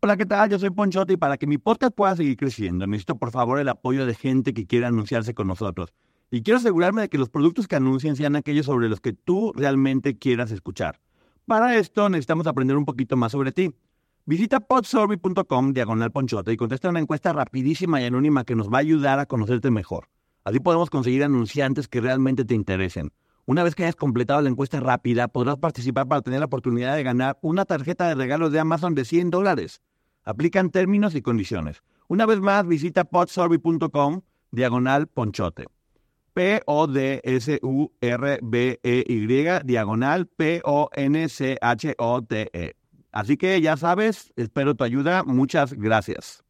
Hola, ¿qué tal? Yo soy Ponchote y para que mi podcast pueda seguir creciendo, necesito por favor el apoyo de gente que quiera anunciarse con nosotros. Y quiero asegurarme de que los productos que anuncien sean aquellos sobre los que tú realmente quieras escuchar. Para esto necesitamos aprender un poquito más sobre ti. Visita podsurvey.com/Ponchote y contesta una encuesta rapidísima y anónima que nos va a ayudar a conocerte mejor. Así podemos conseguir anunciantes que realmente te interesen. Una vez que hayas completado la encuesta rápida, podrás participar para tener la oportunidad de ganar una tarjeta de regalo de Amazon de $100. Aplican términos y condiciones. Una vez más, visita podsurvey.com/Ponchote. PODSURBEY/PONCHOTE. Así que ya sabes, espero tu ayuda. Muchas gracias.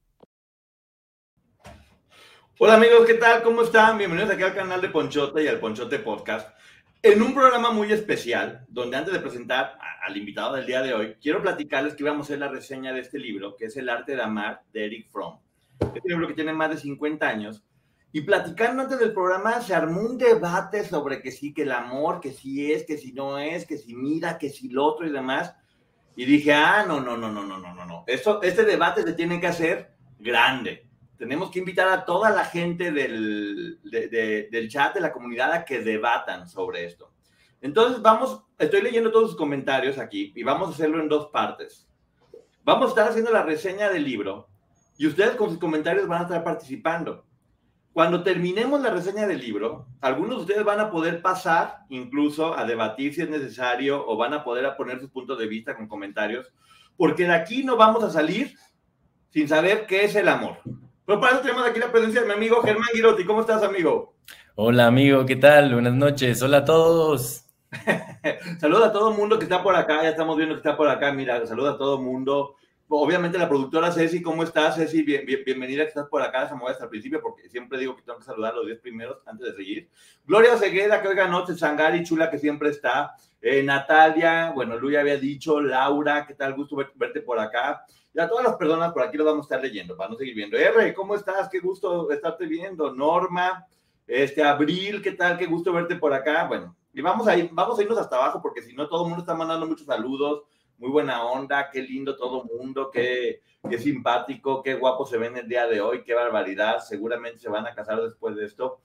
Hola amigos, ¿qué tal? ¿Cómo están? Bienvenidos aquí al canal de Ponchote y al Ponchote Podcast. En un programa muy especial, donde antes de presentar al invitado del día de hoy, quiero platicarles que íbamos a hacer la reseña de este libro, que es El arte de amar, de Erich Fromm. Este libro que tiene más de 50 años. Y platicando antes del programa, se armó un debate sobre que sí, que el amor, que sí es, que si no es, que si mira, que si lo otro y demás. Y dije, no. Este debate se tiene que hacer grande. Tenemos que invitar a toda la gente del chat, de la comunidad, a que debatan sobre esto. Entonces estoy leyendo todos sus comentarios aquí y vamos a hacerlo en dos partes. Vamos a estar haciendo la reseña del libro y ustedes con sus comentarios van a estar participando. Cuando terminemos la reseña del libro, algunos de ustedes van a poder pasar incluso a debatir si es necesario o van a poder poner sus puntos de vista con comentarios, porque de aquí no vamos a salir sin saber qué es el amor. Pero para eso tenemos aquí la presencia de mi amigo Germán Girotti. ¿Cómo estás, amigo? Hola, amigo, ¿qué tal? Buenas noches. Hola a todos. Saluda a todo el mundo que está por acá. Ya estamos viendo que está por acá. Mira, saluda a todo el mundo. Obviamente la productora Ceci, ¿cómo estás, Ceci? Bienvenida que estás por acá. Déjame ver hasta el principio porque siempre digo que tengo que saludar a los 10 primeros antes de seguir. Gloria Cegueda, que oiga noche. Sangari, chula, que siempre está. Natalia, bueno, Luis había dicho. Laura, ¿qué tal? Gusto verte por acá. Ya todas las personas por aquí lo vamos a estar leyendo para no seguir viendo. R, ¿cómo estás? Qué gusto estarte viendo. Norma, Abril, ¿qué tal? Qué gusto verte por acá. Bueno, y vamos a irnos hasta abajo porque si no todo el mundo está mandando muchos saludos. Muy buena onda, qué lindo todo el mundo, qué simpático, qué guapo se ven el día de hoy, qué barbaridad. Seguramente se van a casar después de esto.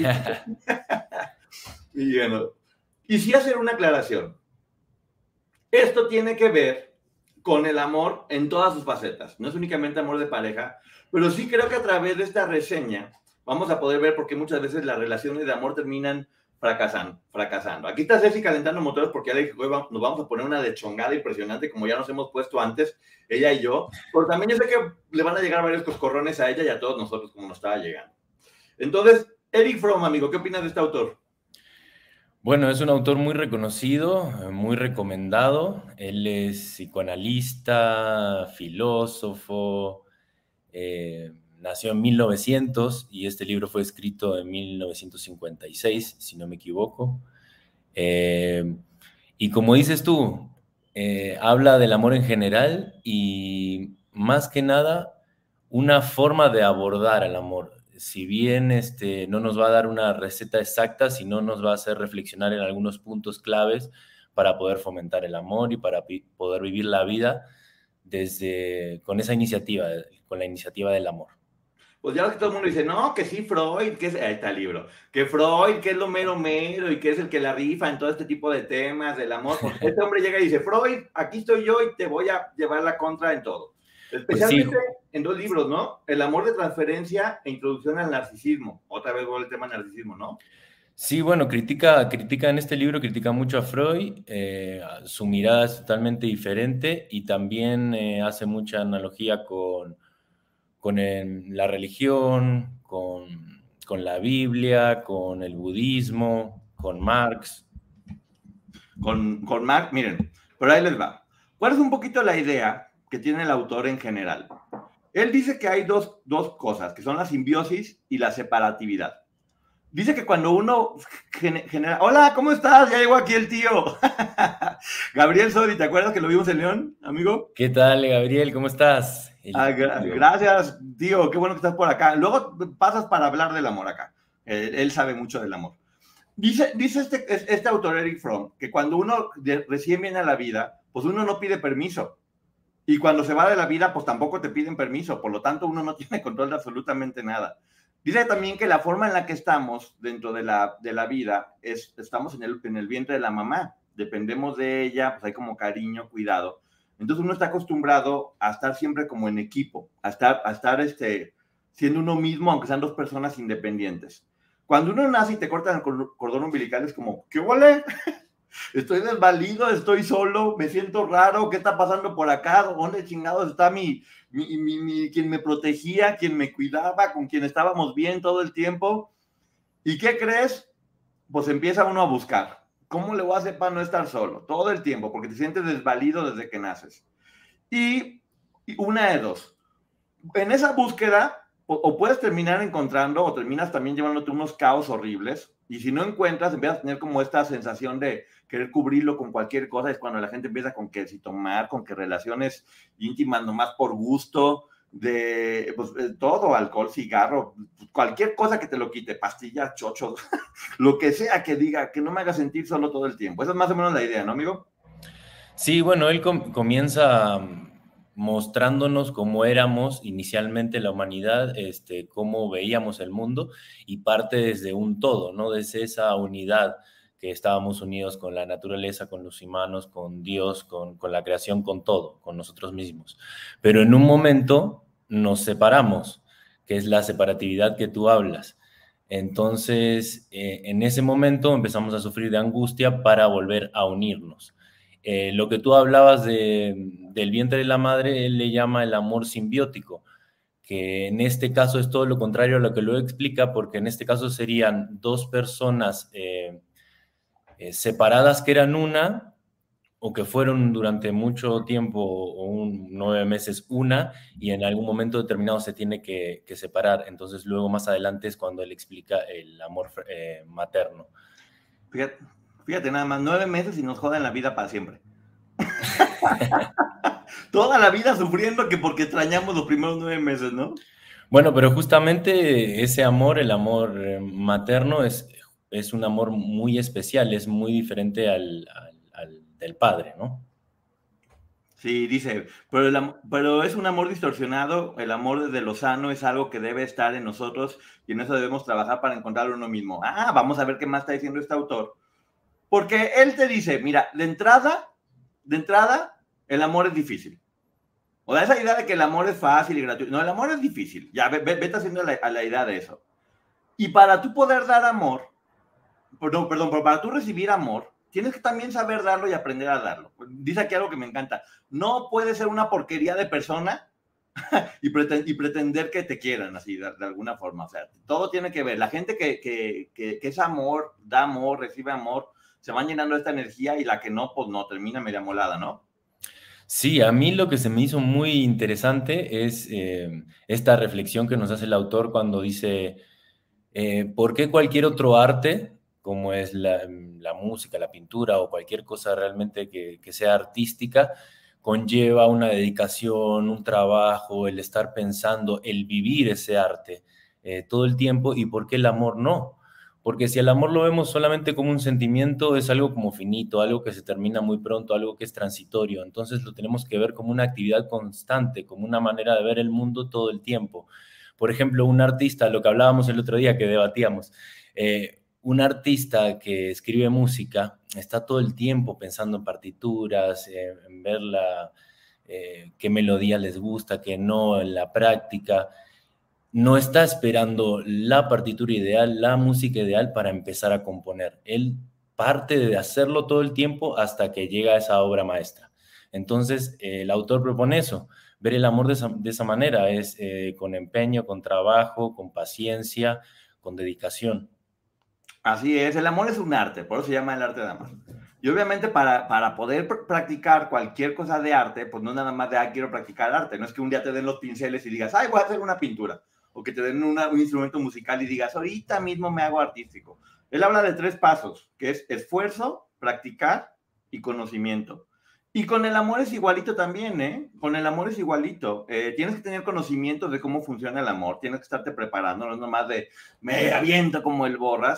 Y bueno, y sí hacer una aclaración. Esto tiene que ver con el amor en todas sus facetas. No es únicamente amor de pareja, pero sí creo que a través de esta reseña vamos a poder ver por qué muchas veces las relaciones de amor terminan fracasando. Aquí está Ceci calentando motores porque ya le dije que hoy nos vamos a poner una de chongada impresionante como ya nos hemos puesto antes, ella y yo, pero también yo sé que le van a llegar varios coscorrones a ella y a todos nosotros como nos estaba llegando. Entonces, Erich Fromm, amigo, ¿qué opinas de este autor? Bueno, es un autor muy reconocido, muy recomendado. Él es psicoanalista, filósofo, nació en 1900 y este libro fue escrito en 1956, si no me equivoco. Y como dices tú, habla del amor en general y más que nada una forma de abordar al amor. Si bien no nos va a dar una receta exacta, sino nos va a hacer reflexionar en algunos puntos claves para poder fomentar el amor y para poder vivir la vida con la iniciativa del amor. Pues ya ves que todo el mundo dice, no, que sí, Freud, que es, ahí está el libro, que Freud, que es lo mero mero y que es el que la rifa en todo este tipo de temas del amor. Este hombre llega y dice, Freud, aquí estoy yo y te voy a llevar la contra en todo. Especialmente pues sí, en dos libros, ¿no? El amor de transferencia e introducción al narcisismo. Otra vez vuelve el tema del narcisismo, ¿no? Sí, bueno, critica en este libro, critica mucho a Freud, su mirada es totalmente diferente y también hace mucha analogía con la religión, con la Biblia, con el budismo, con Marx. Con Marx, miren, pero ahí les va. ¿Cuál es un poquito la idea que tiene el autor en general? Él dice que hay dos cosas, que son la simbiosis y la separatividad. Dice que cuando uno genera... Hola, ¿cómo estás? Ya llegó aquí el tío. Gabriel Sodi, ¿te acuerdas que lo vimos en León, amigo? ¿Qué tal, Gabriel? ¿Cómo estás? Gracias, tío. Qué bueno que estás por acá. Luego pasas para hablar del amor acá. Él sabe mucho del amor. Dice este autor, Erich Fromm, que cuando uno recién viene a la vida, pues uno no pide permiso. Y cuando se va de la vida, pues tampoco te piden permiso, por lo tanto uno no tiene control de absolutamente nada. Dice también que la forma en la que estamos dentro de la vida estamos en el vientre de la mamá, dependemos de ella, pues hay como cariño, cuidado. Entonces uno está acostumbrado a estar siempre como en equipo, a estar siendo uno mismo, aunque sean dos personas independientes. Cuando uno nace y te cortan el cordón umbilical, es como, ¿qué huele? Estoy desvalido, estoy solo, me siento raro, ¿qué está pasando por acá? ¿Dónde chingados está quien me protegía, quien me cuidaba, con quien estábamos bien todo el tiempo? ¿Y qué crees? Pues empieza uno a buscar. ¿Cómo le voy a hacer para no estar solo? Todo el tiempo, porque te sientes desvalido desde que naces. Y una de dos. En esa búsqueda, o puedes terminar encontrando, o terminas también llevándote unos caos horribles, y si no encuentras, empiezas a tener como esta sensación de querer cubrirlo con cualquier cosa, es cuando la gente empieza con que si tomar, con que relaciones íntimas nomás por gusto, de pues, todo, alcohol, cigarro, cualquier cosa que te lo quite, pastillas, chochos, lo que sea que diga, que no me haga sentir solo todo el tiempo. Esa es más o menos la idea, ¿no, amigo? Sí, bueno, él comienza mostrándonos cómo éramos inicialmente la humanidad, cómo veíamos el mundo y parte desde un todo, ¿no? Desde esa unidad que estábamos unidos con la naturaleza, con los humanos, con Dios, con la creación, con todo, con nosotros mismos. Pero en un momento nos separamos, que es la separatividad que tú hablas. Entonces, en ese momento empezamos a sufrir de angustia para volver a unirnos. Lo que tú hablabas del vientre de la madre, él le llama el amor simbiótico, que en este caso es todo lo contrario a lo que lo explica, porque en este caso serían dos personas separadas que eran una, o que fueron durante mucho tiempo, o 9 meses una, y en algún momento determinado se tiene que separar. Entonces luego más adelante es cuando él explica el amor materno. Fíjate nada más, 9 meses y nos joden la vida para siempre. Toda la vida sufriendo que porque extrañamos los primeros 9 meses, ¿no? Bueno, pero justamente ese amor, el amor materno, es un amor muy especial, es muy diferente al del padre, ¿no? Sí, dice, pero es un amor distorsionado, el amor desde lo sano es algo que debe estar en nosotros y en eso debemos trabajar para encontrarlo uno mismo. Vamos a ver qué más está diciendo este autor. Porque él te dice, mira, de entrada, el amor es difícil. O da esa idea de que el amor es fácil y gratuito. No, el amor es difícil. Ya, vete haciendo a la idea de eso. Y para tú poder dar amor, perdón, pero para tú recibir amor, tienes que también saber darlo y aprender a darlo. Dice aquí algo que me encanta. No puedes ser una porquería de persona y pretender que te quieran así, de alguna forma. O sea, todo tiene que ver. La gente que es amor, da amor, recibe amor, se van llenando de esta energía y la que no, pues no, termina media molada, ¿no? Sí, a mí lo que se me hizo muy interesante es esta reflexión que nos hace el autor cuando dice, ¿por qué cualquier otro arte, como es la música, la pintura o cualquier cosa realmente que sea artística, conlleva una dedicación, un trabajo, el estar pensando, el vivir ese arte todo el tiempo, y por qué el amor no? Porque si el amor lo vemos solamente como un sentimiento, es algo como finito, algo que se termina muy pronto, algo que es transitorio. Entonces lo tenemos que ver como una actividad constante, como una manera de ver el mundo todo el tiempo. Por ejemplo, un artista, lo que hablábamos el otro día que debatíamos, un artista que escribe música está todo el tiempo pensando en partituras, en ver qué melodía les gusta, qué no, en la práctica. No está esperando la partitura ideal, la música ideal para empezar a componer. Él parte de hacerlo todo el tiempo hasta que llega a esa obra maestra. Entonces, el autor propone eso, ver el amor de esa manera, es con empeño, con trabajo, con paciencia, con dedicación. Así es, el amor es un arte, por eso se llama el arte de amar. Y obviamente para poder practicar cualquier cosa de arte, pues no nada más de, quiero practicar arte, no es que un día te den los pinceles y digas, voy a hacer una pintura, o que te den un instrumento musical y digas, ahorita mismo me hago artístico. Él habla de 3 pasos, que es esfuerzo, practicar y conocimiento. Y con el amor es igualito también, ¿eh? Con el amor es igualito. Tienes que tener conocimiento de cómo funciona el amor, tienes que estarte preparando, no es nomás de, me aviento como el borras.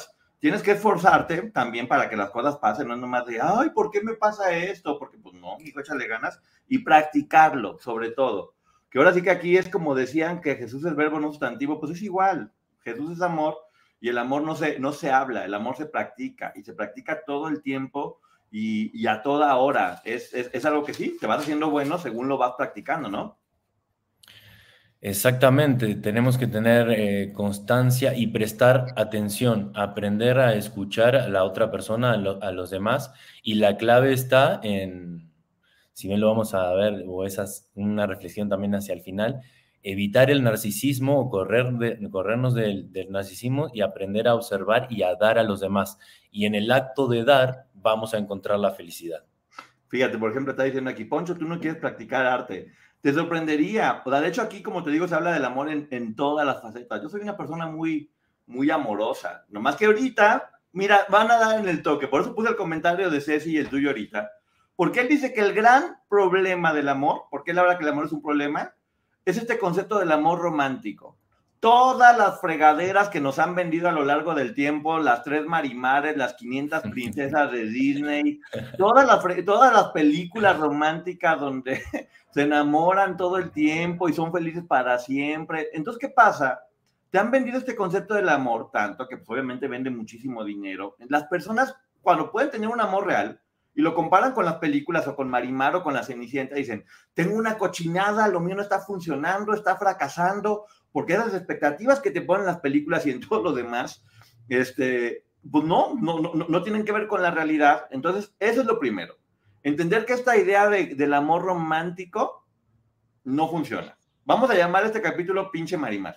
tienes que esforzarte también para que las cosas pasen, no es nomás de, ay, ¿por qué me pasa esto? Porque pues no, hijo, échale ganas y practicarlo, sobre todo. Que ahora sí que aquí es como decían que Jesús es verbo no sustantivo, pues es igual. Jesús es amor y el amor no se habla, el amor se practica y se practica todo el tiempo y a toda hora. Es algo que sí, te vas haciendo bueno según lo vas practicando, ¿no? Exactamente, tenemos que tener constancia y prestar atención, aprender a escuchar a la otra persona, a los demás, y la clave está en, si bien lo vamos a ver, o esa es una reflexión también hacia el final, evitar el narcisismo o corrernos del narcisismo y aprender a observar y a dar a los demás. Y en el acto de dar vamos a encontrar la felicidad. Fíjate, por ejemplo, está diciendo aquí, Poncho, tú no quieres practicar arte. Te sorprendería. O sea, de hecho, aquí, como te digo, se habla del amor en todas las facetas. Yo soy una persona muy, muy amorosa. Nomás que ahorita, mira, van a dar en el toque. Por eso puse el comentario de Ceci y el tuyo ahorita. Porque él dice que el gran problema del amor, porque él habla que el amor es un problema, es este concepto del amor romántico. Todas las fregaderas que nos han vendido a lo largo del tiempo, las 3 Marimares, las 500 princesas de Disney, todas las películas románticas donde se enamoran todo el tiempo y son felices para siempre. Entonces, ¿qué pasa? Te han vendido este concepto del amor, tanto que pues, obviamente vende muchísimo dinero. Las personas, cuando pueden tener un amor real, y lo comparan con las películas o con Marimar o con la Cenicienta, dicen, tengo una cochinada, lo mío no está funcionando, está fracasando, porque esas expectativas que te ponen las películas y en todo lo demás, pues no tienen que ver con la realidad. Entonces, eso es lo primero. Entender que esta idea del amor romántico no funciona. Vamos a llamar a este capítulo Pinche Marimar.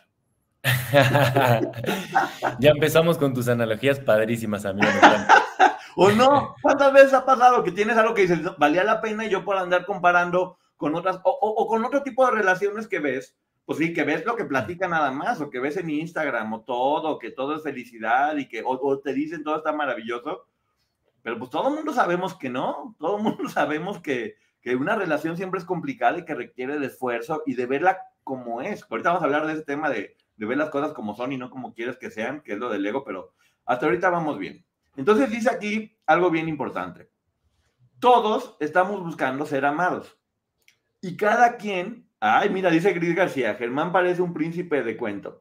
Ya empezamos con tus analogías padrísimas, amigo. ¿O no? ¿Cuántas veces ha pasado que tienes algo que dices, valía la pena y yo por andar comparando con otras, o con otro tipo de relaciones que ves, pues sí, que ves lo que platican nada más, o que ves en Instagram, o todo, que todo es felicidad, y que, o te dicen todo está maravilloso, pero pues todo el mundo sabemos que no, todo el mundo sabemos que una relación siempre es complicada y que requiere de esfuerzo y de verla como es. Ahorita vamos a hablar de ese tema de ver las cosas como son y no como quieres que sean, que es lo del ego, pero hasta ahorita vamos bien. Entonces dice aquí algo bien importante. Todos estamos buscando ser amados. Y cada quien... Ay, mira, dice Gris García, Germán parece un príncipe de cuento.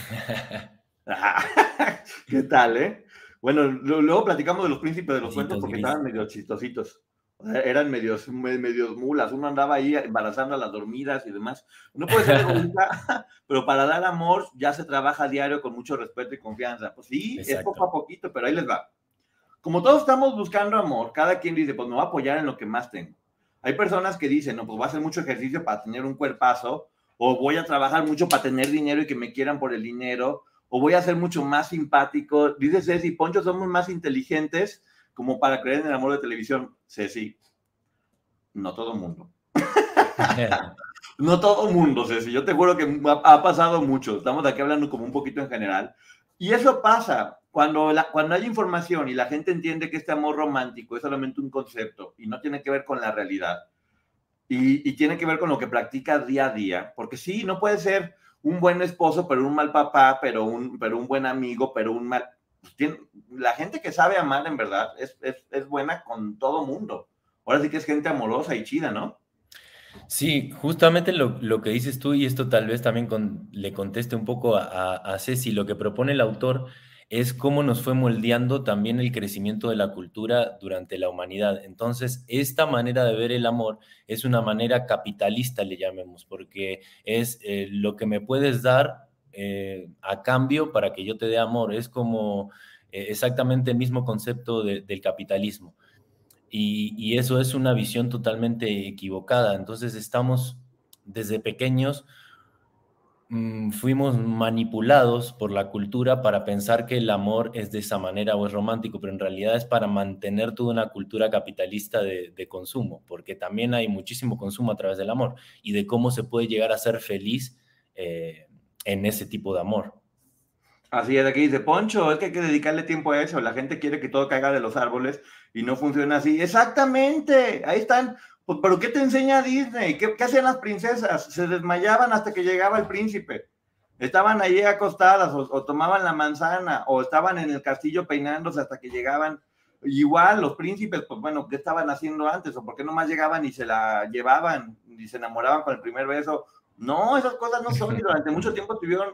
¿Qué tal, eh? Bueno, luego platicamos de los príncipes de los cuentos porque estaban medio chistositos. Eran medios mulas. Uno andaba ahí embarazando a las dormidas y demás. No puede ser egoísta, pero para dar amor ya se trabaja a diario con mucho respeto y confianza. Pues sí, exacto. Es poco a poquito, pero ahí les va. Como todos estamos buscando amor, cada quien dice, pues me voy a apoyar en lo que más tengo. Hay personas que dicen, no, pues voy a hacer mucho ejercicio para tener un cuerpazo, o voy a trabajar mucho para tener dinero y que me quieran por el dinero, o voy a ser mucho más simpático. Dice Ceci, Poncho, somos más inteligentes como para creer en el amor de televisión. Ceci, no todo mundo. No todo mundo, Ceci. Yo te juro que ha pasado mucho. Estamos aquí hablando como un poquito en general. Y eso pasa cuando hay información y la gente entiende que este amor romántico es solamente un concepto y no tiene que ver con la realidad y tiene que ver con lo que practicas día a día, porque sí, no puede ser un buen esposo, pero un mal papá, pero un buen amigo, pero un mal... La gente que sabe amar en verdad es buena con todo mundo. Ahora sí que es gente amorosa y chida, ¿no? Sí, justamente lo que dices tú, y esto tal vez también le conteste un poco a Ceci, lo que propone el autor es cómo nos fue moldeando también el crecimiento de la cultura durante la humanidad. Entonces, esta manera de ver el amor es una manera capitalista, le llamemos, porque es lo que me puedes dar a cambio para que yo te dé amor. Es como exactamente el mismo concepto del capitalismo. Y eso es una visión totalmente equivocada. Entonces estamos desde pequeños, fuimos manipulados por la cultura para pensar que el amor es de esa manera o es romántico, pero en realidad es para mantener toda una cultura capitalista de consumo, porque también hay muchísimo consumo a través del amor y de cómo se puede llegar a ser feliz en ese tipo de amor. Así es, aquí dice Poncho, es que hay que dedicarle tiempo a eso, la gente quiere que todo caiga de los árboles y no funciona así. Exactamente, ahí están. Pues, ¿pero qué te enseña Disney? ¿Qué hacían las princesas? Se desmayaban hasta que llegaba el príncipe. Estaban ahí acostadas o tomaban la manzana o estaban en el castillo peinándose hasta que llegaban. Igual los príncipes, pues bueno, ¿qué estaban haciendo antes? ¿O por qué nomás llegaban y se la llevaban y se enamoraban con el primer beso? No, esas cosas no son y durante mucho tiempo tuvieron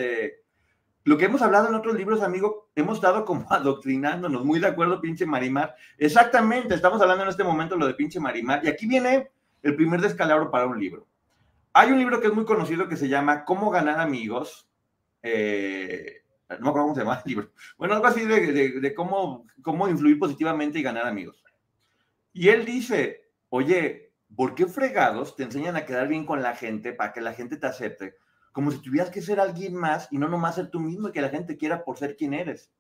lo que hemos hablado en otros libros, amigo, hemos estado como adoctrinándonos, muy de acuerdo, pinche Marimar. Exactamente, estamos hablando en este momento lo de pinche Marimar. Y aquí viene el primer descalabro para un libro. Hay un libro que es muy conocido que se llama Cómo ganar amigos. No me acuerdo cómo se llama el libro. Bueno, algo así de cómo influir positivamente y ganar amigos. Y él dice, oye, ¿por qué fregados te enseñan a quedar bien con la gente para que la gente te acepte? Como si tuvieras que ser alguien más y no nomás ser tú mismo y que la gente quiera por ser quien eres.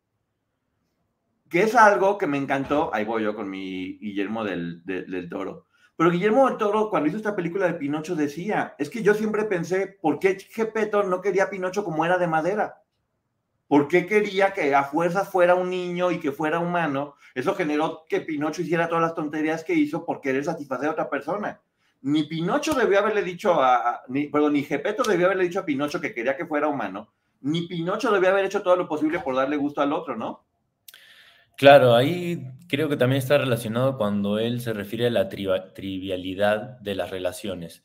Que es algo que me encantó. Ahí voy yo con mi Guillermo del Toro. Pero Guillermo del Toro, cuando hizo esta película de Pinocho, decía, es que yo siempre pensé, ¿por qué Geppetto no quería a Pinocho como era de madera? ¿Por qué quería que a fuerzas fuera un niño y que fuera humano? Eso generó que Pinocho hiciera todas las tonterías que hizo por querer satisfacer a otra persona. Ni Pinocho debió haberle dicho ni Geppetto debió haberle dicho a Pinocho que quería que fuera humano, ni Pinocho debió haber hecho todo lo posible por darle gusto al otro, ¿no? Claro, ahí creo que también está relacionado cuando él se refiere a la trivialidad de las relaciones.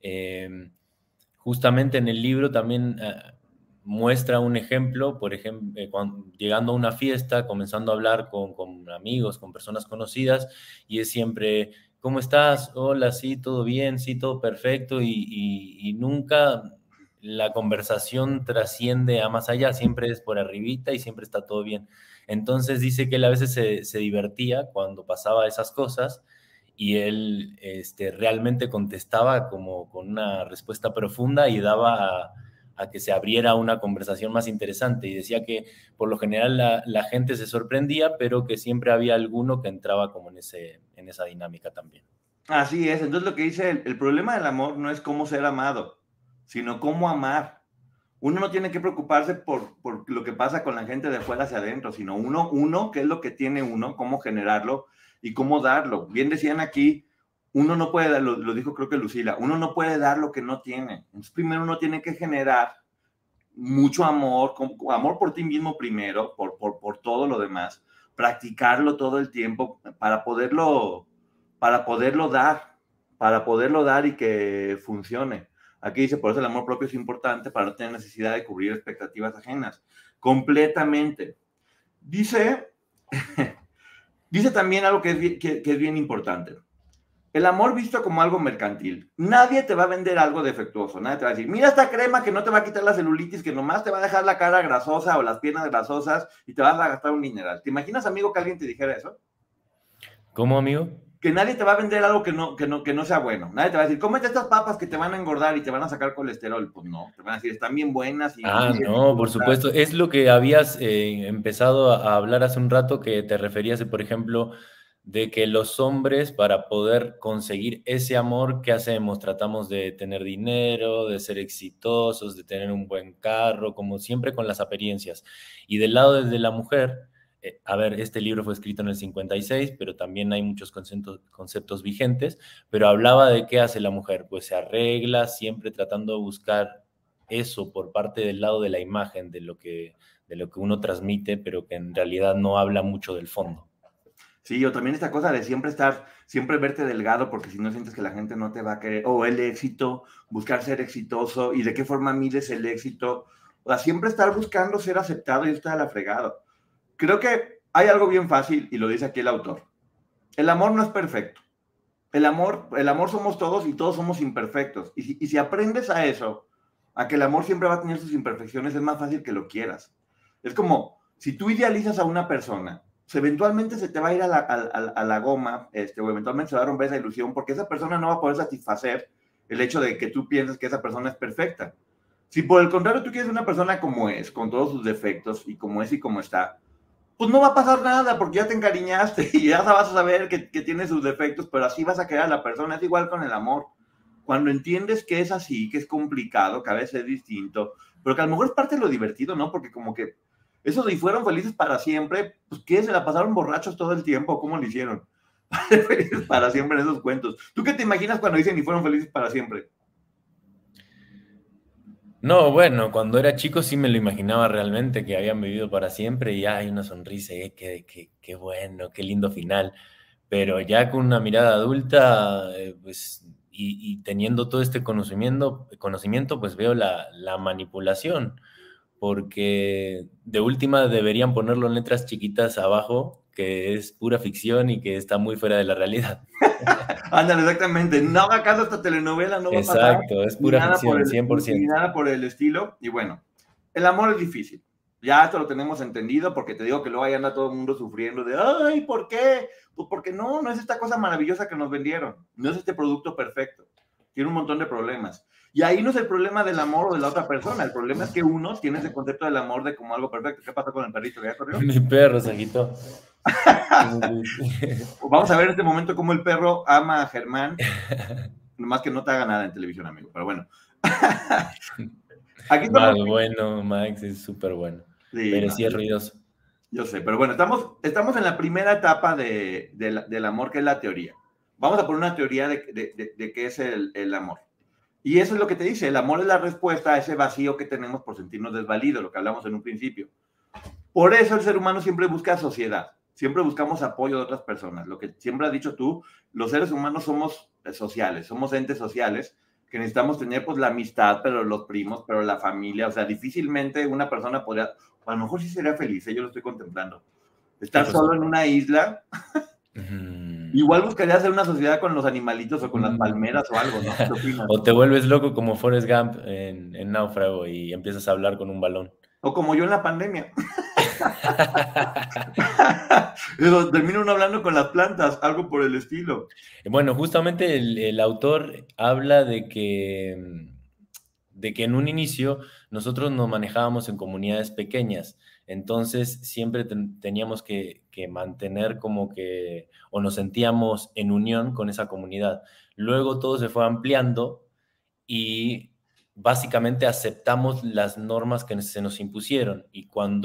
Justamente en el libro también muestra un ejemplo, por ejemplo, llegando a una fiesta, comenzando a hablar con amigos, con personas conocidas, y es siempre, ¿cómo estás? Hola, sí, todo bien, sí, todo perfecto, y nunca la conversación trasciende a más allá, siempre es por arribita y siempre está todo bien. Entonces dice que él a veces se divertía cuando pasaba esas cosas y él realmente contestaba como con una respuesta profunda y daba a que se abriera una conversación más interesante. Y decía que por lo general la gente se sorprendía, pero que siempre había alguno que entraba como en esa dinámica también. Así es. Entonces lo que dice el problema del amor no es cómo ser amado, sino cómo amar. Uno no tiene que preocuparse por lo que pasa con la gente de afuera hacia adentro, sino uno, qué es lo que tiene uno, cómo generarlo y cómo darlo. Bien decían aquí, uno no puede dar, lo dijo creo que Lucila, uno no puede dar lo que no tiene. Entonces primero uno tiene que generar mucho amor, amor por ti mismo primero, por todo lo demás, practicarlo todo el tiempo para poderlo dar y que funcione. Aquí dice, por eso el amor propio es importante para no tener necesidad de cubrir expectativas ajenas. Completamente. Dice también algo que es bien importante. El amor visto como algo mercantil. Nadie te va a vender algo defectuoso. Nadie te va a decir, mira esta crema que no te va a quitar la celulitis, que nomás te va a dejar la cara grasosa o las piernas grasosas y te vas a gastar un mineral. ¿Te imaginas, amigo, que alguien te dijera eso? ¿Cómo, amigo? Que nadie te va a vender algo que no sea bueno. Nadie te va a decir, cómete estas papas que te van a engordar y te van a sacar colesterol. Pues no, te van a decir, están bien buenas. No, por supuesto. Es lo que habías empezado a hablar hace un rato, que te referías, por ejemplo, de que los hombres, para poder conseguir ese amor, ¿qué hacemos? Tratamos de tener dinero, de ser exitosos, de tener un buen carro, como siempre con las apariencias. Y del lado de la mujer, a ver, este libro fue escrito en el 56, pero también hay muchos conceptos vigentes, pero hablaba de qué hace la mujer, pues se arregla, siempre tratando de buscar eso por parte del lado de la imagen, de lo que uno transmite, pero que en realidad no habla mucho del fondo. Sí, o también esta cosa de siempre verte delgado, porque si no sientes que la gente no te va a querer, o el éxito, buscar ser exitoso, y de qué forma mides el éxito, o sea, siempre estar buscando ser aceptado y estar a la fregada. Creo que hay algo bien fácil, y lo dice aquí el autor. El amor no es perfecto. El amor somos todos y todos somos imperfectos. Y si aprendes a eso, a que el amor siempre va a tener sus imperfecciones, es más fácil que lo quieras. Es como, si tú idealizas a una persona, eventualmente se te va a ir a la goma, o eventualmente se va a romper esa ilusión, porque esa persona no va a poder satisfacer el hecho de que tú pienses que esa persona es perfecta. Si por el contrario tú quieres una persona como es, con todos sus defectos y como es y como está, pues no va a pasar nada porque ya te encariñaste y ya vas a saber que tiene sus defectos, pero así vas a querer a la persona. Es igual con el amor. Cuando entiendes que es así, que es complicado, que a veces es distinto, pero que a lo mejor es parte de lo divertido, ¿no? Porque como que esos de fueron felices para siempre, pues ¿qué? ¿Se la pasaron borrachos todo el tiempo? ¿Cómo lo hicieron? Felices para siempre en esos cuentos. ¿Tú qué te imaginas cuando dicen y fueron felices para siempre? No, bueno, cuando era chico sí me lo imaginaba realmente que habían vivido para siempre y hay una sonrisa, qué bueno, qué lindo final. Pero ya con una mirada adulta, pues, y teniendo todo este conocimiento, pues veo la manipulación, porque de última deberían ponerlo en letras chiquitas abajo, que es pura ficción y que está muy fuera de la realidad. Ándale, exactamente. No haga caso a esta telenovela, no va a pasar, Exacto, es ni pura nada por ficción, ni 100%. nada por el estilo. Y bueno, el amor es difícil. Ya esto lo tenemos entendido, porque te digo que luego ahí anda todo el mundo sufriendo de, ay, ¿por qué? Pues porque no es esta cosa maravillosa que nos vendieron. No es este producto perfecto. Tiene un montón de problemas. Y ahí no es el problema del amor o de la otra persona. El problema es que uno tiene ese concepto del amor de como algo perfecto. ¿Qué pasó con el perrito que ya corrió? Mi perro se agitó. Vamos a ver en este momento cómo el perro ama a Germán. Nomás que no te haga nada en televisión, amigo. Pero bueno. Aquí estamos. Más bueno, Max es súper bueno, Sí, pero no, sí es ruidoso. yo sé, pero bueno, estamos en la primera etapa del amor, que es la teoría. Vamos a poner una teoría de qué es el amor. Y eso es lo que te dice, el amor es la respuesta a ese vacío que tenemos por sentirnos desvalidos, lo que hablamos en un principio. Por eso el ser humano siempre busca sociedad, siempre buscamos apoyo de otras personas. Lo que siempre has dicho tú, los seres humanos somos sociales, somos entes sociales que necesitamos tener pues la amistad, pero los primos, pero la familia, o sea, difícilmente una persona podría, o a lo mejor sí sería feliz, yo lo estoy contemplando. ¿Qué Estar cosa? solo en una isla, igual buscaría hacer una sociedad con los animalitos o con las palmeras o algo, ¿no? ¿Qué opinas? O te vuelves loco como Forrest Gump en Náufrago y empiezas a hablar con un balón. O como yo en la pandemia. Termina uno hablando con las plantas, algo por el estilo. Bueno, justamente el autor habla de que en un inicio nosotros nos manejábamos en comunidades pequeñas, entonces siempre teníamos que mantener como que, o nos sentíamos en unión con esa comunidad. Luego todo se fue ampliando y básicamente aceptamos las normas que se nos impusieron y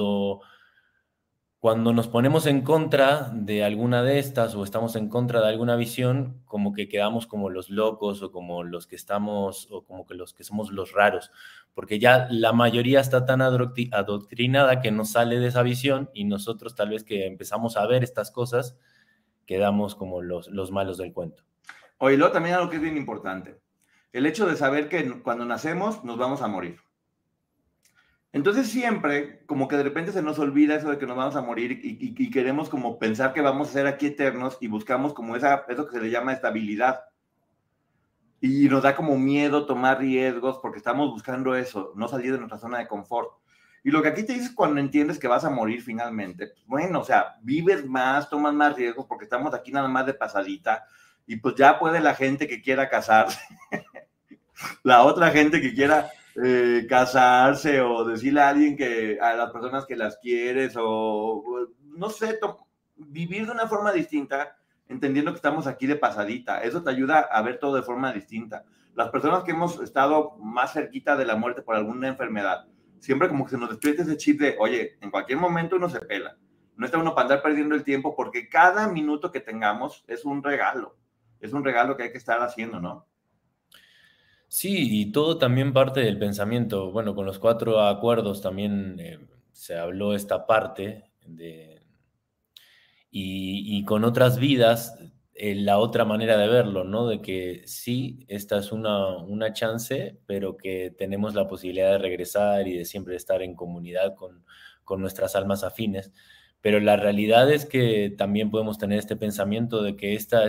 cuando nos ponemos en contra de alguna de estas o estamos en contra de alguna visión, como que quedamos como los locos o como los que estamos o como que los que somos los raros, porque ya la mayoría está tan adoctrinada que no sale de esa visión y nosotros tal vez que empezamos a ver estas cosas, quedamos como los malos del cuento. Oye, luego también algo que es bien importante, el hecho de saber que cuando nacemos nos vamos a morir. Entonces siempre, como que de repente se nos olvida eso de que nos vamos a morir y queremos como pensar que vamos a ser aquí eternos y buscamos como eso que se le llama estabilidad. Y nos da como miedo tomar riesgos porque estamos buscando eso, no salir de nuestra zona de confort. Y lo que aquí te dices cuando entiendes que vas a morir finalmente, pues bueno, o sea, vives más, tomas más riesgos porque estamos aquí nada más de pasadita y pues ya puede la gente que quiera casarse, la otra gente que quiera casarse o decirle a alguien que a las personas que las quieres o no sé, vivir de una forma distinta, entendiendo que estamos aquí de pasadita. Eso te ayuda a ver todo de forma distinta. Las personas que hemos estado más cerquita de la muerte por alguna enfermedad, siempre como que se nos despierta ese chip de, oye, en cualquier momento uno se pela. No está uno para andar perdiendo el tiempo porque cada minuto que tengamos es un regalo. Es un regalo que hay que estar haciendo, ¿no? Sí, y todo también parte del pensamiento. Bueno, con los 4 acuerdos también se habló esta parte y con otras vidas, la otra manera de verlo, ¿no? De que sí, esta es una chance, pero que tenemos la posibilidad de regresar y de siempre estar en comunidad con nuestras almas afines. Pero la realidad es que también podemos tener este pensamiento de que esta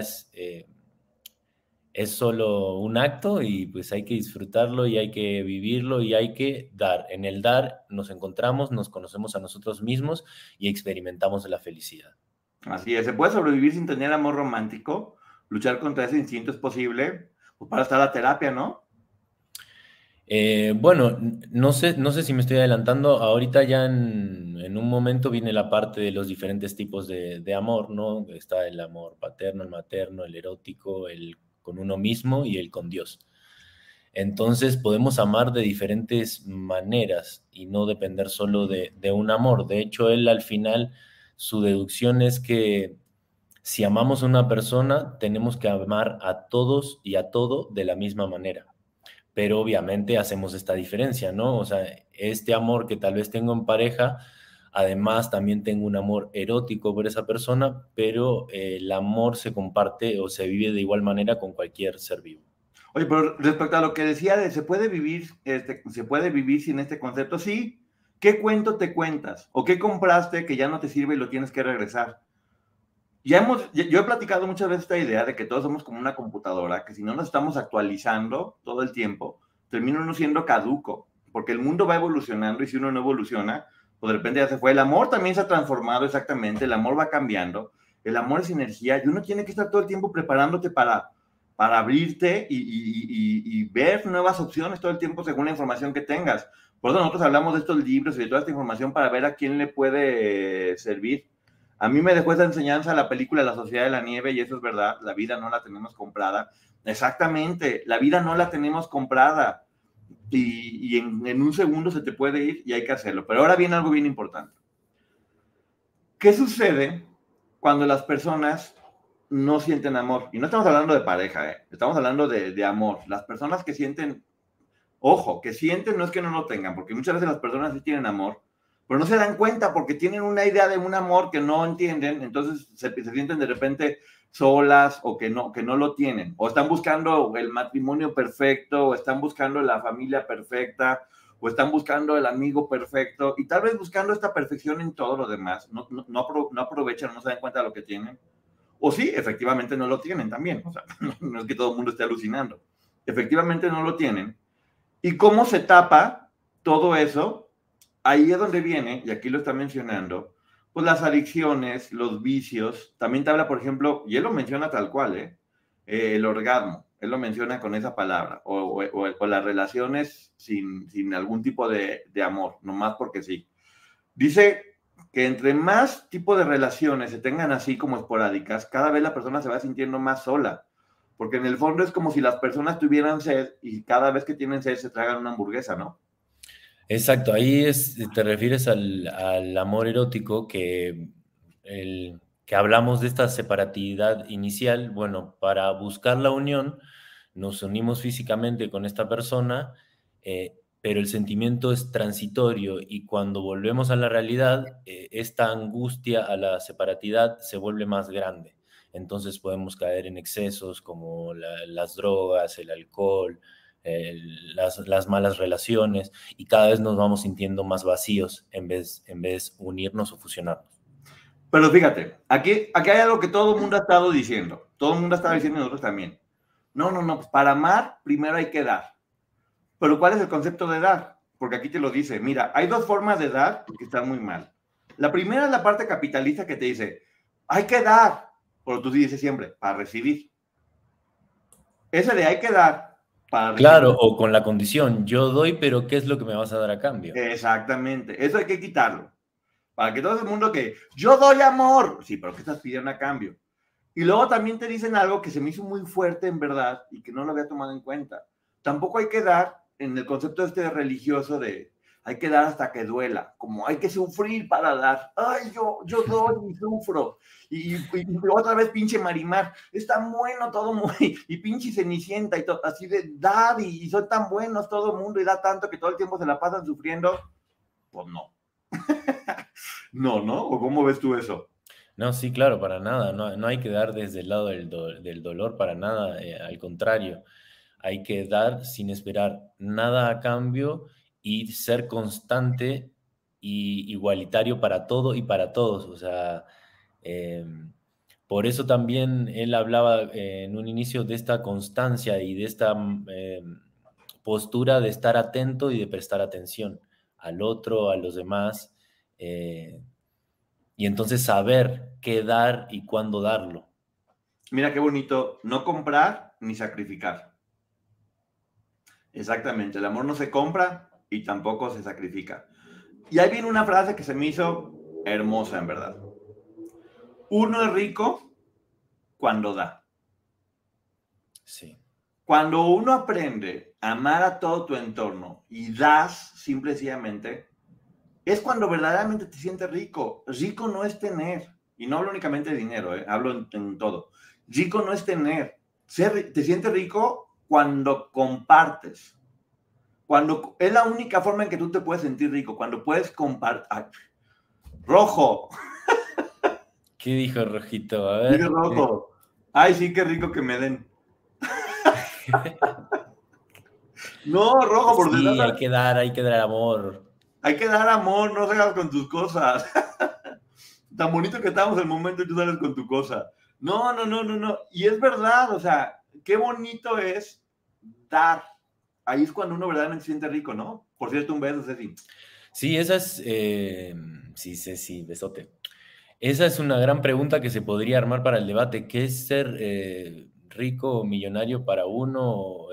es solo un acto y pues hay que disfrutarlo y hay que vivirlo y hay que dar. En el dar nos encontramos, nos conocemos a nosotros mismos y experimentamos la felicidad. Así es, se puede sobrevivir sin tener amor romántico, luchar contra ese instinto es posible, pues para estar la terapia, ¿no? Bueno, no sé si me estoy adelantando. Ahorita ya en un momento viene la parte de los diferentes tipos de amor, ¿no? Está el amor paterno, el materno, el erótico, el con uno mismo y el con Dios. Entonces podemos amar de diferentes maneras y no depender solo de un amor. De hecho, él al final, su deducción es que si amamos a una persona, tenemos que amar a todos y a todo de la misma manera. pero obviamente hacemos esta diferencia, ¿no? O sea, este amor que tal vez tengo en pareja, además también tengo un amor erótico por esa persona, pero el amor se comparte o se vive de igual manera con cualquier ser vivo. Oye, pero respecto a lo que decía de se puede vivir sin este concepto, sí. ¿Qué cuento te cuentas? ¿O qué compraste que ya no te sirve y lo tienes que regresar? Yo he platicado muchas veces esta idea de que todos somos como una computadora, que si no nos estamos actualizando todo el tiempo, termina uno siendo caduco, porque el mundo va evolucionando y si uno no evoluciona, pues de repente ya se fue. El amor también se ha transformado exactamente, el amor va cambiando, el amor es energía y uno tiene que estar todo el tiempo preparándote para abrirte y ver nuevas opciones todo el tiempo según la información que tengas. Por eso nosotros hablamos de estos libros y de toda esta información para ver a quién le puede servir. A mí me dejó esa enseñanza la película La Sociedad de la Nieve y eso es verdad, la vida no la tenemos comprada. Exactamente, la vida no la tenemos comprada y en un segundo se te puede ir y hay que hacerlo. Pero ahora viene algo bien importante. ¿Qué sucede cuando las personas no sienten amor? Y no estamos hablando de pareja, estamos hablando de amor. Las personas que sienten, ojo, que sienten no es que no lo tengan, porque muchas veces las personas sí tienen amor, pero no se dan cuenta porque tienen una idea de un amor que no entienden, entonces se sienten de repente solas o que no lo tienen, o están buscando el matrimonio perfecto, o están buscando la familia perfecta, o están buscando el amigo perfecto, y tal vez buscando esta perfección en todo lo demás, no aprovechan, no se dan cuenta de lo que tienen, o sí, efectivamente no lo tienen también, o sea, no es que todo el mundo esté alucinando, efectivamente no lo tienen, y cómo se tapa todo eso. Ahí es donde viene, y aquí lo está mencionando, pues las adicciones, los vicios. También te habla, por ejemplo, y él lo menciona tal cual, el orgasmo. Él lo menciona con esa palabra. O las relaciones sin algún tipo de amor, nomás porque sí. Dice que entre más tipo de relaciones se tengan así como esporádicas, cada vez la persona se va sintiendo más sola. Porque en el fondo es como si las personas tuvieran sed y cada vez que tienen sed se tragan una hamburguesa, ¿no? Exacto, ahí te refieres al amor erótico que hablamos de esta separatividad inicial. Bueno, para buscar la unión nos unimos físicamente con esta persona, pero el sentimiento es transitorio y cuando volvemos a la realidad, esta angustia a la separatidad se vuelve más grande. Entonces podemos caer en excesos como las drogas, el alcohol, las malas relaciones, y cada vez nos vamos sintiendo más vacíos en vez unirnos o fusionarnos. Pero fíjate, aquí hay algo que todo el mundo ha estado diciendo. Todo el mundo ha estado diciendo y nosotros también. No, pues para amar primero hay que dar. Pero ¿cuál es el concepto de dar? Porque aquí te lo dice. Mira, hay dos formas de dar que están muy mal. La primera es la parte capitalista que te dice, hay que dar, pero tú dices siempre, para recibir. Ese de hay que dar para recibir. Claro, o con la condición, yo doy, pero ¿qué es lo que me vas a dar a cambio? Exactamente, eso hay que quitarlo. Para que todo el mundo que, yo doy amor, sí, pero ¿qué estás pidiendo a cambio? Y luego también te dicen algo que se me hizo muy fuerte en verdad y que no lo había tomado en cuenta. Tampoco hay que dar en el concepto este religioso de hay que dar hasta que duela, como hay que sufrir para dar. Ay, yo doy y sufro. Y otra vez pinche Marimar, es tan bueno todo muy, y pinche Cenicienta y todo, así de dar y son tan buenos todo el mundo y da tanto que todo el tiempo se la pasan sufriendo. Pues no. No, ¿o cómo ves tú eso? No, sí, claro, para nada. No hay que dar desde el lado del dolor, para nada. Al contrario, hay que dar sin esperar nada a cambio y ser constante y igualitario para todo y para todos. O sea, por eso también él hablaba en un inicio de esta constancia y de esta postura de estar atento y de prestar atención al otro, a los demás. Y entonces saber qué dar y cuándo darlo. Mira qué bonito, no comprar ni sacrificar. Exactamente, el amor no se compra y tampoco se sacrifica. Y ahí viene una frase que se me hizo hermosa en verdad. Uno es rico cuando da. Sí. Cuando uno aprende a amar a todo tu entorno y das simple y sencillamente, es cuando verdaderamente te sientes rico. Rico no es tener, y no hablo únicamente de dinero, hablo en todo. Rico no es tener. Te sientes rico cuando compartes. Cuando es la única forma en que tú te puedes sentir rico, cuando puedes compartir. Rojo. ¿Qué dijo Rojito? A ver. Dije rojo. Ay, sí, qué rico que me den. No, rojo, por Sí, detrás. hay que dar amor. Hay que dar amor, no salgas con tus cosas. Tan bonito que estamos el momento y tú sales con tu cosa. No. Y es verdad, o sea, qué bonito es dar. Ahí es cuando uno verdaderamente se siente rico, ¿no? Por cierto, un beso, Ceci. Sí, esa es... sí, besote. Esa es una gran pregunta que se podría armar para el debate. ¿Qué es ser rico o millonario para uno?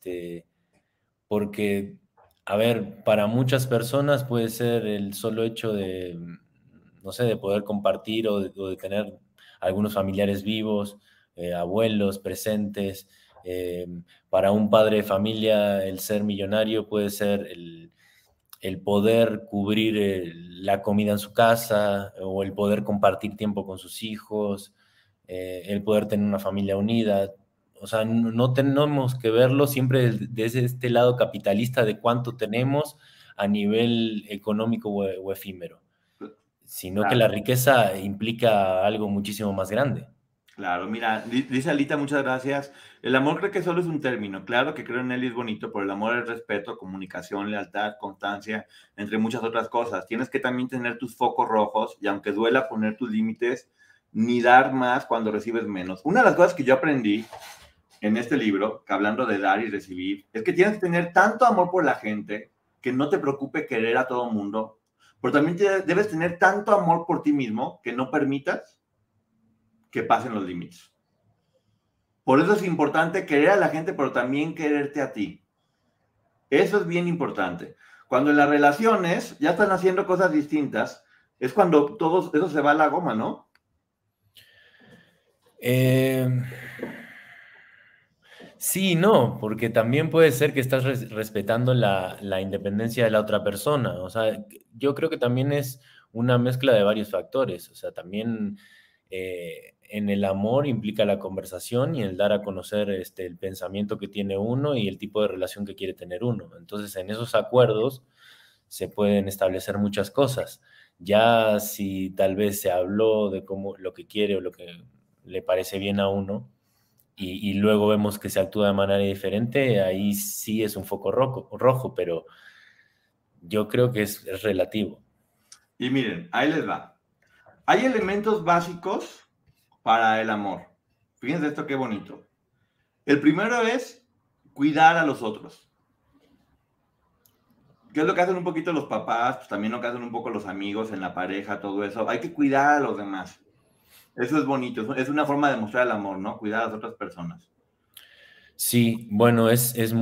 Porque, a ver, para muchas personas puede ser el solo hecho de, no sé, de poder compartir o de tener algunos familiares vivos, abuelos presentes. Para un padre de familia, el ser millonario puede ser el poder cubrir la comida en su casa o el poder compartir tiempo con sus hijos, el poder tener una familia unida. O sea, no tenemos que verlo siempre desde este lado capitalista de cuánto tenemos a nivel económico o efímero, sino que la riqueza implica algo muchísimo más grande. Claro, mira, dice Alita, muchas gracias. El amor creo que solo es un término. Claro que creo en él y es bonito, pero el amor es respeto, comunicación, lealtad, constancia, entre muchas otras cosas. Tienes que también tener tus focos rojos y aunque duela poner tus límites, ni dar más cuando recibes menos. Una de las cosas que yo aprendí en este libro, que hablando de dar y recibir, es que tienes que tener tanto amor por la gente que no te preocupe querer a todo mundo, pero también debes tener tanto amor por ti mismo que no permitas que pasen los límites. Por eso es importante querer a la gente, pero también quererte a ti. Eso es bien importante. Cuando en las relaciones ya están haciendo cosas distintas, es cuando todo eso se va a la goma, ¿no? Sí, no, porque también puede ser que estás respetando la independencia de la otra persona. O sea, yo creo que también es una mezcla de varios factores. O sea, también en el amor implica la conversación y el dar a conocer el pensamiento que tiene uno y el tipo de relación que quiere tener uno. Entonces, en esos acuerdos se pueden establecer muchas cosas. Ya si tal vez se habló de cómo lo que quiere o lo que le parece bien a uno y luego vemos que se actúa de manera diferente, ahí sí es un foco rojo, pero yo creo que es relativo. Y miren, ahí les va. Hay elementos básicos para el amor. Fíjense esto qué bonito. El primero es cuidar a los otros. ¿Qué es lo que hacen un poquito los papás? Pues también lo que hacen un poco los amigos en la pareja, todo eso. Hay que cuidar a los demás. Eso es bonito. Es una forma de mostrar el amor, ¿no? Cuidar a las otras personas. Sí, bueno, es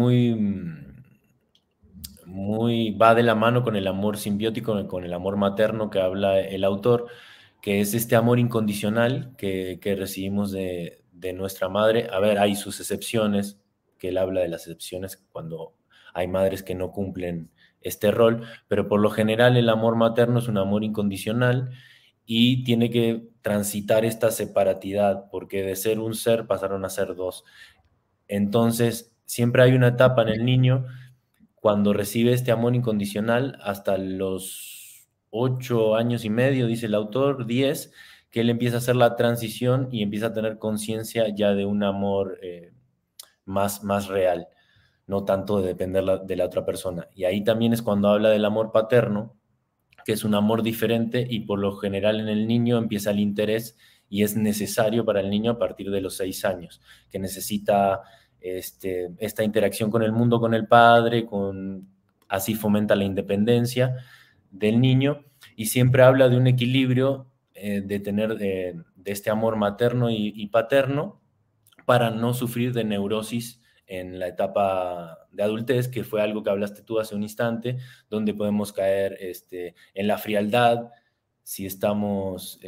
muy, va de la mano con el amor simbiótico, con el amor materno que habla el autor, que es este amor incondicional que recibimos de nuestra madre. A ver, hay sus excepciones, que él habla de las excepciones cuando hay madres que no cumplen este rol, pero por lo general el amor materno es un amor incondicional y tiene que transitar esta separatidad, porque de ser un ser pasaron a ser dos. Entonces, siempre hay una etapa en el niño cuando recibe este amor incondicional hasta los 8 años y medio, dice el autor, 10, que él empieza a hacer la transición y empieza a tener conciencia ya de un amor más real, no tanto de depender de la otra persona. Y ahí también es cuando habla del amor paterno, que es un amor diferente y por lo general en el niño empieza el interés y es necesario para el niño a partir de los 6 años, que necesita esta interacción con el mundo, con el padre, así fomenta la independencia del niño y siempre habla de un equilibrio de tener de este amor materno y paterno para no sufrir de neurosis en la etapa de adultez, que fue algo que hablaste tú hace un instante, donde podemos caer en la frialdad, si estamos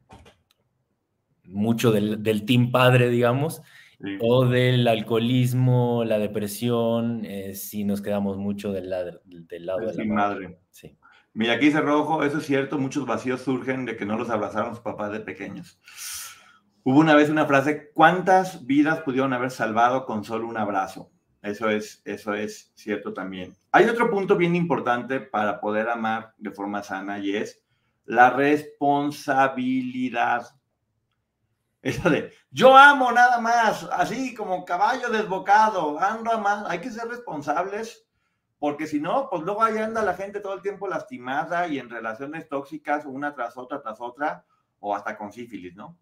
mucho del team padre, digamos, sí, o del alcoholismo, la depresión, si nos quedamos mucho del lado de la madre. Sí. Mira, aquí dice Rojo, eso es cierto, muchos vacíos surgen de que no los abrazaron sus papás de pequeños. Hubo una vez una frase, ¿cuántas vidas pudieron haber salvado con solo un abrazo? Eso es cierto también. Hay otro punto bien importante para poder amar de forma sana y es la responsabilidad. Eso de, yo amo nada más, así como caballo desbocado, ando a más. Hay que ser responsables porque si no, pues luego ahí anda la gente todo el tiempo lastimada y en relaciones tóxicas una tras otra, o hasta con sífilis, ¿no?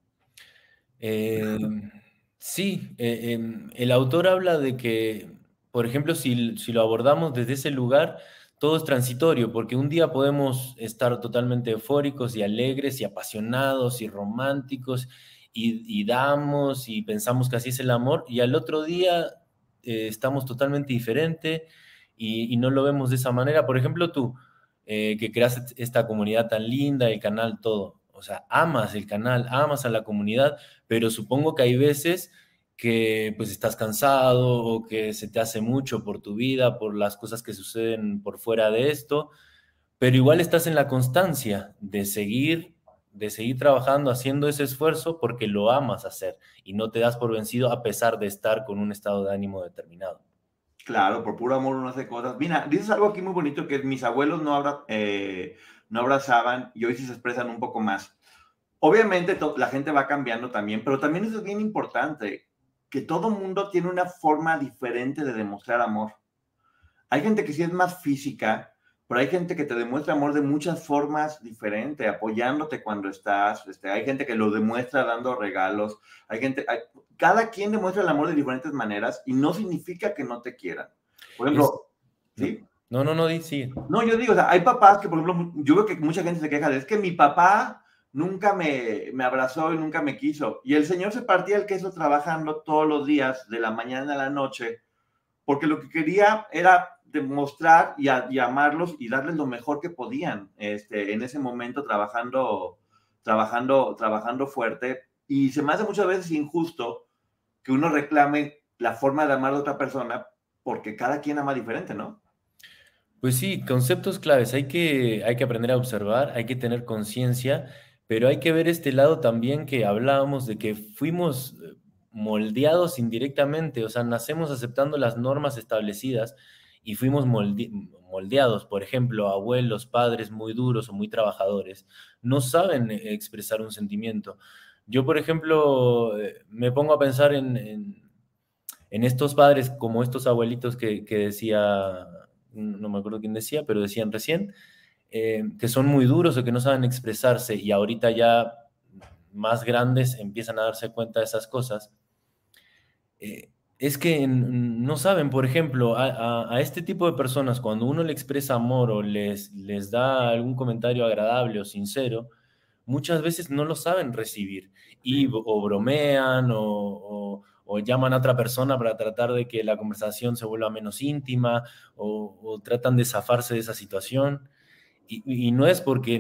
Sí, el autor habla de que, por ejemplo, si lo abordamos desde ese lugar, todo es transitorio, porque un día podemos estar totalmente eufóricos y alegres y apasionados y románticos y damos y pensamos que así es el amor, y al otro día estamos totalmente diferentes y no lo vemos de esa manera. Por ejemplo, tú, que creas esta comunidad tan linda, el canal, todo. O sea, amas el canal, amas a la comunidad, pero supongo que hay veces que pues estás cansado o que se te hace mucho por tu vida, por las cosas que suceden por fuera de esto, pero igual estás en la constancia de seguir trabajando, haciendo ese esfuerzo porque lo amas hacer y no te das por vencido a pesar de estar con un estado de ánimo determinado. Claro, por puro amor uno hace cosas. Mira, dices algo aquí muy bonito que mis abuelos no abrazaban y hoy sí se expresan un poco más. Obviamente la gente va cambiando también, pero también eso es bien importante, que todo mundo tiene una forma diferente de demostrar amor. Hay gente que sí es más física, pero hay gente que te demuestra amor de muchas formas diferentes, apoyándote cuando estás. Hay gente que lo demuestra dando regalos. Cada quien demuestra el amor de diferentes maneras y no significa que no te quieran. Por ejemplo, ¿sí? No, sí. No, yo digo, o sea, hay papás que, por ejemplo, yo veo que mucha gente se queja de, es que mi papá nunca me abrazó y nunca me quiso. Y el señor se partía el queso trabajando todos los días, de la mañana a la noche, porque lo que quería era demostrar y amarlos y darles lo mejor que podían en ese momento trabajando fuerte. Y se me hace muchas veces injusto que uno reclame la forma de amar a otra persona porque cada quien ama diferente, ¿no? Pues sí, conceptos claves. Hay que aprender a observar, hay que tener conciencia, pero hay que ver este lado también que hablábamos de que fuimos moldeados indirectamente, o sea, nacemos aceptando las normas establecidas y fuimos moldeados. Por ejemplo, abuelos, padres muy duros o muy trabajadores no saben expresar un sentimiento. Yo, por ejemplo, me pongo a pensar en estos padres como estos abuelitos que decía, no me acuerdo quién decía, pero decían recién, que son muy duros o que no saben expresarse y ahorita ya más grandes empiezan a darse cuenta de esas cosas. Es que no saben, por ejemplo, a este tipo de personas, cuando uno le expresa amor o les da algún comentario agradable o sincero, muchas veces no lo saben recibir y o bromean o llaman a otra persona para tratar de que la conversación se vuelva menos íntima o tratan de zafarse de esa situación y no es porque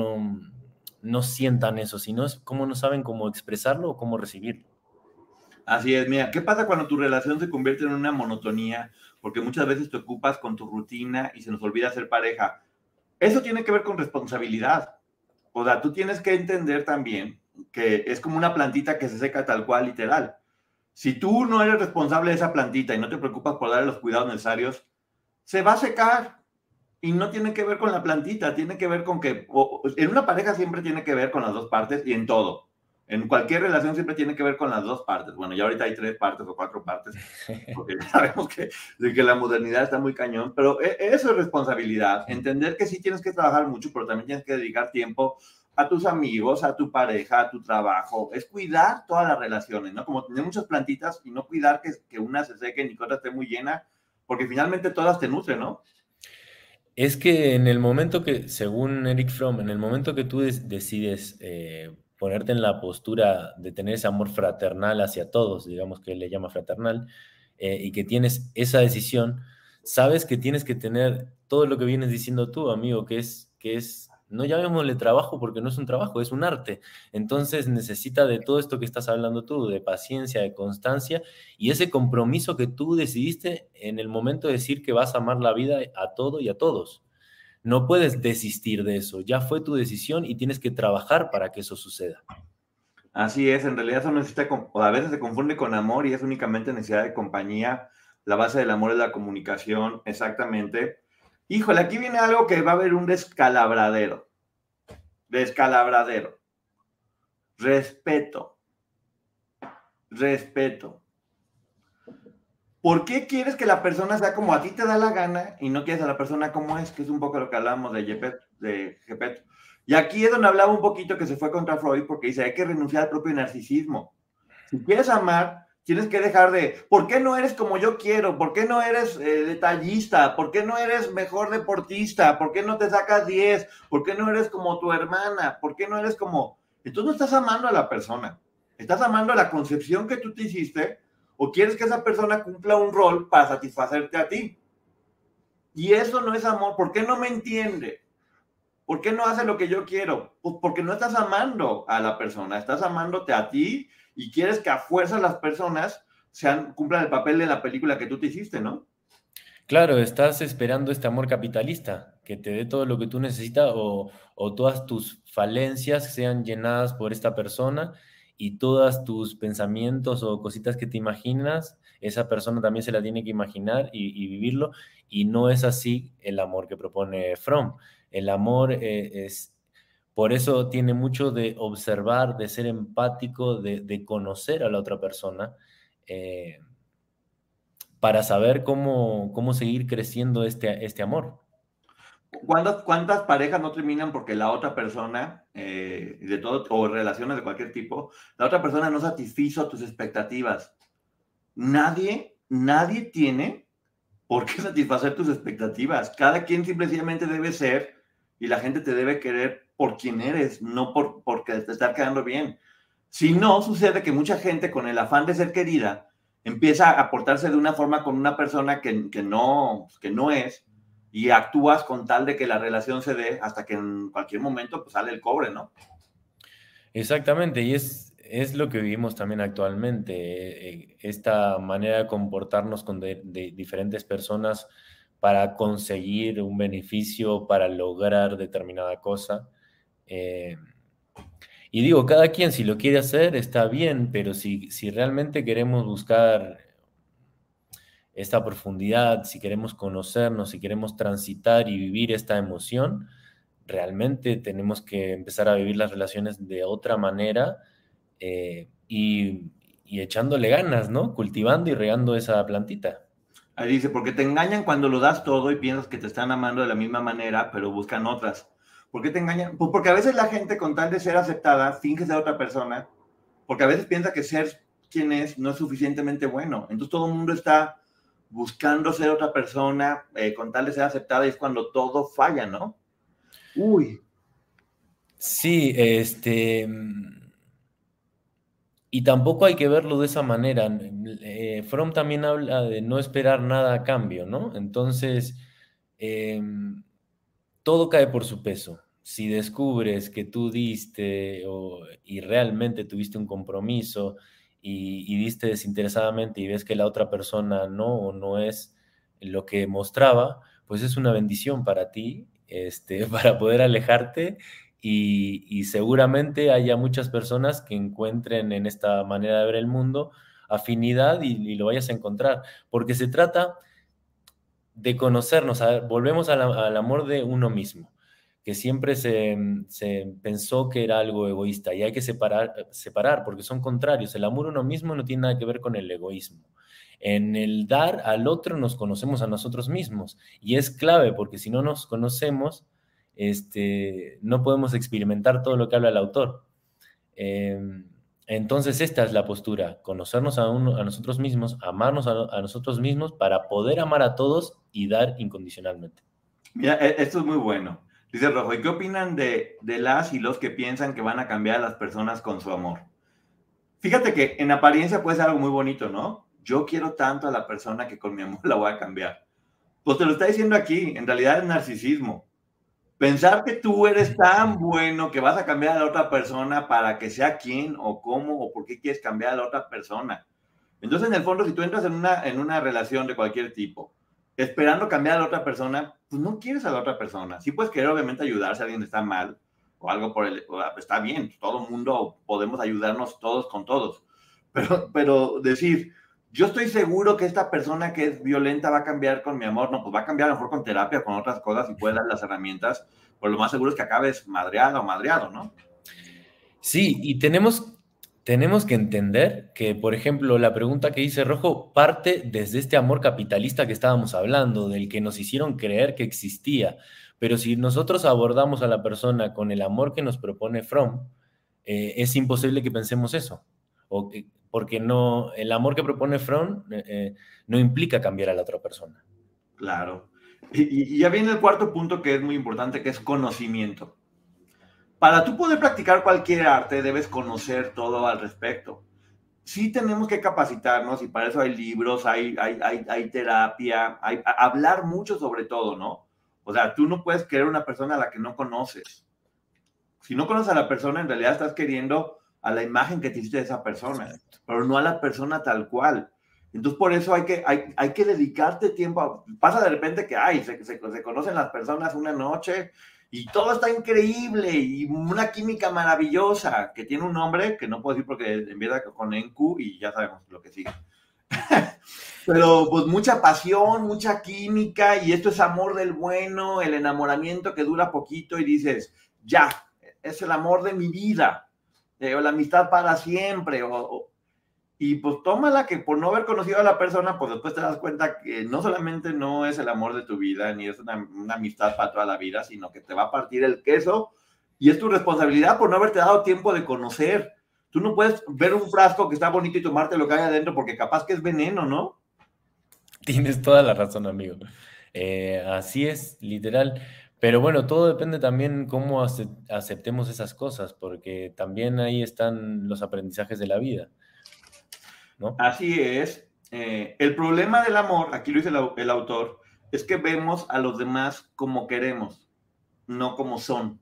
no sientan eso, sino es cómo no saben cómo expresarlo o cómo recibirlo. Así es, mira, ¿qué pasa cuando tu relación se convierte en una monotonía? Porque muchas veces te ocupas con tu rutina y se nos olvida ser pareja. Eso tiene que ver con responsabilidad. O sea, tú tienes que entender también que es como una plantita que se seca tal cual, literal. Si tú no eres responsable de esa plantita y no te preocupas por darle los cuidados necesarios, se va a secar. Y no tiene que ver con la plantita, tiene que ver con que en una pareja siempre tiene que ver con las dos partes y en todo. En cualquier relación siempre tiene que ver con las dos partes. Bueno, ya ahorita hay 3 partes o 4 partes, porque ya sabemos que la modernidad está muy cañón, pero eso es responsabilidad. Entender que sí tienes que trabajar mucho, pero también tienes que dedicar tiempo a tus amigos, a tu pareja, a tu trabajo. Es cuidar todas las relaciones, ¿no? Como tener muchas plantitas y no cuidar que una se seque ni que otra esté muy llena, porque finalmente todas te nutren, ¿no? Es que en el momento que, según Eric Fromm, en el momento que tú decides ponerte en la postura de tener ese amor fraternal hacia todos, digamos que él le llama fraternal, y que tienes esa decisión, sabes que tienes que tener todo lo que vienes diciendo tú, amigo, que es, no llamémosle trabajo porque no es un trabajo, es un arte. Entonces necesita de todo esto que estás hablando tú, de paciencia, de constancia y ese compromiso que tú decidiste en el momento de decir que vas a amar la vida a todo y a todos. No puedes desistir de eso, ya fue tu decisión y tienes que trabajar para que eso suceda. Así es, en realidad eso necesita, o a veces se confunde con amor y es únicamente necesidad de compañía. La base del amor es la comunicación, exactamente. Híjole, aquí viene algo que va a haber un descalabradero. Descalabradero. Respeto. Respeto. ¿Por qué quieres que la persona sea como a ti te da la gana y no quieres a la persona como es? Que es un poco lo que hablábamos de Gepetto. Y aquí es donde hablaba un poquito que se fue contra Freud porque dice, hay que renunciar al propio narcisismo. Si quieres amar, tienes que dejar de, ¿por qué no eres como yo quiero? ¿Por qué no eres detallista? ¿Por qué no eres mejor deportista? ¿Por qué no te sacas 10? ¿Por qué no eres como tu hermana? ¿Por qué no eres como...? Entonces no estás amando a la persona. Estás amando a la concepción que tú te hiciste o quieres que esa persona cumpla un rol para satisfacerte a ti. Y eso no es amor. ¿Por qué no me entiende? ¿Por qué no hace lo que yo quiero? Pues porque no estás amando a la persona, estás amándote a ti y quieres que a fuerza las personas cumplan el papel de la película que tú te hiciste, ¿no? Claro, estás esperando este amor capitalista, que te dé todo lo que tú necesitas o todas tus falencias sean llenadas por esta persona y todos tus pensamientos o cositas que te imaginas, esa persona también se la tiene que imaginar y vivirlo. Y no es así el amor que propone Fromm. El amor por eso tiene mucho de observar, de ser empático, de conocer a la otra persona. Para saber cómo seguir creciendo este amor. ¿Cuántas parejas no terminan porque la otra persona, de todo, o relaciones de cualquier tipo, la otra persona no satisfizo tus expectativas? Nadie tiene por qué satisfacer tus expectativas. Cada quien simplemente debe ser y la gente te debe querer por quien eres, no porque te está quedando bien. Si no, sucede que mucha gente con el afán de ser querida empieza a portarse de una forma con una persona que no es y actúas con tal de que la relación se dé hasta que en cualquier momento pues, sale el cobre, ¿no? Exactamente, y es lo que vivimos también actualmente, esta manera de comportarnos con de diferentes personas para conseguir un beneficio, para lograr determinada cosa. Y digo, cada quien si lo quiere hacer está bien, pero si realmente queremos buscar esta profundidad, si queremos conocernos, si queremos transitar y vivir esta emoción, realmente tenemos que empezar a vivir las relaciones de otra manera y echándole ganas, ¿no? Cultivando y regando esa plantita. Ahí dice, porque te engañan cuando lo das todo y piensas que te están amando de la misma manera, pero buscan otras. ¿Por qué te engañan? Pues porque a veces la gente con tal de ser aceptada finge ser otra persona, porque a veces piensa que ser quien es no es suficientemente bueno. Entonces todo el mundo está buscando ser otra persona con tal de ser aceptada y es cuando todo falla, ¿no? Uy. Sí, y tampoco hay que verlo de esa manera. Fromm también habla de no esperar nada a cambio, ¿no? Entonces, todo cae por su peso. Si descubres que tú diste y realmente tuviste un compromiso y diste desinteresadamente y ves que la otra persona no o no es lo que mostraba, pues es una bendición para ti, para poder alejarte y seguramente haya muchas personas que encuentren en esta manera de ver el mundo afinidad y lo vayas a encontrar, porque se trata de conocernos, volvemos al amor de uno mismo, que siempre se pensó que era algo egoísta y hay que separar porque son contrarios. El amor a uno mismo no tiene nada que ver con el egoísmo. En el dar al otro nos conocemos a nosotros mismos y es clave porque si no nos conocemos, no podemos experimentar todo lo que habla el autor. Entonces esta es la postura, conocernos a nosotros mismos, amarnos a nosotros mismos para poder amar a todos y dar incondicionalmente. Mira, esto es muy bueno. Dice Rojo, ¿y qué opinan de las y los que piensan que van a cambiar a las personas con su amor? Fíjate que en apariencia puede ser algo muy bonito, ¿no? Yo quiero tanto a la persona que con mi amor la voy a cambiar. Pues te lo está diciendo aquí, en realidad es narcisismo. Pensar que tú eres tan bueno que vas a cambiar a la otra persona para que sea quién o cómo o por qué quieres cambiar a la otra persona. Entonces, en el fondo, si tú entras en una relación de cualquier tipo, esperando cambiar a la otra persona, pues no quieres a la otra persona. Sí puedes querer, obviamente, ayudar si alguien está mal o algo por el... Está bien, todo el mundo podemos ayudarnos todos con todos. Pero decir, yo estoy seguro que esta persona que es violenta va a cambiar con mi amor. No, pues va a cambiar a lo mejor con terapia, con otras cosas y puede dar las herramientas. Pero lo más seguro es que acabes madreado o madreado, ¿no? Sí, y tenemos que entender que, por ejemplo, la pregunta que dice Rojo parte desde este amor capitalista que estábamos hablando, del que nos hicieron creer que existía. Pero si nosotros abordamos a la persona con el amor que nos propone Fromm, es imposible que pensemos eso. Porque no, el amor que propone Fromm no implica cambiar a la otra persona. Claro. Y ya viene el cuarto punto que es muy importante, que es conocimiento. Para tú poder practicar cualquier arte, debes conocer todo al respecto. Sí tenemos que capacitarnos y para eso hay libros, hay terapia, hablar mucho sobre todo, ¿no? O sea, tú no puedes querer una persona a la que no conoces. Si no conoces a la persona, en realidad estás queriendo a la imagen que te hiciste de esa persona, pero no a la persona tal cual. Entonces, por eso hay que dedicarte tiempo. Pasa de repente que se conocen las personas una noche y todo está increíble y una química maravillosa que tiene un nombre que no puedo decir porque empieza con Enku y ya sabemos lo que sigue. Pero pues mucha pasión, mucha química y esto es amor del bueno, el enamoramiento que dura poquito y dices, ya, es el amor de mi vida, o la amistad para siempre, y pues tómala que por no haber conocido a la persona, pues después te das cuenta que no solamente no es el amor de tu vida, ni es una amistad para toda la vida, sino que te va a partir el queso y es tu responsabilidad por no haberte dado tiempo de conocer. Tú no puedes ver un frasco que está bonito y tomarte lo que hay adentro porque capaz que es veneno, ¿no? Tienes toda la razón, amigo. Así es, literal. Pero bueno, todo depende también cómo aceptemos esas cosas, porque también ahí están los aprendizajes de la vida, ¿no? Así es. El problema del amor, aquí lo dice el autor, es que vemos a los demás como queremos, no como son.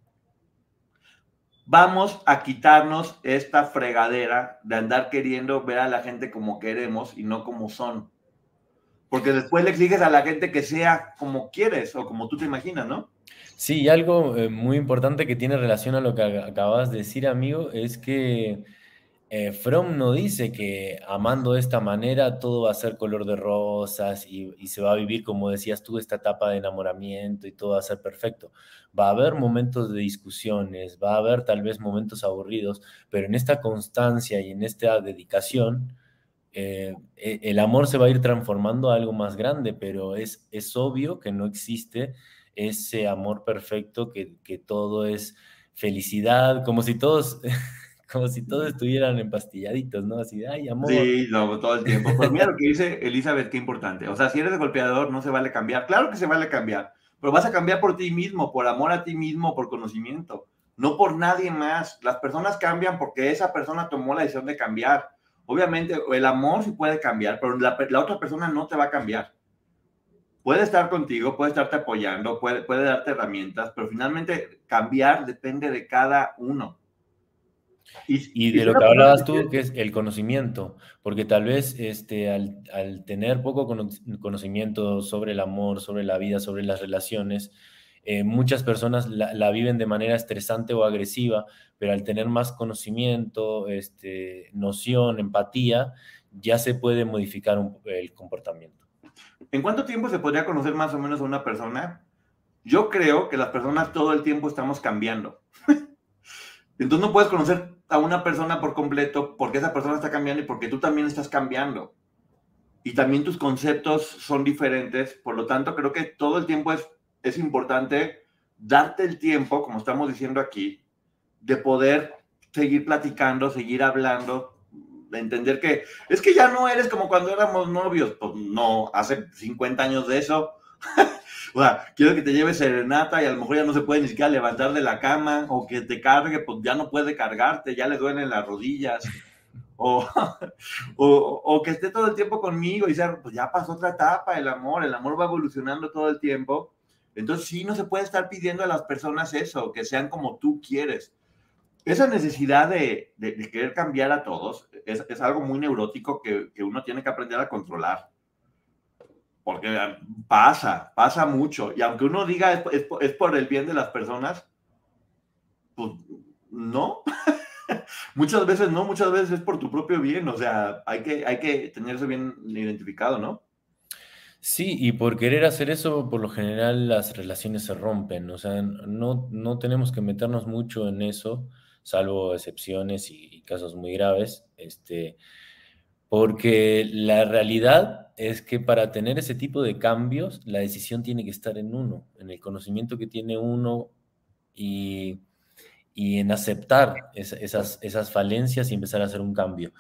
Vamos a quitarnos esta fregadera de andar queriendo ver a la gente como queremos y no como son. Porque después le exiges a la gente que sea como quieres o como tú te imaginas, ¿no? Sí, y algo muy importante que tiene relación a lo que acabas de decir, amigo, es que Fromm no dice que amando de esta manera todo va a ser color de rosas y se va a vivir, como decías tú, esta etapa de enamoramiento y todo va a ser perfecto. Va a haber momentos de discusiones, va a haber tal vez momentos aburridos, pero en esta constancia y en esta dedicación, el amor se va a ir transformando a algo más grande, pero es obvio que no existe ese amor perfecto, que todo es felicidad, como si todos... Como si todos estuvieran empastilladitos, ¿no? Así de, ay, amor. Sí, no, todo el tiempo. Pero mira lo que dice Elizabeth, qué importante. O sea, si eres golpeador, no se vale cambiar. Claro que se vale cambiar, pero vas a cambiar por ti mismo, por amor a ti mismo, por conocimiento, no por nadie más. Las personas cambian porque esa persona tomó la decisión de cambiar. Obviamente, el amor sí puede cambiar, pero la otra persona no te va a cambiar. Puede estar contigo, puede estarte apoyando, puede darte herramientas, pero finalmente cambiar depende de cada uno. Y Y de si lo una que persona hablabas te tú, quiere, que es el conocimiento, porque tal vez al tener poco conocimiento sobre el amor, sobre la vida, sobre las relaciones, muchas personas la viven de manera estresante o agresiva, pero al tener más conocimiento, noción, empatía, ya se puede modificar el comportamiento. ¿en cuánto tiempo se podría conocer más o menos a una persona? Yo creo que las personas todo el tiempo estamos cambiando. Entonces no puedes conocer a una persona por completo porque esa persona está cambiando y porque tú también estás cambiando. Y también tus conceptos son diferentes. Por lo tanto, creo que todo el tiempo es importante darte el tiempo, como estamos diciendo aquí, de poder seguir platicando, seguir hablando, de entender que es que ya no eres como cuando éramos novios. Pues no, hace 50 años de eso. O sea, quiero que te lleves serenata y a lo mejor ya no se puede ni siquiera levantar de la cama, o que te cargue, pues ya no puede cargarte, ya le duelen las rodillas, o, o que esté todo el tiempo conmigo y sea, pues ya pasó otra etapa, el amor va evolucionando todo el tiempo. Entonces sí, no se puede estar pidiendo a las personas eso, que sean como tú quieres. Esa necesidad de querer cambiar a todos es algo muy neurótico que uno tiene que aprender a controlar. Porque pasa mucho. Y aunque uno diga es por el bien de las personas, pues no. Muchas veces no, muchas veces es por tu propio bien, o sea, hay que tener eso bien identificado, ¿no? Sí, y por querer hacer eso, por lo general las relaciones se rompen. O sea, no tenemos que meternos mucho en eso, salvo excepciones y casos muy graves, porque la realidad es que para tener ese tipo de cambios, la decisión tiene que estar en uno, en el conocimiento que tiene uno y, y en aceptar esas falencias y empezar a hacer un cambio.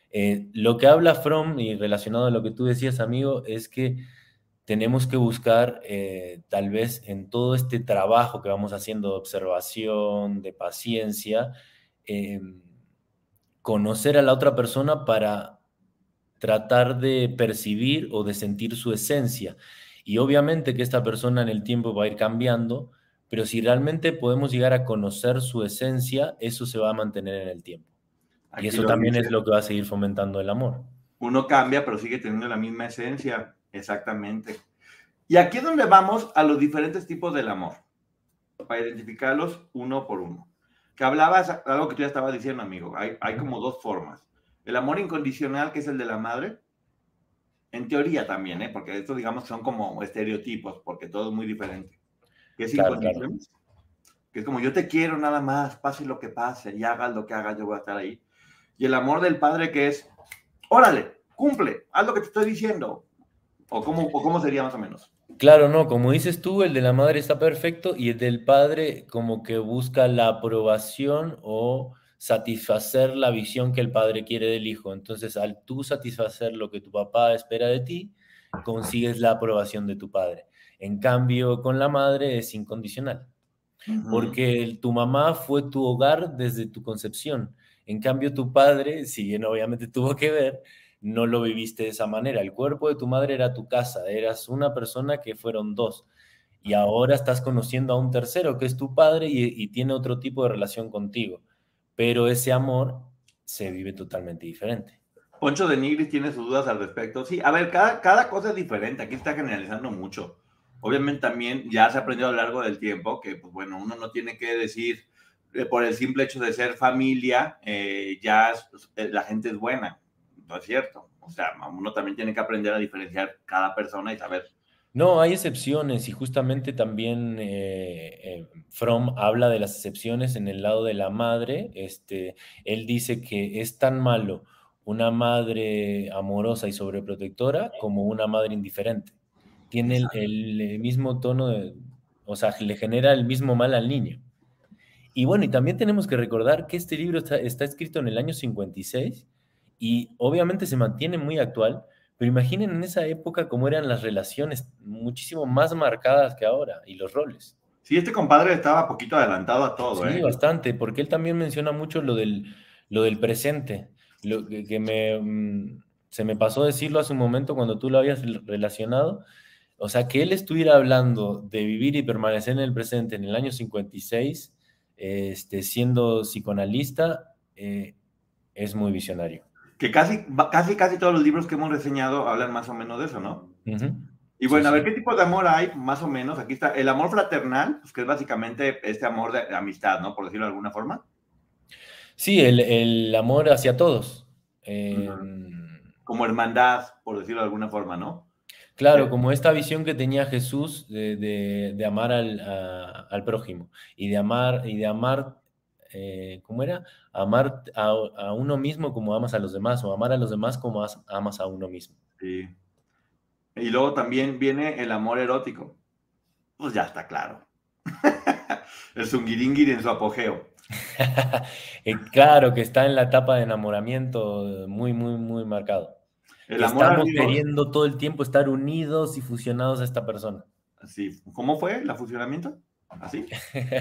Lo que habla Fromm, y relacionado a lo que tú decías, amigo, es que tenemos que buscar, tal vez en todo este trabajo que vamos haciendo de observación, de paciencia, eh, conocer a la otra persona para tratar de percibir o de sentir su esencia. Y obviamente que esta persona en el tiempo va a ir cambiando, pero si realmente podemos llegar a conocer su esencia, eso se va a mantener en el tiempo. Y Aquí eso lo también es dice, lo que va a seguir fomentando el amor. uno cambia, pero sigue teniendo la misma esencia, exactamente. Y aquí es donde vamos a los diferentes tipos del amor, para identificarlos uno por uno. Que hablabas, algo que tú ya estabas diciendo, amigo, hay como dos formas. El amor incondicional, que es el de la madre, en teoría también, ¿eh? Porque estos, digamos, son como estereotipos, porque todo es muy diferente. Que es Claro, claro. incondicional, que es como yo te quiero nada más, pase lo que pase, y hagas lo que hagas, yo voy a estar ahí. Y el amor del padre, que es, órale, cumple, haz lo que te estoy diciendo. O cómo sería más o menos. Claro, no, como dices tú, el de la madre está perfecto y el del padre como que busca la aprobación o satisfacer la visión que el padre quiere del hijo. Entonces, al tú satisfacer lo que tu papá espera de ti, consigues la aprobación de tu padre. En cambio, con la madre es incondicional, Ujú. porque tu mamá fue tu hogar desde tu concepción. En cambio, tu padre, si bien obviamente tuvo que ver, no lo viviste de esa manera. El cuerpo de tu madre era tu casa, eras una persona que fueron dos. Y ahora estás conociendo a un tercero que es tu padre y tiene otro tipo de relación contigo. Pero ese amor se vive totalmente diferente. Poncho de Nigris tiene sus dudas al respecto. Sí, a ver, cada cosa es diferente. Aquí está generalizando mucho. Obviamente también ya se ha aprendido a lo largo del tiempo que, pues bueno, uno no tiene que decir por el simple hecho de ser familia, la gente es buena. No es cierto. O sea, uno también tiene que aprender a diferenciar cada persona y saber. No, hay excepciones y justamente también Fromm habla de las excepciones en el lado de la madre. Él dice que es tan malo una madre amorosa y sobreprotectora como una madre indiferente. Tiene el mismo tono o sea, le genera el mismo mal al niño. Y bueno, y también tenemos que recordar que este libro está escrito en el año 56 y obviamente se mantiene muy actual, pero imaginen en esa época cómo eran las relaciones, muchísimo más marcadas que ahora, y los roles. Sí, este compadre estaba poquito adelantado a todo, Sí, ¿eh? bastante, porque él también menciona mucho lo del presente, lo que se me pasó decirlo hace un momento cuando tú lo habías relacionado. O sea, que él estuviera hablando de vivir y permanecer en el presente en el año 56, siendo psicoanalista, es muy visionario. Que casi todos los libros que hemos reseñado hablan más o menos de eso, ¿no? Ujú. Y Sí, bueno, a ver sí. qué tipo de amor hay, más o menos. Aquí está el amor fraternal, pues que es básicamente este amor de amistad, ¿no? Por decirlo de alguna forma. Sí, el amor hacia todos. Ujú. Como hermandad, por decirlo de alguna forma, ¿no? Claro, Eh, como esta visión que tenía Jesús de amar al prójimo y de amar, ¿cómo era? Amar a uno mismo como amas a los demás o amar a los demás como amas a uno mismo. sí. Y luego también viene el amor erótico. Pues ya está claro. El zungiringiri en su apogeo. Claro que está en la etapa de enamoramiento muy, muy, muy marcado. El Que amor a estamos Dios, queriendo todo el tiempo estar unidos y fusionados a esta persona. sí. ¿Cómo fue el funcionamiento? ¿Así?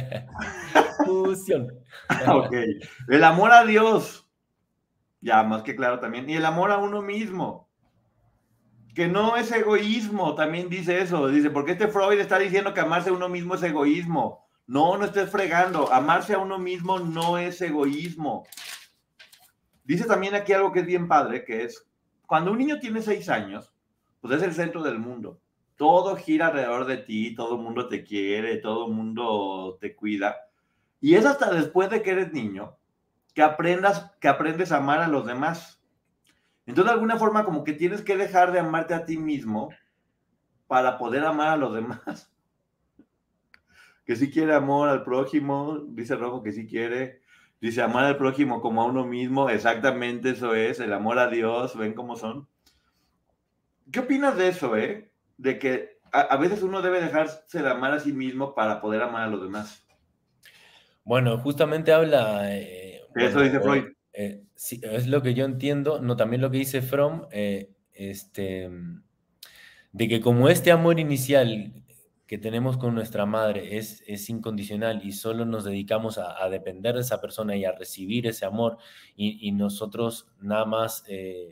Fusión. Ok. El amor a Dios, ya más que claro también. Y el amor a uno mismo. Que no es egoísmo, también dice eso. Dice, porque este Freud está diciendo que amarse a uno mismo es egoísmo. No, no estés fregando. Amarse a uno mismo no es egoísmo. Dice también aquí algo que es bien padre, que es, cuando un niño tiene 6 años, pues es el centro del mundo. Todo gira alrededor de ti, todo el mundo te quiere, todo el mundo te cuida. Y es hasta después de que eres niño que aprendes a amar a los demás. Entonces, de alguna forma, como que tienes que dejar de amarte a ti mismo para poder amar a los demás. Que sí quiere amor al prójimo, dice Rojo que sí quiere. Dice amar al prójimo como a uno mismo. Exactamente eso es, el amor a Dios. ¿Ven cómo son? ¿Qué opinas de eso, de que a veces uno debe dejarse de amar a sí mismo para poder amar a los demás? Bueno, justamente habla, Eso dice Freud. sí, es lo que yo entiendo, no, también lo que dice Fromm, de que como este amor inicial que tenemos con nuestra madre es incondicional y solo nos dedicamos a depender de esa persona y a recibir ese amor y nosotros nada más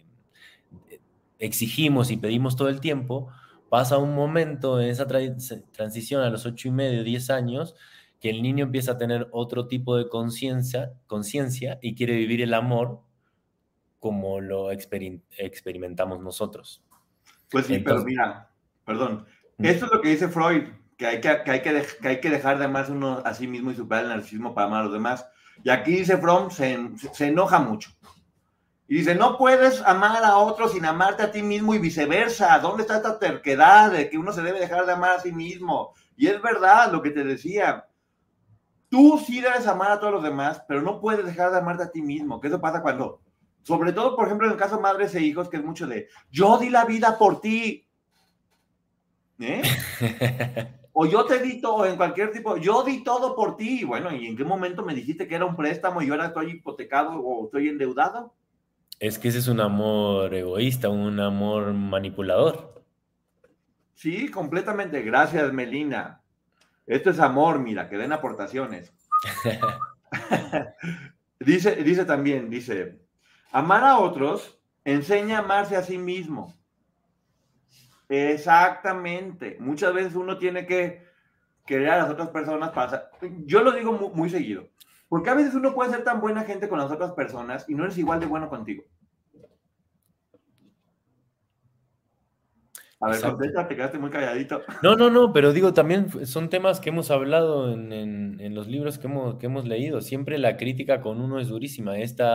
exigimos y pedimos todo el tiempo, pasa un momento en esa transición a los 8 y medio, 10 años, que el niño empieza a tener otro tipo de conciencia y quiere vivir el amor como lo experimentamos nosotros. Pues sí, pero Entonces, mira, perdón. Esto es lo que dice Freud, que hay que dejar de amarse uno a sí mismo y superar el narcisismo para amar a los demás. Y aquí dice Fromm, se enoja mucho. Y dice, no puedes amar a otro sin amarte a ti mismo y viceversa. ¿Dónde está esta terquedad de que uno se debe dejar de amar a sí mismo? Y es verdad lo que te decía. Tú sí debes amar a todos los demás, pero no puedes dejar de amarte a ti mismo. Que eso pasa cuando, sobre todo, por ejemplo, en el caso de madres e hijos, que es mucho de, yo di la vida por ti. O yo te di todo, en cualquier tipo, yo di todo por ti. Bueno, ¿y en qué momento me dijiste que era un préstamo y ahora estoy hipotecado o estoy endeudado? es que ese es un amor egoísta, un amor manipulador. Sí, completamente. Gracias, Melina. Esto es amor, mira, que den aportaciones. dice también, amar a otros enseña a amarse a sí mismo. Exactamente. Muchas veces uno tiene que querer a las otras personas para... Yo lo digo muy, muy seguido. Porque a veces uno puede ser tan buena gente con las otras personas y no eres igual de bueno contigo. A ver, contesta, te quedaste muy calladito. No, pero digo, también son temas que hemos hablado en los libros que hemos leído. Siempre la crítica con uno es durísima.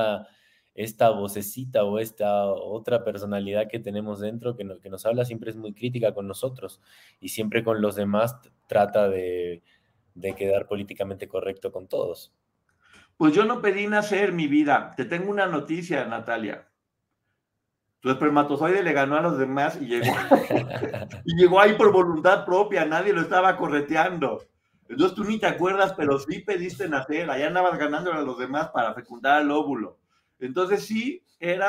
Esta vocecita o esta otra personalidad que tenemos dentro que nos habla siempre es muy crítica con nosotros y siempre con los demás trata de quedar políticamente correcto con todos. Pues yo no pedí nacer, mi vida. Te tengo una noticia, Natalia. Tu espermatozoide le ganó a los demás y llegó ahí por voluntad propia, nadie lo estaba correteando. Entonces tú ni te acuerdas, pero sí pediste nacer, allá andabas ganándole a los demás para fecundar al óvulo. Entonces sí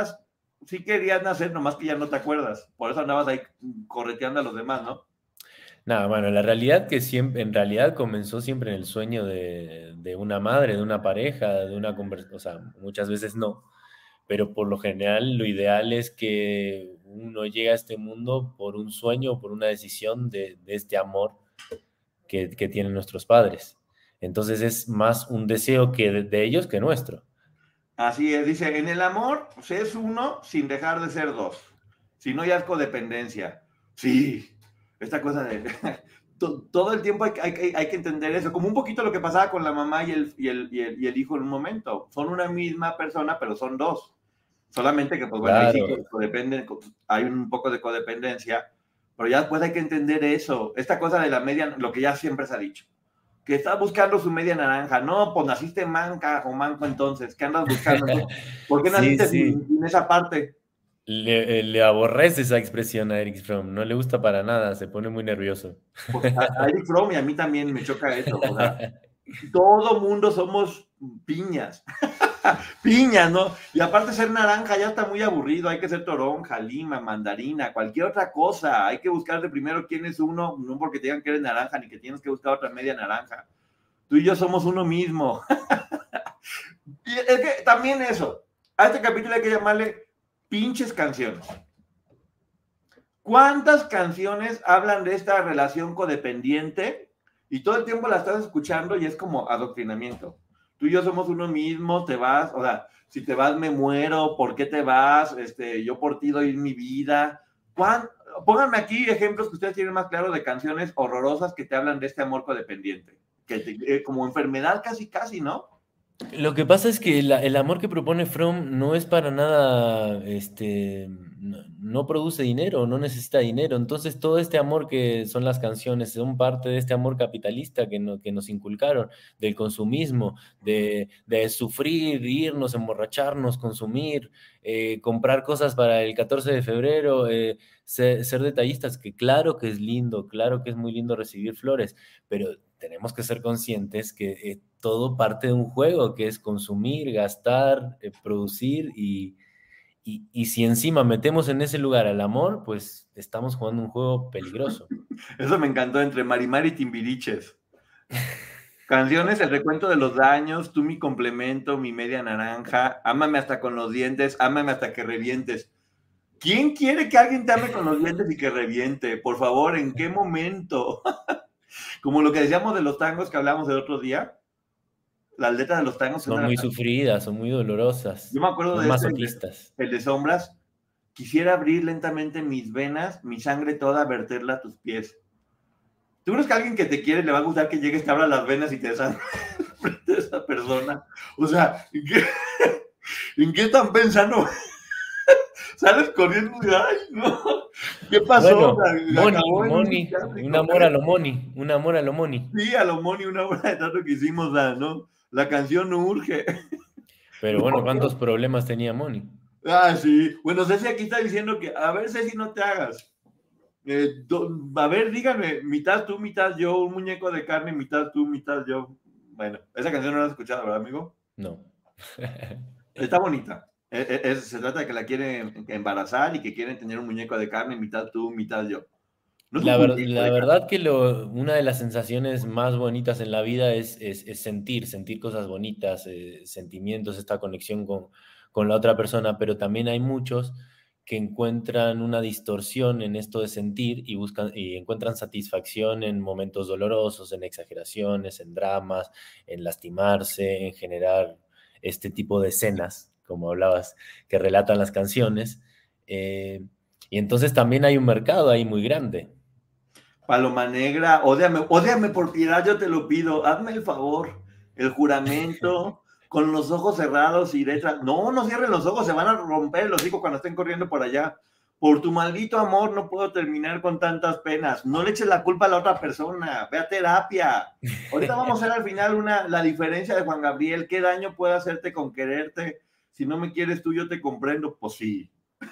querías nacer, nomás que ya no te acuerdas. Por eso andabas ahí correteando a los demás, ¿no? Nada, bueno, la realidad que siempre, en realidad comenzó siempre en el sueño de una madre, de una pareja, de una conversación, o sea, muchas veces no, pero por lo general lo ideal es que uno llegue a este mundo por un sueño o por una decisión de este amor que tienen nuestros padres. Entonces es más un deseo de ellos que nuestro. Así es, dice, en el amor se es uno sin dejar de ser dos. Si no, ya es codependencia. Sí, esta cosa de... todo el tiempo hay que entender eso, como un poquito lo que pasaba con la mamá y el hijo en un momento. Son una misma persona, pero son dos. Solamente que, pues bueno, ahí sí hay un poco de codependencia, pero ya después hay que entender eso. Esta cosa de la media, lo que ya siempre se ha dicho, que está buscando su media naranja. No, pues naciste manca o manco entonces. ¿Qué andas buscando? ¿Por qué naciste sin esa parte? Le aborrece esa expresión a Eric Fromm, no le gusta para nada, se pone muy nervioso. Pues a Eric Fromm y a mí también me choca eso. O sea, todo mundo somos piñas. Piñas, ¿no? Y aparte ser naranja ya está muy aburrido. Hay que ser toronja, lima, mandarina, cualquier otra cosa. Hay que buscar de primero quién es uno, no porque te digan que eres naranja, ni que tienes que buscar otra media naranja. Tú y yo somos uno mismo. Y es que también eso. A este capítulo hay que llamarle pinches canciones. ¿Cuántas canciones hablan de esta relación codependiente? Y todo el tiempo la estás escuchando y es como adoctrinamiento. Tú y yo somos uno mismo, te vas, o sea, si te vas me muero, ¿por qué te vas? Yo por ti doy mi vida. Pónganme aquí ejemplos que ustedes tienen más claro de canciones horrorosas que te hablan de este amor codependiente. Como enfermedad casi, ¿no? Lo que pasa es que el amor que propone Fromm no es para nada, no produce dinero, no necesita dinero. Entonces todo este amor que son las canciones son parte de este amor capitalista que nos inculcaron, del consumismo, de sufrir, irnos, emborracharnos, consumir, comprar cosas para el 14 de febrero, ser detallistas, que claro que es lindo, claro que es muy lindo recibir flores, pero tenemos que ser conscientes que todo parte de un juego, que es consumir, gastar, producir y si encima metemos en ese lugar al amor, pues estamos jugando un juego peligroso. Eso me encantó entre Marimar y Timbiriches. Canciones, el recuento de los daños, tú mi complemento, mi media naranja, ámame hasta con los dientes, ámame hasta que revientes. ¿Quién quiere que alguien te ame con los dientes y que reviente? Por favor, ¿en qué momento? Como lo que decíamos de los tangos que hablamos el otro día, las letras de los tangos son Son de muy las... sufridas, son muy dolorosas, Yo me acuerdo son de este, masoquistas. el de Sombras. Quisiera abrir lentamente mis venas, mi sangre toda, verterla a tus pies. ¿Tú crees que a alguien que te quiere le va a gustar que llegues, te abra las venas y te desangre frente a esa persona? O sea, ¿en qué están pensando? Sales corriendo y ay, no. ¿Qué pasó? Bueno, Moni, Acabó en un Moni, un psiquiátrico, amor a ¿qué? lo Moni, un amor a lo Moni. Sí, a lo Moni, una obra de teatro que hicimos, ¿no? La canción no urge. Pero bueno, No, ¿cuántos problemas tenía Moni? sí. Bueno, Ceci aquí está diciendo que, a ver, Ceci, no te hagas. A ver, díganme, mitad tú, mitad yo, un muñeco de carne, mitad tú, mitad yo. Bueno, esa canción no la has escuchado, ¿verdad, amigo? No. Está bonita. Se trata de que la quieren embarazar y que quieren tener un muñeco de carne, mitad tú, mitad yo. No es un muñeco La de carne. verdad que una de las sensaciones más bonitas en la vida es sentir cosas bonitas, sentimientos, esta conexión con la otra persona, pero también hay muchos que encuentran una distorsión en esto de sentir y buscan y encuentran satisfacción en momentos dolorosos, en exageraciones, en dramas, en lastimarse, en generar este tipo de escenas, como hablabas, que relatan las canciones. eh, y entonces también hay un mercado ahí muy grande. Paloma Negra, ódiame por piedad, yo te lo pido, hazme el favor. El juramento, con los ojos cerrados y letras. No, no cierren los ojos, se van a romper los hocico cuando estén corriendo por allá. Por tu maldito amor no puedo terminar con tantas penas. No le eches la culpa a la otra persona, ve a terapia. Ahorita vamos a hacer al final la diferencia de Juan Gabriel. ¿Qué daño puede hacerte con quererte? Si no me quieres tú, yo te comprendo. Pues sí.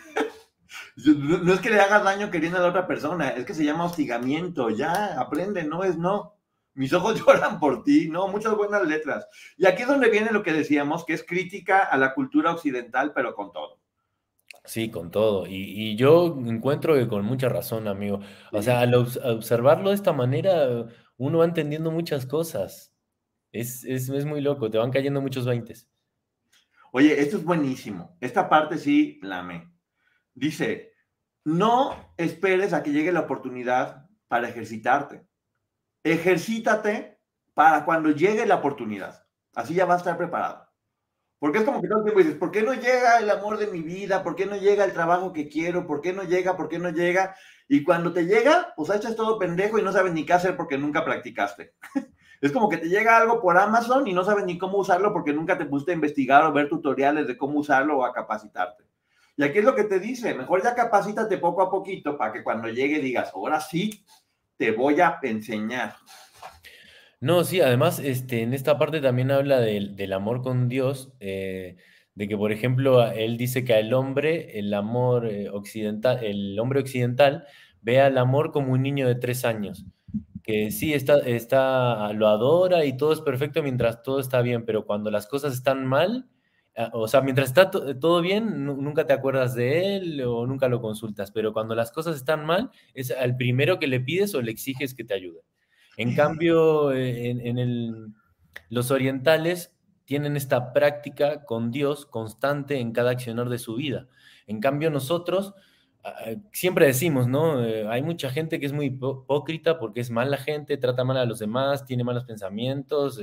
No es que le hagas daño queriendo a la otra persona, es que se llama hostigamiento. Ya, aprende, no es no. Mis ojos lloran por ti, no, muchas buenas letras. Y aquí es donde viene lo que decíamos, que es crítica a la cultura occidental, pero con todo. Sí, con todo. Y yo encuentro que con mucha razón, amigo. O sea, Sí. al observarlo de esta manera, uno va entendiendo muchas cosas. Es muy loco, te van cayendo muchos veintes. Oye, esto es buenísimo. Esta parte sí la amé. Dice, no esperes a que llegue la oportunidad para ejercitarte. Ejercítate para cuando llegue la oportunidad. Así ya va a estar preparado. Porque es como que todo el tiempo dices, ¿por qué no llega el amor de mi vida? ¿Por qué no llega el trabajo que quiero? ¿Por qué no llega? ¿Por qué no llega? Y cuando te llega, pues echas todo pendejo y no sabes ni qué hacer porque nunca practicaste. Es como que te llega algo por Amazon y no sabes ni cómo usarlo porque nunca te pusiste a investigar o ver tutoriales de cómo usarlo o a capacitarte. Y aquí es lo que te dice, mejor ya capacítate poco a poquito para que cuando llegue digas, ahora sí, te voy a enseñar. No, sí, además, en esta parte también habla del amor con Dios, de que, por ejemplo, él dice que al hombre, el amor occidental, el hombre occidental ve al amor como un niño de 3 años, que sí, lo adora y todo es perfecto mientras todo está bien, pero cuando las cosas están mal, o sea, mientras está todo bien, nunca te acuerdas de él o nunca lo consultas, pero cuando las cosas están mal, es al primero que le pides o le exiges que te ayude. En cambio, los orientales tienen esta práctica con Dios constante en cada accionar de su vida. En cambio, nosotros siempre decimos, ¿no? Hay mucha gente que es muy hipócrita porque es mala gente, trata mal a los demás, tiene malos pensamientos,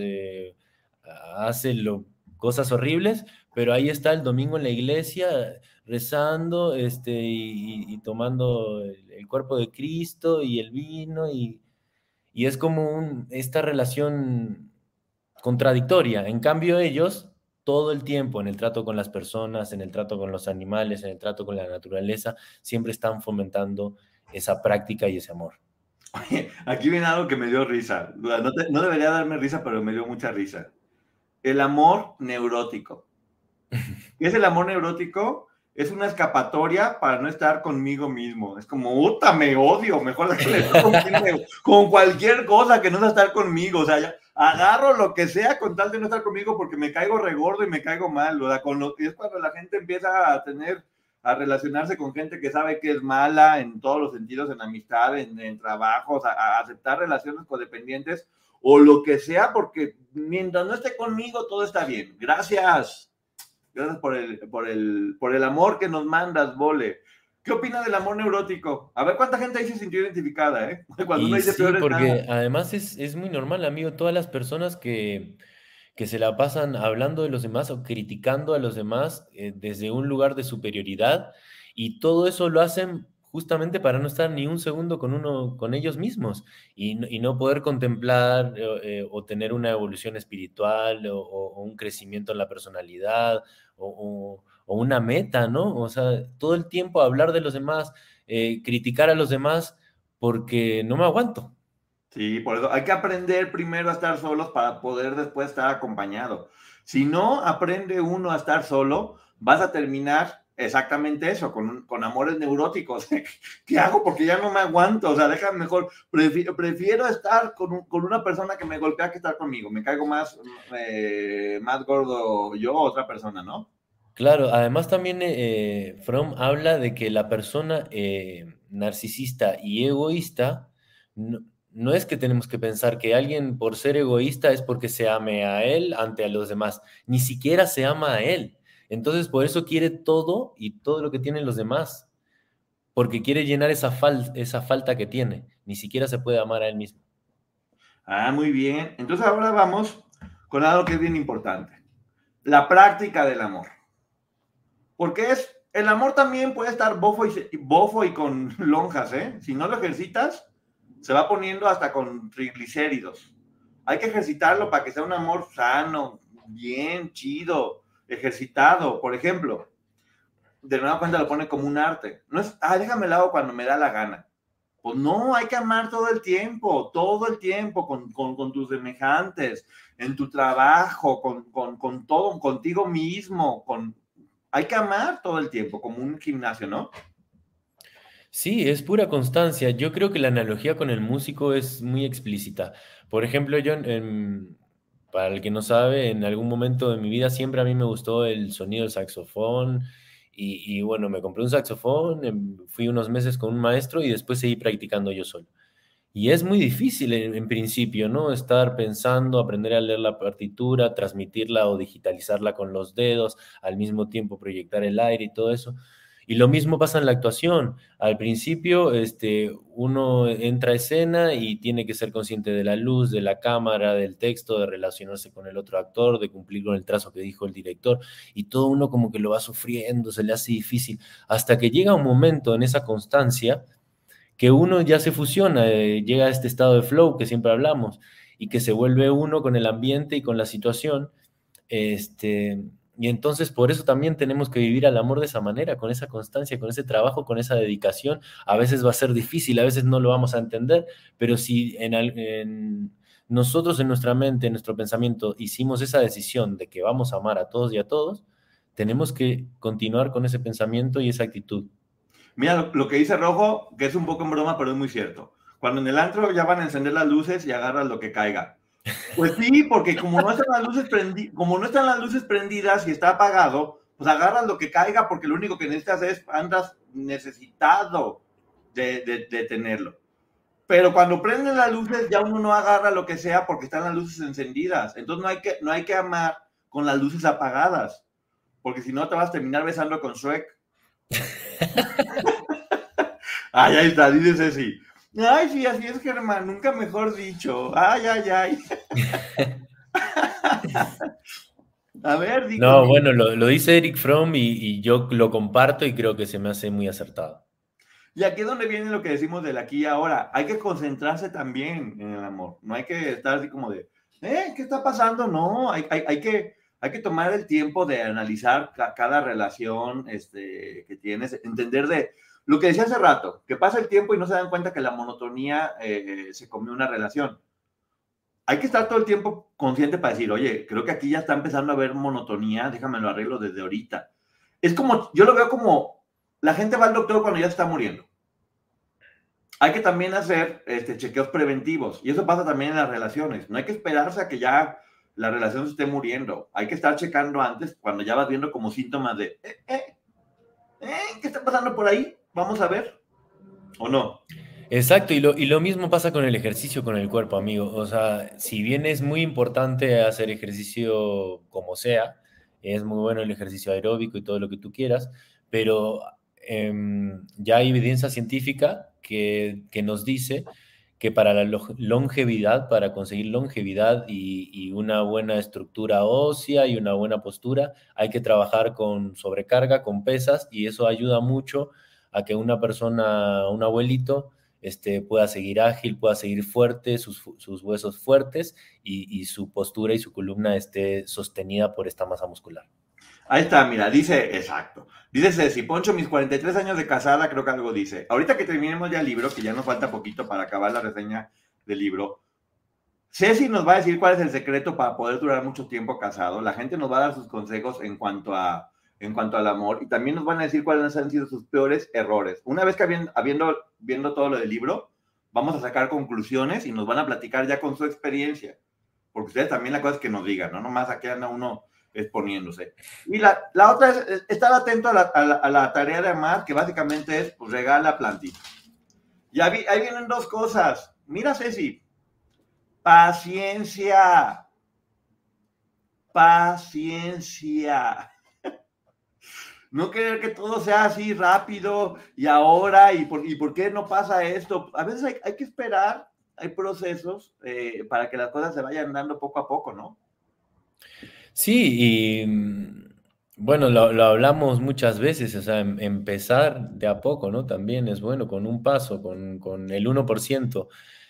hace cosas horribles, pero ahí está el domingo en la iglesia rezando y tomando el cuerpo de Cristo y el vino y es como esta relación contradictoria. En cambio, ellos todo el tiempo en el trato con las personas, en el trato con los animales, en el trato con la naturaleza, siempre están fomentando esa práctica y ese amor. Aquí viene algo que me dio risa. No debería darme risa, pero me dio mucha risa. El amor neurótico. ¿Qué es el amor neurótico? Es una escapatoria para no estar conmigo mismo. Es como, puta, me odio. Mejor que le con cualquier cosa que no sea estar conmigo. O sea, ya, agarro lo que sea con tal de no estar conmigo porque me caigo regordo y me caigo mal. O sea, es cuando la gente empieza a relacionarse con gente que sabe que es mala en todos los sentidos, en amistad, en trabajos, a aceptar relaciones codependientes o lo que sea, porque mientras no esté conmigo todo está bien. Gracias. Gracias por el amor que nos mandas, Vole. ¿Qué opina del amor neurótico? A ver cuánta gente ahí se sintió identificada, ¿eh? Cuando uno dice sí, peor porque nada. Además es muy normal, amigo, todas las personas que se la pasan hablando de los demás o criticando a los demás desde un lugar de superioridad, y todo eso lo hacen justamente para no estar ni un segundo con ellos mismos y no poder contemplar o tener una evolución espiritual o un crecimiento en la personalidad o una meta, ¿no? O sea, todo el tiempo hablar de los demás, criticar a los demás porque no me aguanto. Sí, por eso hay que aprender primero a estar solos para poder después estar acompañado. Si no aprende uno a estar solo, vas a terminar exactamente eso, con amores neuróticos. ¿Qué hago? Porque ya no me aguanto. O sea, déjame mejor. Prefiero estar con una persona que me golpea que estar conmigo. Me caigo más gordo yo o otra persona, ¿no? Claro, además también Fromm habla de que la persona narcisista y egoísta no es que tenemos que pensar que alguien por ser egoísta es porque se ame a él ante a los demás, ni siquiera se ama a él. Entonces por eso quiere todo y todo lo que tienen los demás, porque quiere llenar esa falta que tiene, ni siquiera se puede amar a él mismo. Ah, muy bien. Entonces ahora vamos con algo que es bien importante, la práctica del amor. Porque el amor también puede estar bofo y con lonjas, ¿eh? Si no lo ejercitas, se va poniendo hasta con triglicéridos. Hay que ejercitarlo para que sea un amor sano, bien, chido, ejercitado. Por ejemplo, de nueva cuenta lo pone como un arte. No es, déjame el hago cuando me da la gana. Pues no, hay que amar todo el tiempo, con tus semejantes, en tu trabajo, con todo, contigo mismo, hay que amar todo el tiempo, como un gimnasio, ¿no? Sí, es pura constancia. Yo creo que la analogía con el músico es muy explícita. Por ejemplo, para el que no sabe, en algún momento de mi vida siempre a mí me gustó el sonido del saxofón y bueno, me compré un saxofón, fui unos meses con un maestro y después seguí practicando yo solo. Y es muy difícil en principio, ¿no? Estar pensando, aprender a leer la partitura, transmitirla o digitalizarla con los dedos, al mismo tiempo proyectar el aire y todo eso. Y lo mismo pasa en la actuación. Al principio, uno entra a escena y tiene que ser consciente de la luz, de la cámara, del texto, de relacionarse con el otro actor, de cumplir con el trazo que dijo el director. Y todo uno como que lo va sufriendo, se le hace difícil, hasta que llega un momento en esa constancia que uno ya se fusiona, llega a este estado de flow que siempre hablamos, y que se vuelve uno con el ambiente y con la situación. Y entonces por eso también tenemos que vivir al amor de esa manera, con esa constancia, con ese trabajo, con esa dedicación. A veces va a ser difícil, a veces no lo vamos a entender, pero si nosotros en nuestra mente, en nuestro pensamiento, hicimos esa decisión de que vamos a amar a todos y a todos, tenemos que continuar con ese pensamiento y esa actitud. Mira, lo que dice Rojo, que es un poco en broma, pero es muy cierto. Cuando en el antro ya van a encender las luces y agarras lo que caiga. Pues sí, porque como no están las luces prendidas y está apagado, pues agarras lo que caiga porque lo único que necesitas andas necesitado de tenerlo. Pero cuando prenden las luces ya uno no agarra lo que sea porque están las luces encendidas. Entonces no hay que amar con las luces apagadas, porque si no te vas a terminar besando con Shrek. Ay, ahí está, dice Ceci. Ay, sí, así es, Germán, nunca mejor dicho. Ay. A ver, digo. No, bueno, lo dice Eric Fromm y yo lo comparto y creo que se me hace muy acertado. Y aquí es donde viene lo que decimos del aquí y ahora. Hay que concentrarse también en el amor. No hay que estar así como de, ¿Qué está pasando? No, hay que tomar el tiempo de analizar cada relación que tienes, entender de lo que decía hace rato, que pasa el tiempo y no se dan cuenta que la monotonía se comió una relación. Hay que estar todo el tiempo consciente para decir, oye, creo que aquí ya está empezando a haber monotonía, déjame lo arreglo desde ahorita. Es como, yo lo veo como, la gente va al doctor cuando ya está muriendo. Hay que también hacer chequeos preventivos, y eso pasa también en las relaciones. No hay que esperarse a que ya la relación se esté muriendo. Hay que estar checando antes, cuando ya vas viendo como síntomas de, ¿qué está pasando por ahí? Vamos a ver, ¿o no? Exacto, y lo mismo pasa con el ejercicio, con el cuerpo, amigo. O sea, si bien es muy importante hacer ejercicio como sea, es muy bueno el ejercicio aeróbico y todo lo que tú quieras, pero ya hay evidencia científica que nos dice que para la longevidad, para conseguir longevidad y una buena estructura ósea y una buena postura, hay que trabajar con sobrecarga, con pesas, y eso ayuda mucho a que una persona, un abuelito, pueda seguir ágil, pueda seguir fuerte, sus huesos fuertes y su postura y su columna esté sostenida por esta masa muscular. Ahí está, mira, dice, exacto. Dice Ceci, Poncho, mis 43 años de casada, creo que algo dice. Ahorita que terminemos ya el libro, que ya nos falta poquito para acabar la reseña del libro, Ceci nos va a decir cuál es el secreto para poder durar mucho tiempo casado. La gente nos va a dar sus consejos en cuanto al amor, y también nos van a decir cuáles han sido sus peores errores. Una vez que viendo todo lo del libro, vamos a sacar conclusiones y nos van a platicar ya con su experiencia. Porque ustedes también la cosa es que nos digan, no nomás aquí anda uno exponiéndose. Y la otra es estar atento a la tarea de amar, que básicamente es, pues, regala plantitas. Y ahí vienen dos cosas. Mira, Ceci, paciencia. No querer que todo sea así rápido y ahora, y por qué no pasa esto. A veces hay que esperar, hay procesos para que las cosas se vayan dando poco a poco, ¿no? Sí, y bueno, lo hablamos muchas veces, o sea, empezar de a poco, ¿no? También es bueno, con un paso, con el 1%.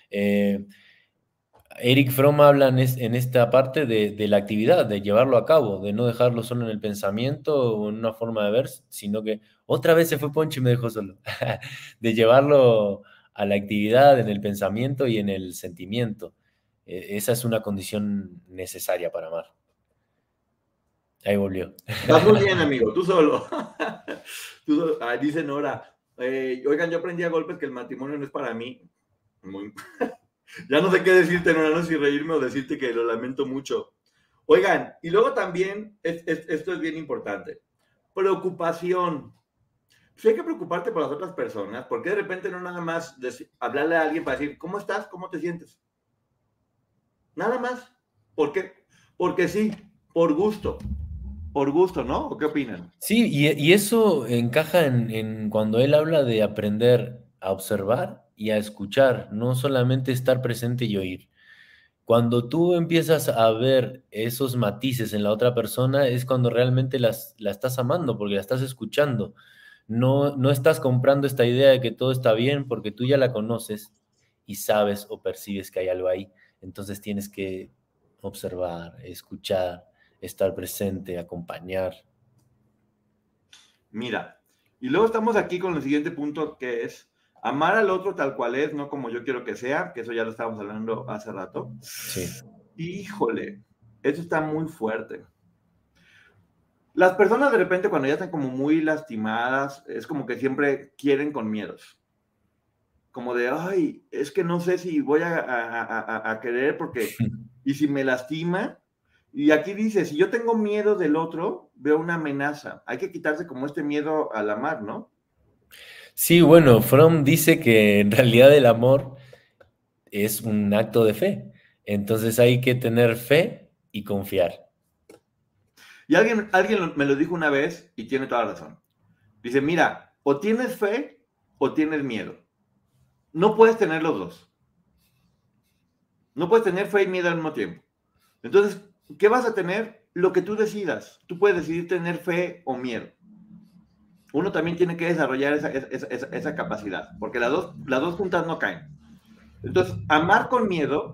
Eric Fromm habla en esta parte de la actividad, de llevarlo a cabo, de no dejarlo solo en el pensamiento o en una forma de ver, sino que otra vez se fue Poncho y me dejó solo, de llevarlo a la actividad, en el pensamiento y en el sentimiento. Esa es una condición necesaria para amar. Ahí volvió. Vas muy bien, amigo, tú solo. Dice Nora, oigan, yo aprendí a golpes que el matrimonio no es para mí. Ya no sé qué decirte, Nora, no sé si reírme o decirte que lo lamento mucho. Oigan, y luego también, esto es bien importante, preocupación. Pues hay que preocuparte por las otras personas, porque de repente no nada más hablarle a alguien para decir, ¿cómo estás? ¿Cómo te sientes? Nada más. ¿Por qué? Porque sí, por gusto, ¿no? ¿O qué opinan? Sí, y eso encaja en cuando él habla de aprender a observar y a escuchar, no solamente estar presente y oír. Cuando tú empiezas a ver esos matices en la otra persona, es cuando realmente la estás amando, porque la estás escuchando. No estás comprando esta idea de que todo está bien, porque tú ya la conoces y sabes o percibes que hay algo ahí. Entonces tienes que observar, escuchar, estar presente, acompañar. Mira, y luego estamos aquí con el siguiente punto, que es amar al otro tal cual es, no como yo quiero que sea, que eso ya lo estábamos hablando hace rato. Sí. Híjole, eso está muy fuerte. Las personas de repente cuando ya están como muy lastimadas, es como que siempre quieren con miedos. Como de, ay, es que no sé si voy a querer porque, y si me lastima. Y aquí dice, si yo tengo miedo del otro, veo una amenaza. Hay que quitarse como este miedo al amar, ¿no? Sí, bueno, Fromm dice que en realidad el amor es un acto de fe. Entonces hay que tener fe y confiar. Y alguien me lo dijo una vez y tiene toda la razón. Dice, mira, o tienes fe o tienes miedo. No puedes tener los dos. No puedes tener fe y miedo al mismo tiempo. Entonces, ¿qué vas a tener? Lo que tú decidas. Tú puedes decidir tener fe o miedo. Uno también tiene que desarrollar esa capacidad, porque las dos juntas no caen. Entonces, amar con miedo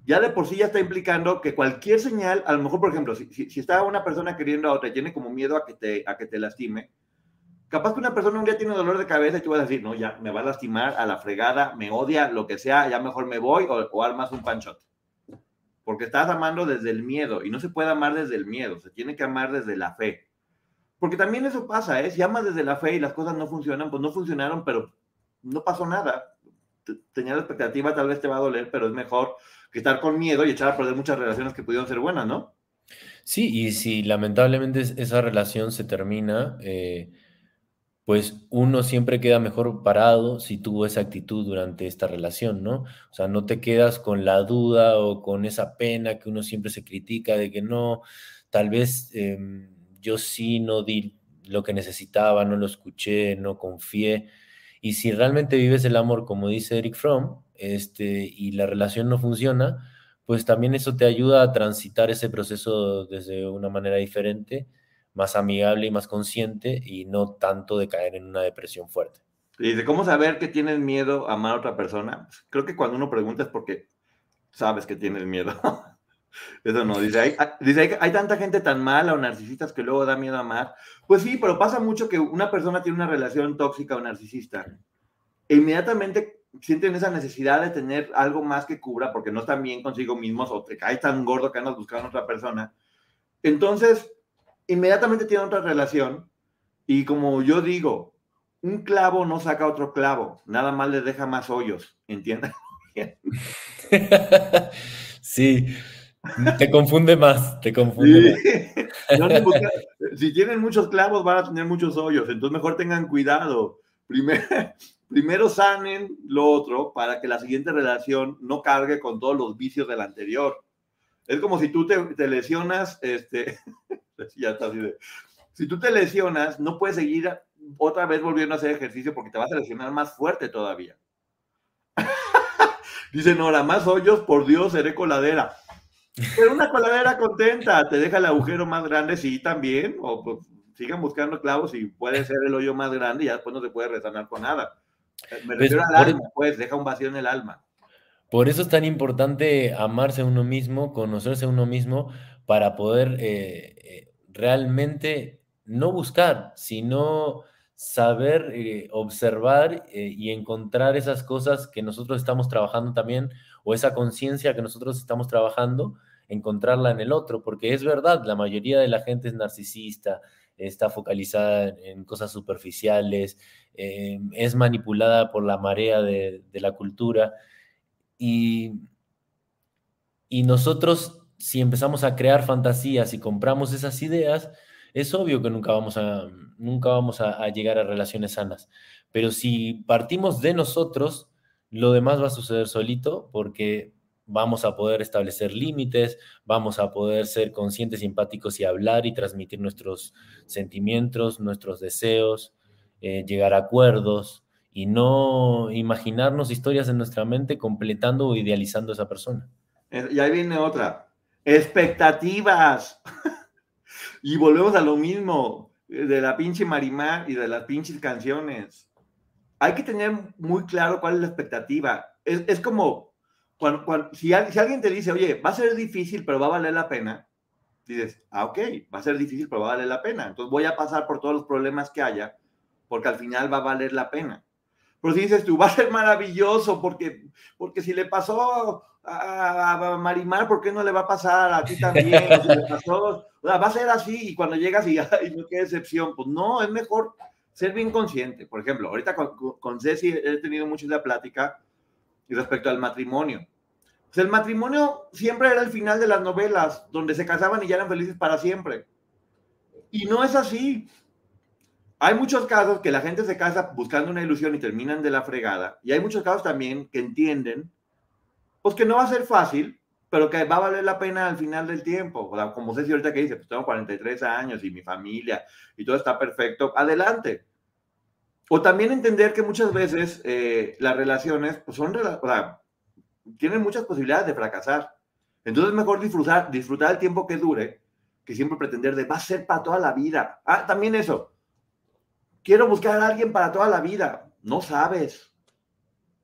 ya de por sí ya está implicando que cualquier señal, a lo mejor, por ejemplo, si está una persona queriendo a otra y tiene como miedo a que te lastime, capaz que una persona un día tiene dolor de cabeza y tú vas a decir, no, ya me va a lastimar a la fregada, me odia, lo que sea, ya mejor me voy o armas un panchote. Porque estás amando desde el miedo y no se puede amar desde el miedo, se tiene que amar desde la fe. Porque también eso pasa, ¿eh? Si amas desde la fe y las cosas no funcionan, pues no funcionaron, pero no pasó nada. Tenía la expectativa, tal vez te va a doler, pero es mejor que estar con miedo y echar a perder muchas relaciones que pudieron ser buenas, ¿no? Sí, y si lamentablemente esa relación se termina, pues uno siempre queda mejor parado si tuvo esa actitud durante esta relación, ¿no? O sea, no te quedas con la duda o con esa pena que uno siempre se critica de que no, tal vez yo sí no di lo que necesitaba, no lo escuché, no confié. Y si realmente vives el amor, como dice Eric Fromm, y la relación no funciona, pues también eso te ayuda a transitar ese proceso desde una manera diferente, más amigable y más consciente, y no tanto de caer en una depresión fuerte. Y de cómo saber que tienes miedo a amar a otra persona, pues, creo que cuando uno pregunta es porque sabes que tienes miedo. Eso no, hay tanta gente tan mala o narcisistas que luego da miedo a amar. Pues sí, pero pasa mucho que una persona tiene una relación tóxica o narcisista e inmediatamente sienten esa necesidad de tener algo más que cubra porque no están bien consigo mismos o te caes tan gordo que andas buscando a otra persona. Entonces, inmediatamente tienen otra relación y como yo digo, un clavo no saca otro clavo, nada más le deja más hoyos, ¿entiendes? Sí, te confunde más, te confunde Sí. más. No anden buscando. Si tienen muchos clavos van a tener muchos hoyos, entonces mejor tengan cuidado. Primero sanen lo otro para que la siguiente relación no cargue con todos los vicios de la anterior. Es como si tú te lesionas, ya está así de, si tú te lesionas, no puedes seguir otra vez volviendo a hacer ejercicio porque te vas a lesionar más fuerte todavía. Dice Nora, más hoyos, por Dios, seré coladera. Pero una coladera contenta, te deja el agujero más grande, sí, también. O pues, sigan buscando clavos y puede ser el hoyo más grande y ya después no se puede resanar con nada. Me Pues refiero al alma, pues, deja un vacío en el alma. por eso es tan importante amarse a uno mismo, conocerse a uno mismo, para poder realmente no buscar, sino saber observar y encontrar esas cosas que nosotros estamos trabajando también, o esa conciencia que nosotros estamos trabajando, encontrarla en el otro, porque es verdad, la mayoría de la gente es narcisista, está focalizada en cosas superficiales, es manipulada por la marea de la cultura. Y, y nosotros, si empezamos a crear fantasías y compramos esas ideas, es obvio que nunca vamos a llegar a relaciones sanas. Pero si partimos de nosotros, lo demás va a suceder solito porque vamos a poder establecer límites, vamos a poder ser conscientes y empáticos y hablar y transmitir nuestros sentimientos, nuestros deseos, llegar a acuerdos y no imaginarnos historias en nuestra mente completando o idealizando a esa persona. Y ahí viene otra. Expectativas. Y volvemos a lo mismo de la pinche Marimar y de las pinches canciones. Hay que tener muy claro cuál es la expectativa. Es como si alguien te dice, oye, va a ser difícil, pero va a valer la pena, dices, ok, va a ser difícil, pero va a valer la pena. Entonces voy a pasar por todos los problemas que haya, porque al final va a valer la pena. Pero si dices tú, va a ser maravilloso, porque si le pasó a Marimar, ¿por qué no le va a pasar a ti también? O si le pasó, o sea, va a ser así, y cuando llegas y no, qué decepción. Pues no, es mejor ser bien consciente. Por ejemplo, ahorita con Ceci he tenido mucho de plática respecto al matrimonio. Pues el matrimonio siempre era el final de las novelas, donde se casaban y ya eran felices para siempre. Y no es así. Hay muchos casos que la gente se casa buscando una ilusión y terminan de la fregada. Y hay muchos casos también que entienden, pues que no va a ser fácil, pero que va a valer la pena al final del tiempo. O sea, como Ceci ahorita que dice, pues tengo 43 años y mi familia y todo está perfecto, adelante. O también entender que muchas veces las relaciones pues o sea, tienen muchas posibilidades de fracasar. Entonces es mejor disfrutar el tiempo que dure, que siempre pretender de va a ser para toda la vida. Ah, también eso. Quiero buscar a alguien para toda la vida. No sabes.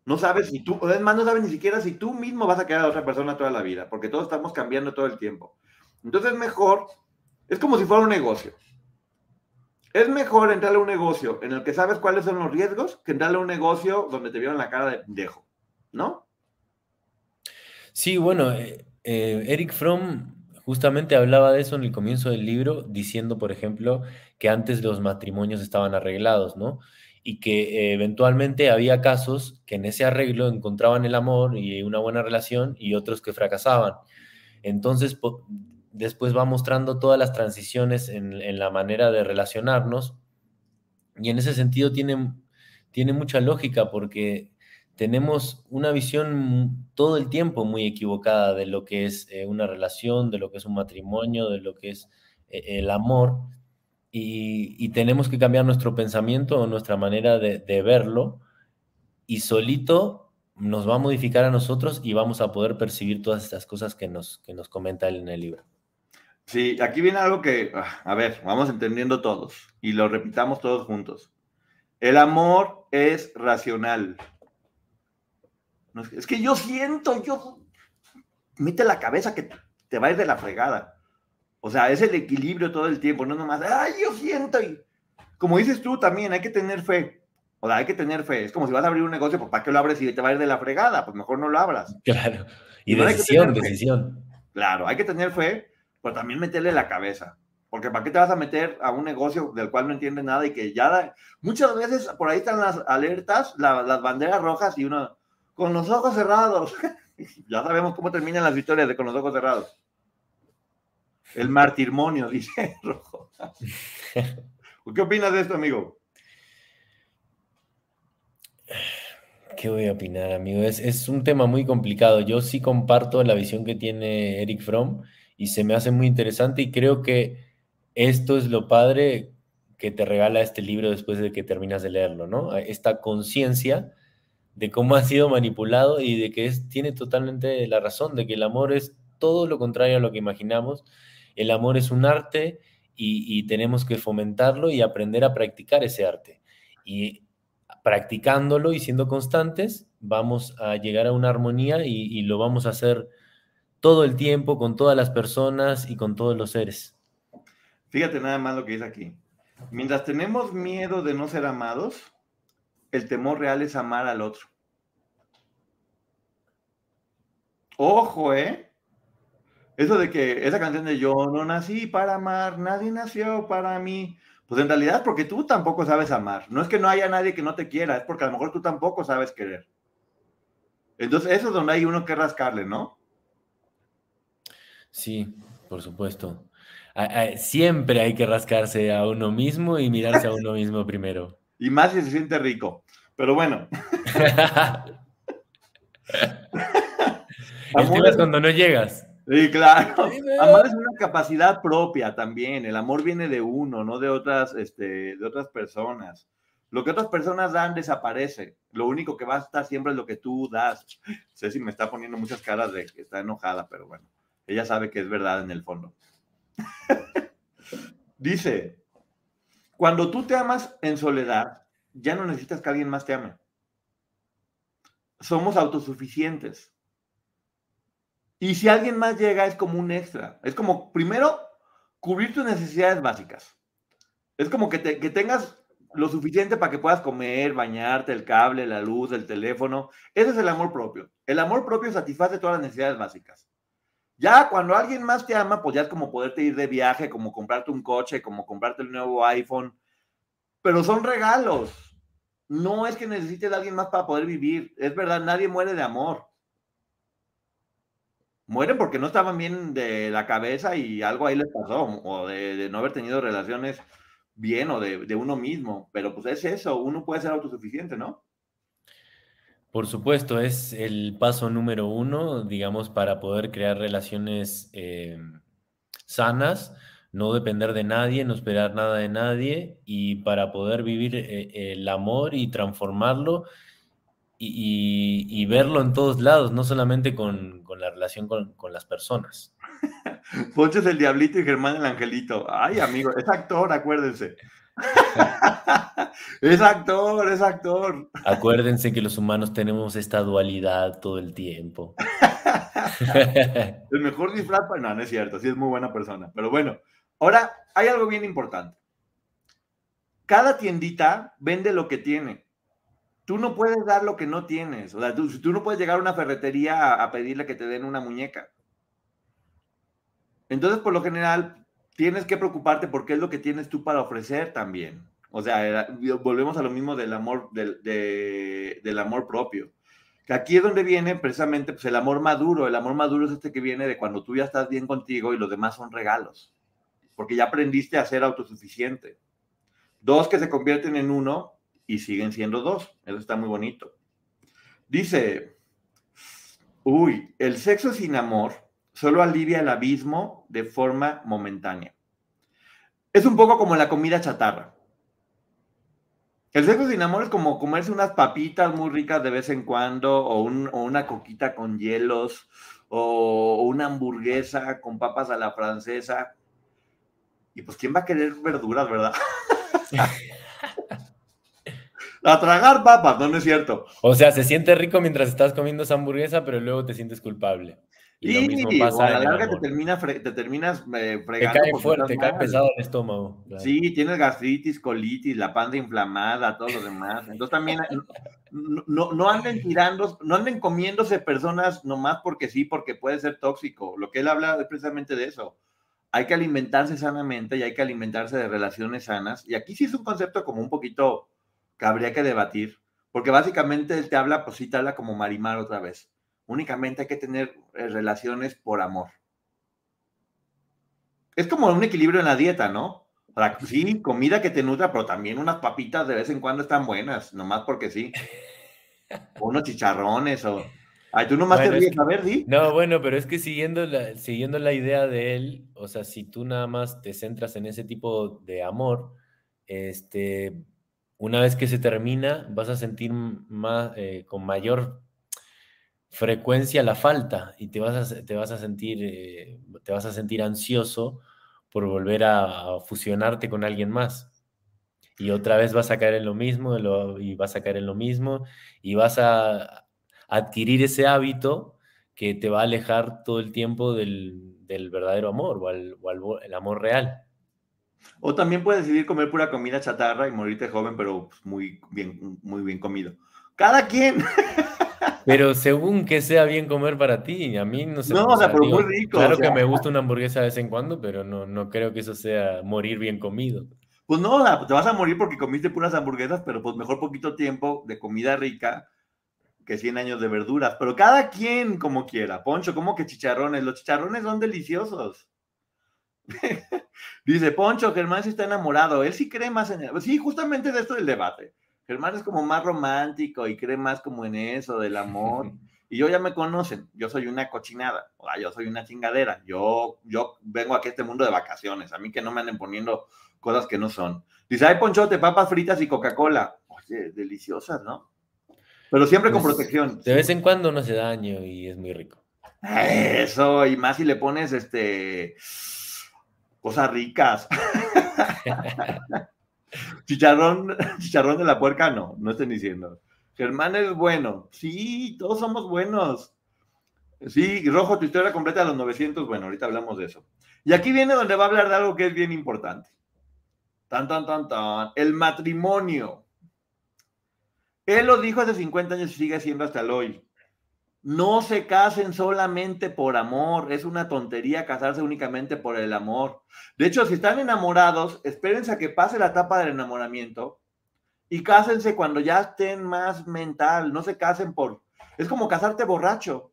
No sabes si tú, es más, no sabes ni siquiera si tú mismo vas a quedar a otra persona toda la vida, porque todos estamos cambiando todo el tiempo. Entonces mejor, es como si fuera un negocio. Es mejor entrar a un negocio en el que sabes cuáles son los riesgos que entrar a un negocio donde te vieron la cara de pendejo, ¿no? Sí, bueno, Eric Fromm justamente hablaba de eso en el comienzo del libro, diciendo, por ejemplo, que antes los matrimonios estaban arreglados, ¿no? Y que eventualmente había casos que en ese arreglo encontraban el amor y una buena relación y otros que fracasaban. Entonces, después va mostrando todas las transiciones en la manera de relacionarnos y en ese sentido tiene mucha lógica porque tenemos una visión todo el tiempo muy equivocada de lo que es una relación, de lo que es un matrimonio, de lo que es el amor y tenemos que cambiar nuestro pensamiento o nuestra manera de verlo y solito nos va a modificar a nosotros y vamos a poder percibir todas estas cosas que nos comenta él en el libro. Sí, aquí viene algo que, a ver, vamos entendiendo todos y lo repitamos todos juntos. El amor es racional. Es que yo siento, mete la cabeza que te va a ir de la fregada. O sea, es el equilibrio todo el tiempo, no nomás, ay, yo siento. Y como dices tú también, hay que tener fe. O sea, hay que tener fe. Es como si vas a abrir un negocio, pues ¿para qué lo abres si te va a ir de la fregada? Pues mejor no lo abras. Claro. Y Primero hay que decisión, tener fe. decisión. Claro, hay que tener fe, pero también meterle la cabeza. Porque ¿para qué te vas a meter a un negocio del cual no entiendes nada y que ya muchas veces por ahí están las alertas, las banderas rojas y uno con los ojos cerrados. Ya sabemos cómo terminan las historias de con los ojos cerrados. El martirmonio, dice Rojo. ¿Qué opinas de esto, amigo? ¿Qué voy a opinar, amigo? Es un tema muy complicado. Yo sí comparto la visión que tiene Eric Fromm y se me hace muy interesante y creo que esto es lo padre que te regala este libro después de que terminas de leerlo, ¿no? Esta conciencia de cómo ha sido manipulado y de que tiene totalmente la razón, de que el amor es todo lo contrario a lo que imaginamos. El amor es un arte y tenemos que fomentarlo y aprender a practicar ese arte. Y practicándolo y siendo constantes, vamos a llegar a una armonía y lo vamos a hacer todo el tiempo, con todas las personas y con todos los seres. Fíjate nada más lo que dice aquí. Mientras tenemos miedo de no ser amados, el temor real es amar al otro. Ojo, ¿eh? Eso de que esa canción de yo no nací para amar, nadie nació para mí. Pues en realidad porque tú tampoco sabes amar. No es que no haya nadie que no te quiera, es porque a lo mejor tú tampoco sabes querer. Entonces eso es donde hay uno que rascarle, ¿no? Sí, por supuesto. Siempre hay que rascarse a uno mismo y mirarse a uno mismo primero. Y más si se siente rico. Pero bueno. El tema es cuando no llegas. Sí, claro. Amar es una capacidad propia también. El amor viene de uno, no de otras personas. Lo que otras personas dan desaparece. Lo único que va a estar siempre es lo que tú das. Ceci me está poniendo muchas caras de que está enojada, pero bueno, ella sabe que es verdad en el fondo. Dice, cuando tú te amas en soledad, ya no necesitas que alguien más te ame. Somos autosuficientes. Y si alguien más llega, es como un extra. Es como, primero, cubrir tus necesidades básicas. Es como que tengas lo suficiente para que puedas comer, bañarte, el cable, la luz, el teléfono. Ese es el amor propio. El amor propio satisface todas las necesidades básicas. Ya cuando alguien más te ama, pues ya es como poderte ir de viaje, como comprarte un coche, como comprarte el nuevo iPhone. Pero son regalos. No es que necesites a alguien más para poder vivir. Es verdad, nadie muere de amor. Mueren porque no estaban bien de la cabeza y algo ahí les pasó, o de no haber tenido relaciones bien, o de uno mismo. Pero pues es eso, uno puede ser autosuficiente, ¿no? Por supuesto, es el paso número 1, digamos, para poder crear relaciones sanas, no depender de nadie, no esperar nada de nadie, y para poder vivir el amor y transformarlo y verlo en todos lados, no solamente con la relación con las personas. Poncho es el diablito y Germán el angelito. Ay, amigo, es actor, acuérdense. Es actor, es actor. Acuérdense que los humanos tenemos esta dualidad todo el tiempo. El mejor disfraz, no es cierto, sí es muy buena persona. Pero bueno, ahora hay algo bien importante. Cada tiendita vende lo que tiene. Tú no puedes dar lo que no tienes. O sea, tú no puedes llegar a una ferretería a pedirle que te den una muñeca. Entonces, por lo general, tienes que preocuparte porque es lo que tienes tú para ofrecer también. O sea, volvemos a lo mismo del amor, del amor propio. Que aquí es donde viene precisamente pues, el amor maduro. El amor maduro es este que viene de cuando tú ya estás bien contigo y los demás son regalos. Porque ya aprendiste a ser autosuficiente. Dos que se convierten en uno y siguen siendo dos. Eso está muy bonito. Dice, el sexo sin amor solo alivia el abismo de forma momentánea. Es un poco como la comida chatarra. El sexo sin amor es como comerse unas papitas muy ricas de vez en cuando, o una coquita con hielos, o una hamburguesa con papas a la francesa. Y pues, ¿quién va a querer verduras, verdad? A tragar papas, no es cierto. O sea, se siente rico mientras estás comiendo esa hamburguesa, pero luego te sientes culpable. Y lo mismo pasa a la en el larga amor. te terminas fregando. Te cae fuerte, te cae pesado el estómago. Claro. Sí, tienes gastritis, colitis, la panza inflamada, todo lo demás. Entonces también no anden tirando, no anden comiéndose personas nomás porque sí, porque puede ser tóxico. Lo que él habla es precisamente de eso. Hay que alimentarse sanamente y hay que alimentarse de relaciones sanas. Y aquí sí es un concepto como un poquito que habría que debatir, porque básicamente él te habla, pues sí te habla como Marimar otra vez. Únicamente hay que tener relaciones por amor. Es como un equilibrio en la dieta, ¿no? O sea, sí, comida que te nutra, pero también unas papitas de vez en cuando están buenas, nomás porque sí. O unos chicharrones, o... Ay, tú nomás te ríes, a ver, di. No, bueno, pero es que siguiendo la idea de él, o sea, si tú nada más te centras en ese tipo de amor, una vez que se termina, vas a sentir más, con mayor frecuencia la falta y te vas a sentir ansioso por volver a fusionarte con alguien más. Y otra vez vas a caer en lo mismo y vas a caer en lo mismo y vas a adquirir ese hábito que te va a alejar todo el tiempo del verdadero amor o el amor real. O también puedes decidir comer pura comida chatarra y morirte joven, pero pues, muy bien comido. Cada quien. Pero según que sea bien comer para ti, a mí no sé. No, o sea, pero muy rico. Claro que me gusta una hamburguesa de vez en cuando, pero no creo que eso sea morir bien comido. Pues no, te vas a morir porque comiste puras hamburguesas, pero pues mejor poquito tiempo de comida rica que 100 años de verduras. Pero cada quien como quiera. Poncho, ¿cómo que chicharrones? Los chicharrones son deliciosos. Dice Poncho, Germán sí está enamorado. Él sí cree más en él. Sí, justamente de esto del debate. Germán es como más romántico y cree más como en eso del amor. Y yo ya me conocen. Yo soy una cochinada. O sea, yo soy una chingadera. Yo vengo aquí a este mundo de vacaciones. A mí que no me anden poniendo cosas que no son. Dice, hay ponchote, papas fritas y Coca-Cola. Oye, deliciosas, ¿no? Pero siempre con protección. De vez en cuando no hace daño y es muy rico. Eso, y más si le pones cosas ricas. Chicharrón de la puerca, no estén diciendo. Germán es bueno. Sí, todos somos buenos. Sí, Rojo, tu historia completa de los 900. Bueno, ahorita hablamos de eso. Y aquí viene donde va a hablar de algo que es bien importante. Tan. El matrimonio. Él lo dijo hace 50 años y sigue siendo hasta el hoy. No se casen solamente por amor. Es una tontería casarse únicamente por el amor. De hecho, si están enamorados, espérense a que pase la etapa del enamoramiento y cásense cuando ya estén más mental. No se casen por... Es como casarte borracho.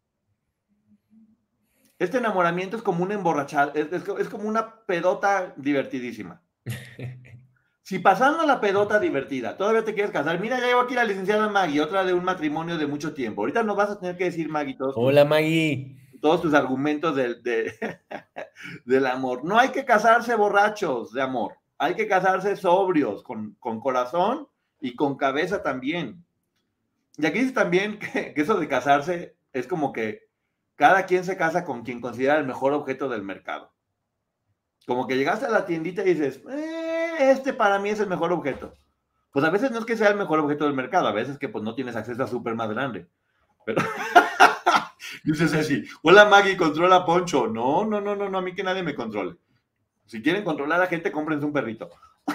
Este enamoramiento es como una emborrachada. Es como una pedota divertidísima. Si pasando la pedota divertida, todavía te quieres casar, mira, ya llevo aquí la licenciada Maggie, otra de un matrimonio de mucho tiempo. Ahorita nos vas a tener que decir, Maggie, Hola, Maggie. Todos tus argumentos del amor. No hay que casarse borrachos de amor, hay que casarse sobrios, con corazón y con cabeza también. Y aquí dice también que eso de casarse es como que cada quien se casa con quien considera el mejor objeto del mercado. Como que llegaste a la tiendita y dices, este para mí es el mejor objeto. Pues a veces no es que sea el mejor objeto del mercado, a veces que pues no tienes acceso a súper más grande. Pero dices así, hola Maggie, controla a Poncho. No, a mí que nadie me controle. Si quieren controlar a la gente, cómprense un perrito.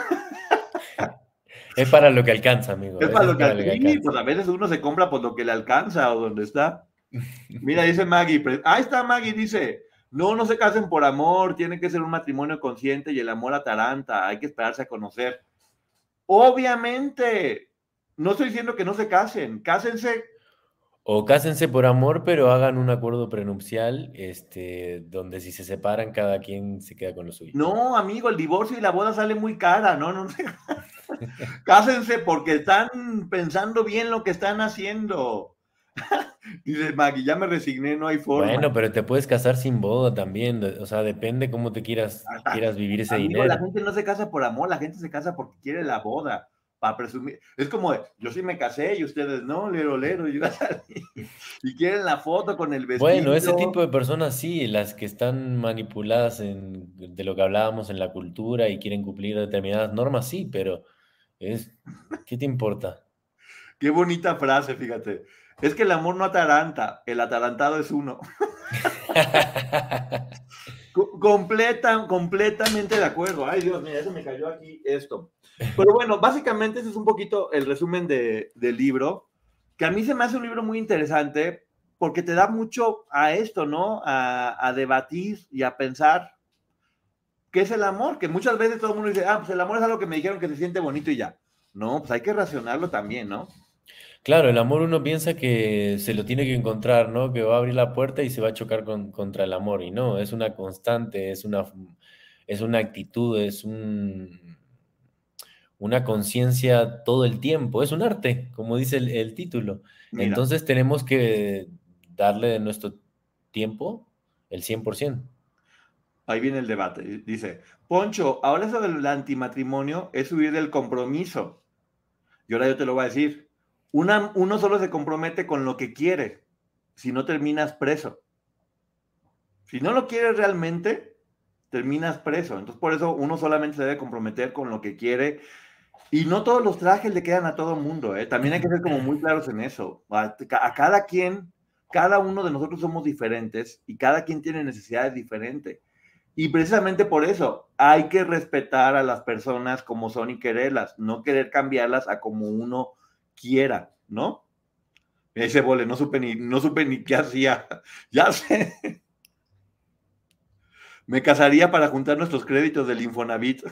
Es para lo que alcanza, amigo. Es para lo que alcanza. Pues a veces uno se compra por lo que le alcanza o donde está. Mira, dice Maggie, ahí está Maggie, dice, no se casen por amor, tiene que ser un matrimonio consciente y el amor ataranta, hay que esperarse a conocer. Obviamente, no estoy diciendo que no se casen, cásense. O cásense por amor, pero hagan un acuerdo prenupcial, donde si se separan, cada quien se queda con lo suyo. No, amigo, el divorcio y la boda sale muy cara, no. Cásense porque están pensando bien lo que están haciendo. Dice Maggie, ya me resigné, no hay forma. Bueno, pero te puedes casar sin boda también, o sea, depende cómo te quieras vivir ese amigo, dinero. La gente no se casa por amor, la gente se casa porque quiere la boda, para presumir. Es como, yo sí me casé y ustedes no, lero, yo iba a salir. Y quieren la foto con el vestido. Bueno, ese tipo de personas sí, las que están manipuladas de lo que hablábamos en la cultura y quieren cumplir determinadas normas, sí, pero ¿qué te importa? Qué bonita frase, fíjate. Es que el amor no ataranta, el atarantado es uno. Completamente de acuerdo. Ay, Dios, mira, eso me cayó aquí esto. Pero bueno, básicamente ese es un poquito el resumen del libro, que a mí se me hace un libro muy interesante porque te da mucho a esto, ¿no? A debatir y a pensar qué es el amor, que muchas veces todo el mundo dice, pues el amor es algo que me dijeron que se siente bonito y ya. No, pues hay que racionarlo también, ¿no? Claro, el amor uno piensa que se lo tiene que encontrar, ¿no? Que va a abrir la puerta y se va a chocar contra el amor. Y no, es una constante, es una actitud, una conciencia todo el tiempo. Es un arte, como dice el título. Mira. Entonces tenemos que darle de nuestro tiempo el 100%. Ahí viene el debate. Dice, Poncho, ahora eso del antimatrimonio es huir del compromiso. Y ahora yo te lo voy a decir. Uno solo se compromete con lo que quiere, si no terminas preso. Si no lo quieres realmente, terminas preso. Entonces por eso uno solamente se debe comprometer con lo que quiere. Y no todos los trajes le quedan a todo mundo, ¿eh? También hay que ser como muy claros en eso. A cada quien, cada uno de nosotros somos diferentes y cada quien tiene necesidades diferentes. Y precisamente por eso hay que respetar a las personas como son y quererlas, no querer cambiarlas a como uno quiera, ¿no? Me dice Vole, no supe ni qué hacía. Ya sé. Me casaría para juntar nuestros créditos del Infonavit.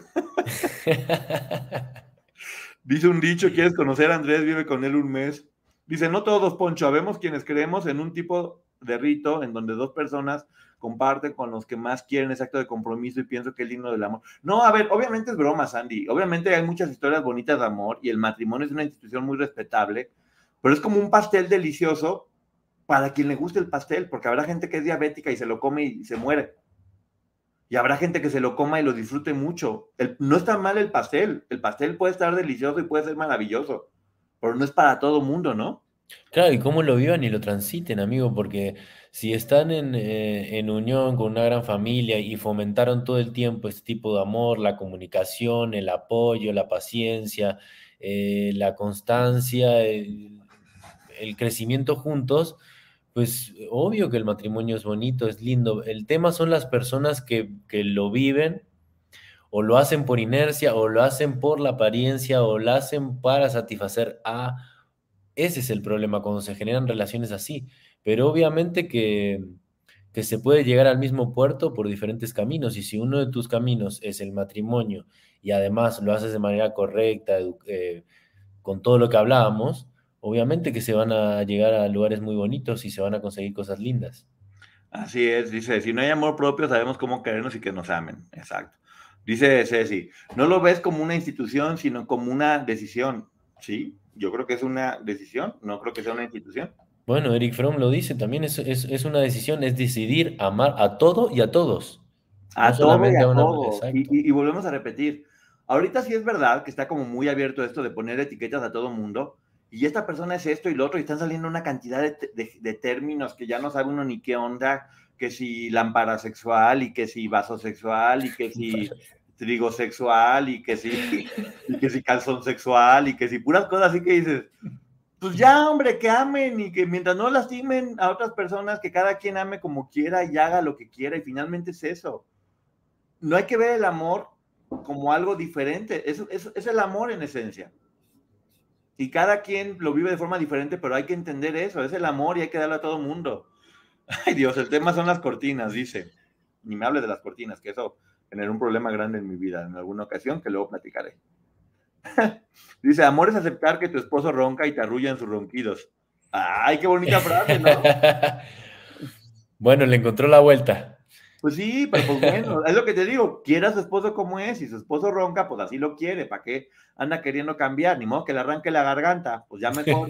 Dice un dicho, ¿quieres conocer a Andrés? Vive con él un mes. Dice, no todos, Poncho, habemos quienes creemos en un tipo de rito en donde dos personas comparten con los que más quieren ese acto de compromiso y pienso que es digno del amor. No, a ver, obviamente es broma, Sandy. Obviamente hay muchas historias bonitas de amor y el matrimonio es una institución muy respetable, pero es como un pastel delicioso para quien le guste el pastel, porque habrá gente que es diabética y se lo come y se muere. Y habrá gente que se lo coma y lo disfrute mucho. No está mal el pastel puede estar delicioso y puede ser maravilloso, pero no es para todo mundo, ¿no? Claro, y cómo lo vivan y lo transiten, amigo, porque si están en unión con una gran familia y fomentaron todo el tiempo este tipo de amor, la comunicación, el apoyo, la paciencia, la constancia, el crecimiento juntos, pues obvio que el matrimonio es bonito, es lindo. El tema son las personas que lo viven o lo hacen por inercia o lo hacen por la apariencia o lo hacen para satisfacer a... Ese es el problema cuando se generan relaciones así, pero obviamente que se puede llegar al mismo puerto por diferentes caminos y si uno de tus caminos es el matrimonio y además lo haces de manera correcta, con todo lo que hablábamos, obviamente que se van a llegar a lugares muy bonitos y se van a conseguir cosas lindas. Así es, dice, si no hay amor propio sabemos cómo querernos y que nos amen, exacto. Dice Ceci, no lo ves como una institución, sino como una decisión, ¿sí? Yo creo que es una decisión, no creo que sea una institución. Bueno, Eric Fromm lo dice, también es una decisión, es decidir amar a todo y a todos. A No todo y solamente a a una... todo. Exacto. Y volvemos a repetir. Ahorita sí es verdad que está como muy abierto esto de poner etiquetas a todo mundo. Y esta persona es esto y lo otro. Y están saliendo una cantidad de términos que ya no sabe uno ni qué onda. Que si lámpara sexual y que si vasosexual y que si trigo sexual y que si calzón sexual y que si puras cosas así que dices, pues ya, hombre, que amen y que mientras no lastimen a otras personas, que cada quien ame como quiera y haga lo que quiera, y finalmente es eso. No hay que ver el amor como algo diferente, es el amor en esencia. Y cada quien lo vive de forma diferente, pero hay que entender eso, es el amor y hay que darlo a todo mundo. Ay, Dios, el tema son las cortinas, dice. Ni me hables de las cortinas, que eso generó un problema grande en mi vida en alguna ocasión que luego platicaré. Dice, amor es aceptar que tu esposo ronca y te arrulla en sus ronquidos. Ay, qué bonita frase, ¿no? Bueno, le encontró la vuelta. Pues sí, pero pues bueno, es lo que te digo, quiera a su esposo como es, si su esposo ronca, pues así lo quiere, ¿para qué anda queriendo cambiar? Ni modo que le arranque la garganta, pues ya mejor.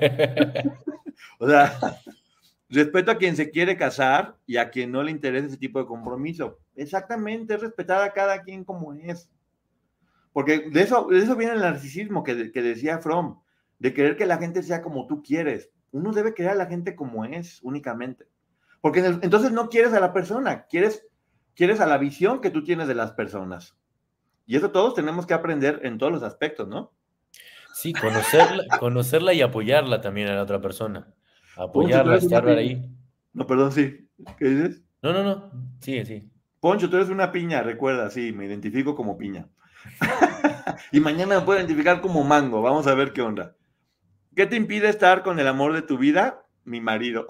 O sea, respeto a quien se quiere casar y a quien no le interesa ese tipo de compromiso. Exactamente, es respetar a cada quien como es. Porque de eso viene el narcisismo que decía Fromm, de querer que la gente sea como tú quieres. Uno debe querer a la gente como es, únicamente. Porque entonces no quieres a la persona, quieres a la visión que tú tienes de las personas. Y eso todos tenemos que aprender en todos los aspectos, ¿no? Sí, conocerla y apoyarla también a la otra persona. Poncho, tú Apoyarla, eres una estar piña. ahí. No, perdón, sí. ¿Qué dices? No. Sigue, sí. Poncho, tú eres una piña, recuerda, sí, me identifico como piña. Y mañana me puedo identificar como mango, vamos a ver qué onda. ¿Qué te impide estar con el amor de tu vida? Mi marido.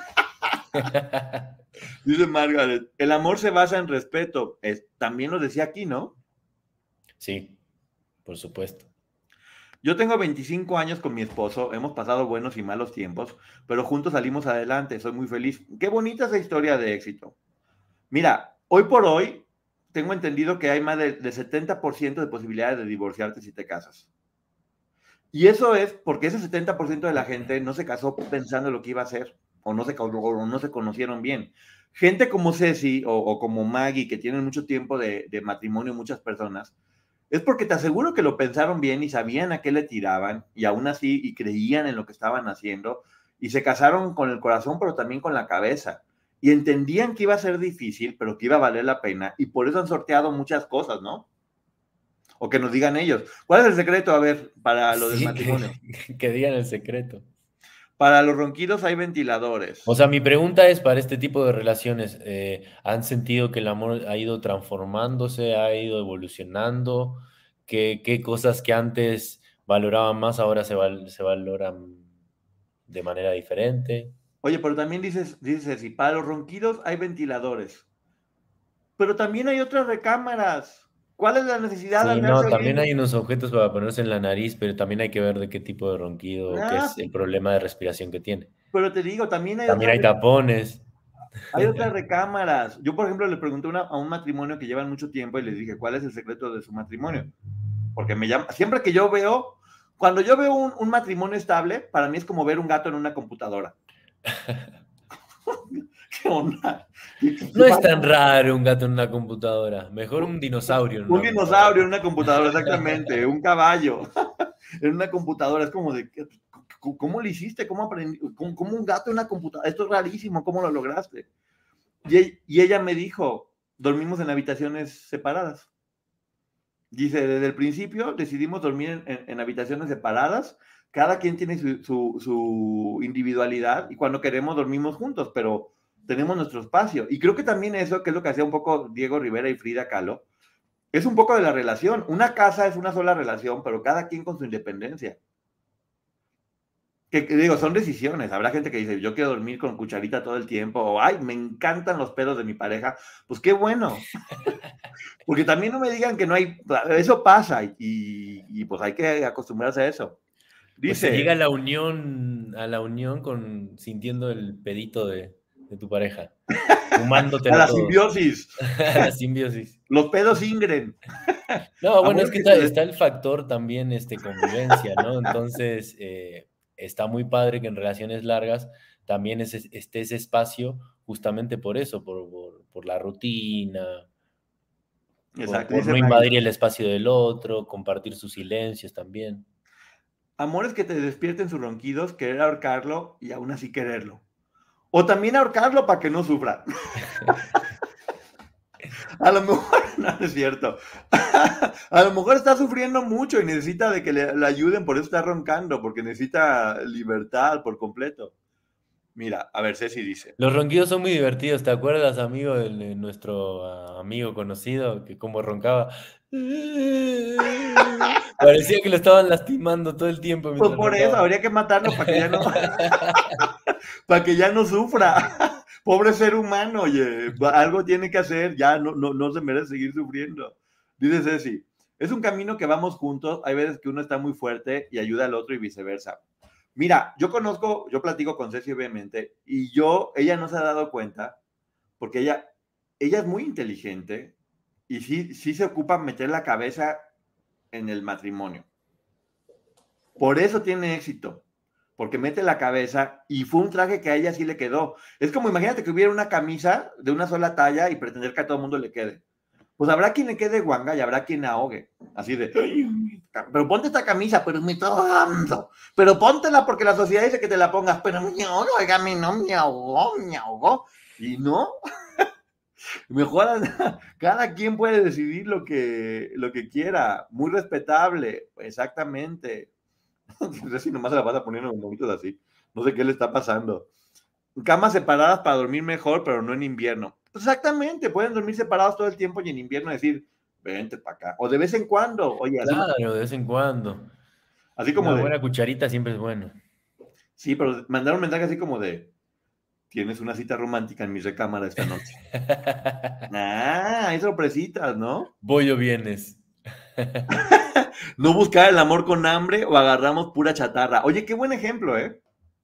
Dice Margaret, el amor se basa en respeto. También lo decía aquí, ¿no? Sí, por supuesto. Yo tengo 25 años con mi esposo, hemos pasado buenos y malos tiempos, pero juntos salimos adelante, soy muy feliz. Qué bonita esa historia de éxito. Mira, hoy por hoy tengo entendido que hay más de 70% de posibilidades de divorciarte si te casas. Y eso es porque ese 70% de la gente no se casó pensando en lo que iba a hacer o no se conocieron bien. Gente como Ceci o como Maggie, que tienen mucho tiempo de matrimonio, muchas personas, es porque te aseguro que lo pensaron bien y sabían a qué le tiraban y aún así y creían en lo que estaban haciendo y se casaron con el corazón pero también con la cabeza y entendían que iba a ser difícil pero que iba a valer la pena y por eso han sorteado muchas cosas, ¿no? O que nos digan ellos. ¿Cuál es el secreto, a ver, para lo del matrimonio? Que digan el secreto. Para los ronquidos hay ventiladores. O sea, mi pregunta es para este tipo de relaciones, ¿han sentido que el amor ha ido transformándose, ha ido evolucionando? ¿Qué cosas que antes valoraban más ahora se valoran de manera diferente? Oye, pero también dices, si para los ronquidos hay ventiladores. Pero también hay otras recámaras. ¿Cuál es la necesidad de Sí, no, andarse también oyendo? hay unos objetos para ponerse en la nariz, pero también hay que ver de qué tipo de ronquido o qué Ah, es el problema de respiración que tiene. pero te digo, también También hay tapones. hay otras recámaras. Yo, por ejemplo, le pregunté a un matrimonio que llevan mucho tiempo y les dije, ¿cuál es el secreto de su matrimonio? Porque me llama, siempre que yo veo, cuando yo veo un matrimonio estable, para mí es como ver un gato en una computadora. ¿Qué onda? No es tan raro un gato en una computadora, mejor un dinosaurio en Un una dinosaurio en computadora. una computadora, exactamente, un caballo en una computadora, es como de, ¿cómo lo hiciste? ¿Cómo aprendí? ¿Cómo un gato en una computadora? Esto es rarísimo, ¿cómo lo lograste? Y ella me dijo, dormimos en habitaciones separadas. Dice, desde el principio decidimos dormir en habitaciones separadas, cada quien tiene su individualidad y cuando queremos dormimos juntos, pero tenemos nuestro espacio. Y creo que también eso, que es lo que hacía un poco Diego Rivera y Frida Kahlo, es un poco de la relación. Una casa es una sola relación, pero cada quien con su independencia. Que digo, son decisiones. Habrá gente que dice, yo quiero dormir con cucharita todo el tiempo, o ay, me encantan los pedos de mi pareja. Pues qué bueno. Porque también no me digan que no hay, eso pasa y pues hay que acostumbrarse a eso. Pues se Dice, llega a la unión con sintiendo el pedito de tu pareja, a fumándotelo la todo. simbiosis, La simbiosis. los pedos ingren. No, bueno, Amor, es que está el factor también convivencia, ¿no? Entonces, está muy padre que en relaciones largas también esté ese espacio justamente por eso, por la rutina, Exacto, por dice no Maggie. invadir el espacio del otro, compartir sus silencios también. Amores que te despierten sus ronquidos, querer ahorcarlo y aún así quererlo. O también ahorcarlo para que no sufra. A lo mejor No, es cierto. A lo mejor está sufriendo mucho y necesita de que le ayuden, por eso está roncando, porque necesita libertad por completo. Mira, a ver, Ceci dice. Los ronquidos son muy divertidos, ¿te acuerdas, amigo, de nuestro amigo conocido, que como roncaba? Parecía que lo estaban lastimando todo el tiempo Pues mientras por eso roncaba. habría que matarlo para que ya no, para que ya no sufra. Pobre ser humano, oye, algo tiene que hacer, ya no se merece seguir sufriendo. Dice Ceci, es un camino que vamos juntos, hay veces que uno está muy fuerte y ayuda al otro y viceversa. Mira, yo platico con Ceci obviamente, y ella no se ha dado cuenta, porque ella es muy inteligente y sí se ocupa meter la cabeza en el matrimonio. Por eso tiene éxito, porque mete la cabeza y fue un traje que a ella sí le quedó. Es como imagínate que hubiera una camisa de una sola talla y pretender que a todo el mundo le quede. Pues habrá quien le quede guanga y habrá quien ahogue. Así de, pero ponte esta camisa, pero me está ahogando. Pero póntela porque la sociedad dice que te la pongas. Pero oiga, a mí no me ahogó. Y no, mejor cada quien puede decidir lo que quiera. Muy respetable, exactamente. No sé si nomás se la pasa poniendo en momentos así. No sé qué le está pasando. Camas separadas para dormir mejor, pero no en invierno. Exactamente, pueden dormir separados todo el tiempo y en invierno decir, vente para acá. O de vez en cuando, oye, Claro, de vez en cuando. así como Una de, buena cucharita siempre es bueno. sí, pero mandar un mensaje así como de, tienes una cita romántica en mi recámara esta noche. Hay sorpresitas, ¿no? Voy o vienes. No buscar el amor con hambre o agarramos pura chatarra. Oye, qué buen ejemplo, ¿eh?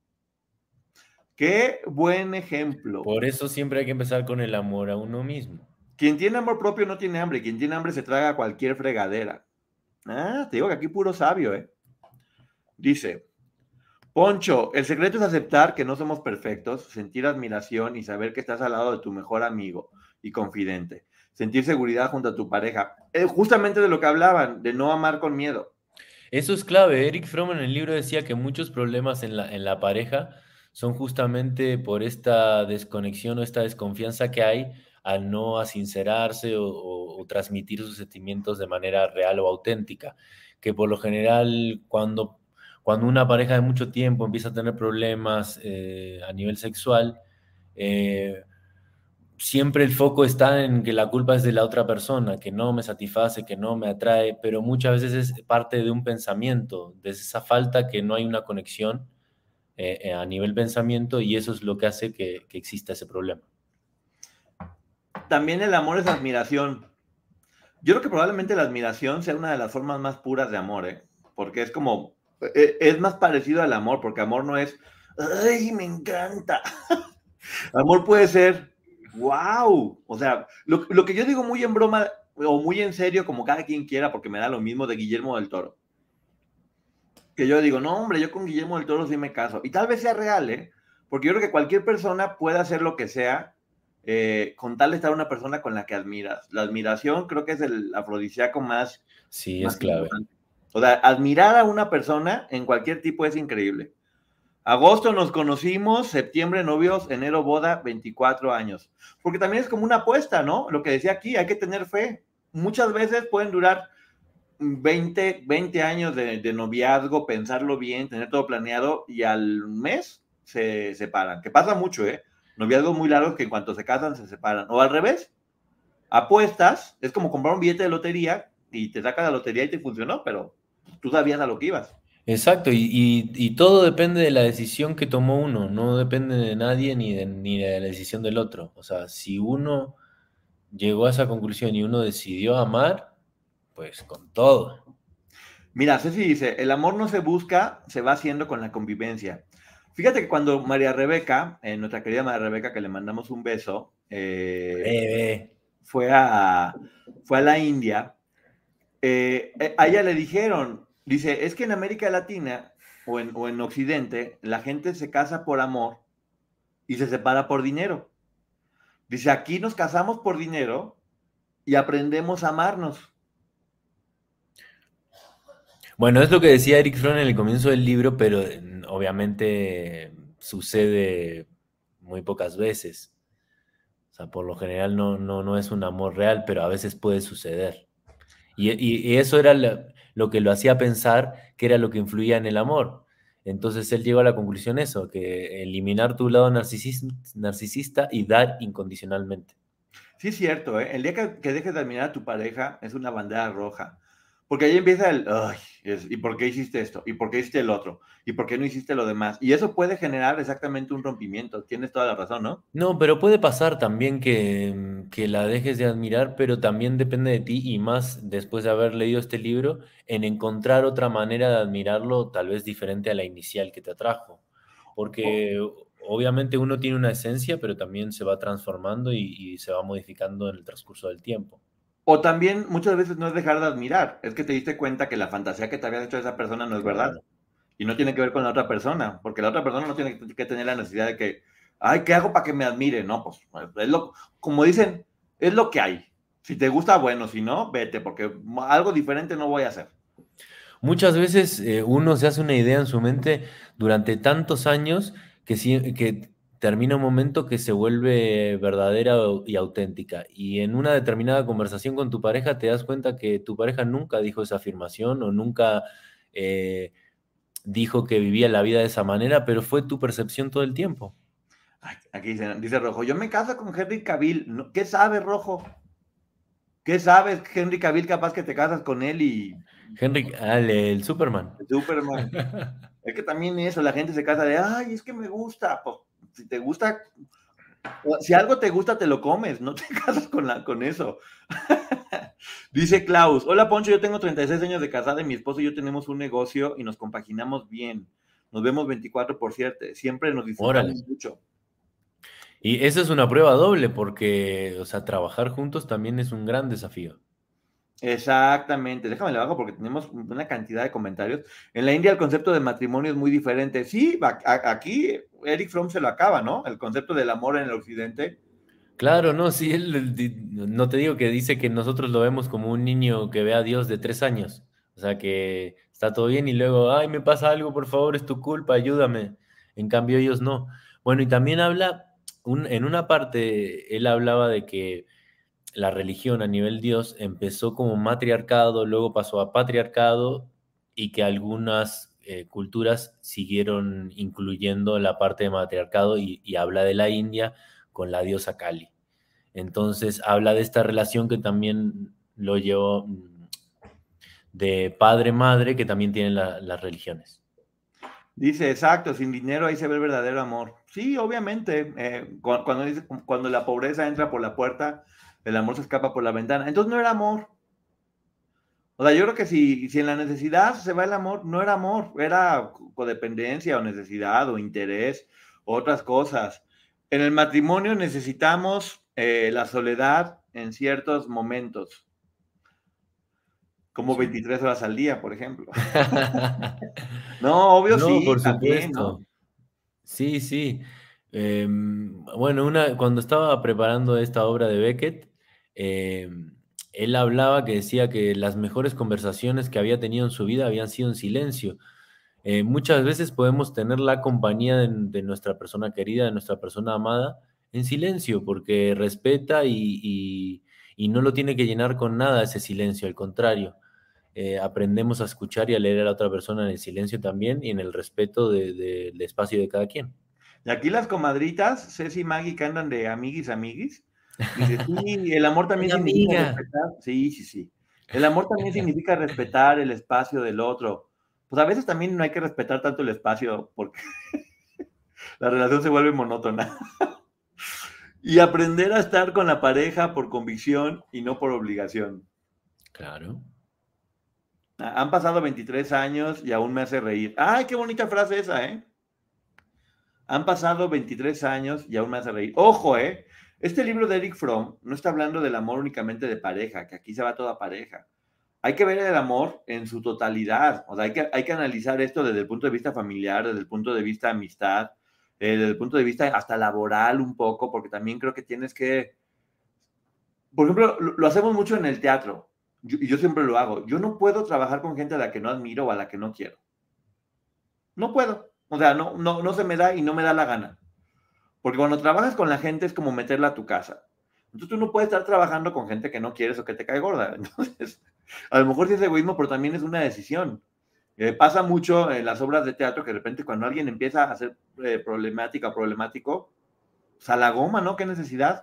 Qué buen ejemplo. Por eso siempre hay que empezar con el amor a uno mismo. Quien tiene amor propio no tiene hambre. Quien tiene hambre se traga cualquier fregadera. Te digo que aquí puro sabio, ¿eh? Dice, Poncho, el secreto es aceptar que no somos perfectos, sentir admiración y saber que estás al lado de tu mejor amigo y confidente. Sentir seguridad junto a tu pareja. Justamente de lo que hablaban, de no amar con miedo. Eso es clave. Eric Fromm en el libro decía que muchos problemas en la pareja son justamente por esta desconexión o esta desconfianza que hay al no sincerarse o transmitir sus sentimientos de manera real o auténtica. Que por lo general, cuando una pareja de mucho tiempo empieza a tener problemas a nivel sexual, siempre el foco está en que la culpa es de la otra persona, que no me satisface, que no me atrae, pero muchas veces es parte de un pensamiento, de esa falta que no hay una conexión a nivel pensamiento y eso es lo que hace que exista ese problema. También el amor es admiración. Yo creo que probablemente la admiración sea una de las formas más puras de amor, ¿eh? Porque es como, es más parecido al amor, porque amor no es, ¡ay, me encanta! Amor puede ser, ¡wow! O sea, lo que yo digo muy en broma o muy en serio, como cada quien quiera, porque me da lo mismo de Guillermo del Toro. Que yo digo, no, hombre, yo con Guillermo del Toro sí me caso. Y tal vez sea real, ¿eh? Porque yo creo que cualquier persona puede hacer lo que sea con tal de estar una persona con la que admiras. La admiración creo que es el afrodisíaco más, Sí, más es clave. importante. O sea, admirar a una persona en cualquier tipo es increíble. Agosto nos conocimos, septiembre novios, enero boda, 24 años. Porque también es como una apuesta, ¿no? Lo que decía aquí, hay que tener fe. Muchas veces pueden durar 20 años de noviazgo, pensarlo bien, tener todo planeado y al mes se separan. Que pasa mucho, ¿eh? Noviazgos muy largos que en cuanto se casan se separan. O al revés, apuestas, es como comprar un billete de lotería y te sacas la lotería y te funcionó, pero tú sabías a lo que ibas. Exacto, y todo depende de la decisión que tomó uno, no depende de nadie ni de la decisión del otro. O sea, si uno llegó a esa conclusión y uno decidió amar, pues con todo. Mira, Ceci dice, el amor no se busca, se va haciendo con la convivencia. Fíjate que cuando María Rebeca, nuestra querida María Rebeca, que le mandamos un beso, fue a la India, a ella le dijeron, dice, es que en América Latina o en Occidente, la gente se casa por amor y se separa por dinero. Dice, aquí nos casamos por dinero y aprendemos a amarnos. Bueno, es lo que decía Eric Fromm en el comienzo del libro, pero obviamente sucede muy pocas veces. O sea, por lo general no es un amor real, pero a veces puede suceder. Y eso era lo que lo hacía pensar que era lo que influía en el amor. Entonces él llegó a la conclusión eso, que eliminar tu lado narcisista y dar incondicionalmente. Sí, es cierto, ¿eh? El día que dejes de admirar a tu pareja es una bandera roja. Porque ahí empieza ay, ¿y por qué hiciste esto? ¿Y por qué hiciste el otro? ¿Y por qué no hiciste lo demás? Y eso puede generar exactamente un rompimiento. Tienes toda la razón, ¿no? No, pero puede pasar también que la dejes de admirar, pero también depende de ti y más después de haber leído este libro, en encontrar otra manera de admirarlo, tal vez diferente a la inicial que te atrajo. O, Porque obviamente uno tiene una esencia, pero también se va transformando y se va modificando en el transcurso del tiempo. o también muchas veces no es dejar de admirar, es que te diste cuenta que la fantasía que te habías hecho de esa persona no es verdad. Claro. Y no tiene que ver con la otra persona, porque la otra persona no tiene que tener la necesidad de que, ay, ¿qué hago para que me admire? No, pues, como dicen, es lo que hay. Si te gusta, bueno, si no, vete, porque algo diferente no voy a hacer. Muchas veces uno se hace una idea en su mente durante tantos años que termina un momento que se vuelve verdadera y auténtica. Y en una determinada conversación con tu pareja te das cuenta que tu pareja nunca dijo esa afirmación o nunca eh, dijo que vivía la vida de esa manera, pero fue tu percepción todo el tiempo. Ay, aquí dice Rojo, yo me caso con Henry Cavill. ¿Qué sabes, Rojo? ¿Qué sabes, Henry Cavill? Capaz que te casas con él y Henry, el Superman. Superman. Es que también eso, la gente se casa de, ay, es que me gusta. Pues, si te gusta, si algo te gusta, te lo comes, no te casas con eso. Dice Klaus, hola Poncho, yo tengo 36 años de casada y mi esposo y yo tenemos un negocio y nos compaginamos bien. Nos vemos 24/7, siempre nos Órale. disfrutamos mucho. Y esa es una prueba doble porque, o sea, trabajar juntos también es un gran desafío. Exactamente, déjame le bajo porque tenemos una cantidad de comentarios. En la India el concepto de matrimonio es muy diferente. Sí, aquí Eric Fromm se lo acaba, ¿no? El concepto del amor en el occidente. Claro, no, sí, no te digo que dice que nosotros lo vemos como un niño que ve a Dios de 3 años, o sea, que está todo bien y luego, ay, me pasa algo, por favor, es tu culpa, ayúdame. En cambio, ellos no. Bueno, y también habla, en una parte, él hablaba de que la religión a nivel Dios empezó como matriarcado, luego pasó a patriarcado y que algunas culturas siguieron incluyendo la parte de matriarcado y habla de la India con la diosa Kali. Entonces habla de esta relación que también lo llevó de padre-madre que también tienen las religiones. Dice, exacto, sin dinero ahí se ve el verdadero amor. Sí, obviamente, cuando la pobreza entra por la puerta, el amor se escapa por la ventana. Entonces no era amor. O sea, yo creo que si en la necesidad se va el amor, no era amor, era codependencia o necesidad o interés o otras cosas. En el matrimonio necesitamos la soledad en ciertos momentos, como Sí. 23 horas al día, por ejemplo. No, obvio No, sí, por también, ¿no? supuesto. Sí, sí. Bueno, cuando estaba preparando esta obra de Beckett, él hablaba que decía que las mejores conversaciones que había tenido en su vida habían sido en silencio. Muchas veces podemos tener la compañía de nuestra persona querida, de nuestra persona amada, en silencio, porque respeta y no lo tiene que llenar con nada ese silencio, al contrario. Aprendemos a escuchar y a leer a la otra persona en el silencio también y en el respeto del espacio de cada quien. Y aquí las comadritas, Ceci y Maggie, que andan de amiguis, dice, sí, el amor también Ay, significa amiga. respetar. Sí, sí, sí. El amor también significa respetar el espacio del otro. Pues a veces también no hay que respetar tanto el espacio porque la relación se vuelve monótona. Y aprender a estar con la pareja por convicción y no por obligación. Claro. Han pasado 23 años y aún me hace reír. ¡Ay, qué bonita frase esa, eh! Han pasado 23 años y aún me hace reír. Ojo, este libro de Eric Fromm no está hablando del amor únicamente de pareja, que aquí se va toda pareja. Hay que ver el amor en su totalidad. O sea, hay que analizar esto desde el punto de vista familiar, desde el punto de vista amistad, desde el punto de vista hasta laboral un poco, porque también creo que tienes que... Por ejemplo, lo hacemos mucho en el teatro. Y yo siempre lo hago. Yo no puedo trabajar con gente a la que no admiro o a la que no quiero. No puedo. O sea, no se me da y no me da la gana. Porque cuando trabajas con la gente es como meterla a tu casa. Entonces tú no puedes estar trabajando con gente que no quieres o que te cae gorda. Entonces, a lo mejor sí es egoísmo, pero también es una decisión. Pasa mucho en las obras de teatro que de repente cuando alguien empieza a ser problemático, pues a la goma, ¿no? ¿Qué necesidad?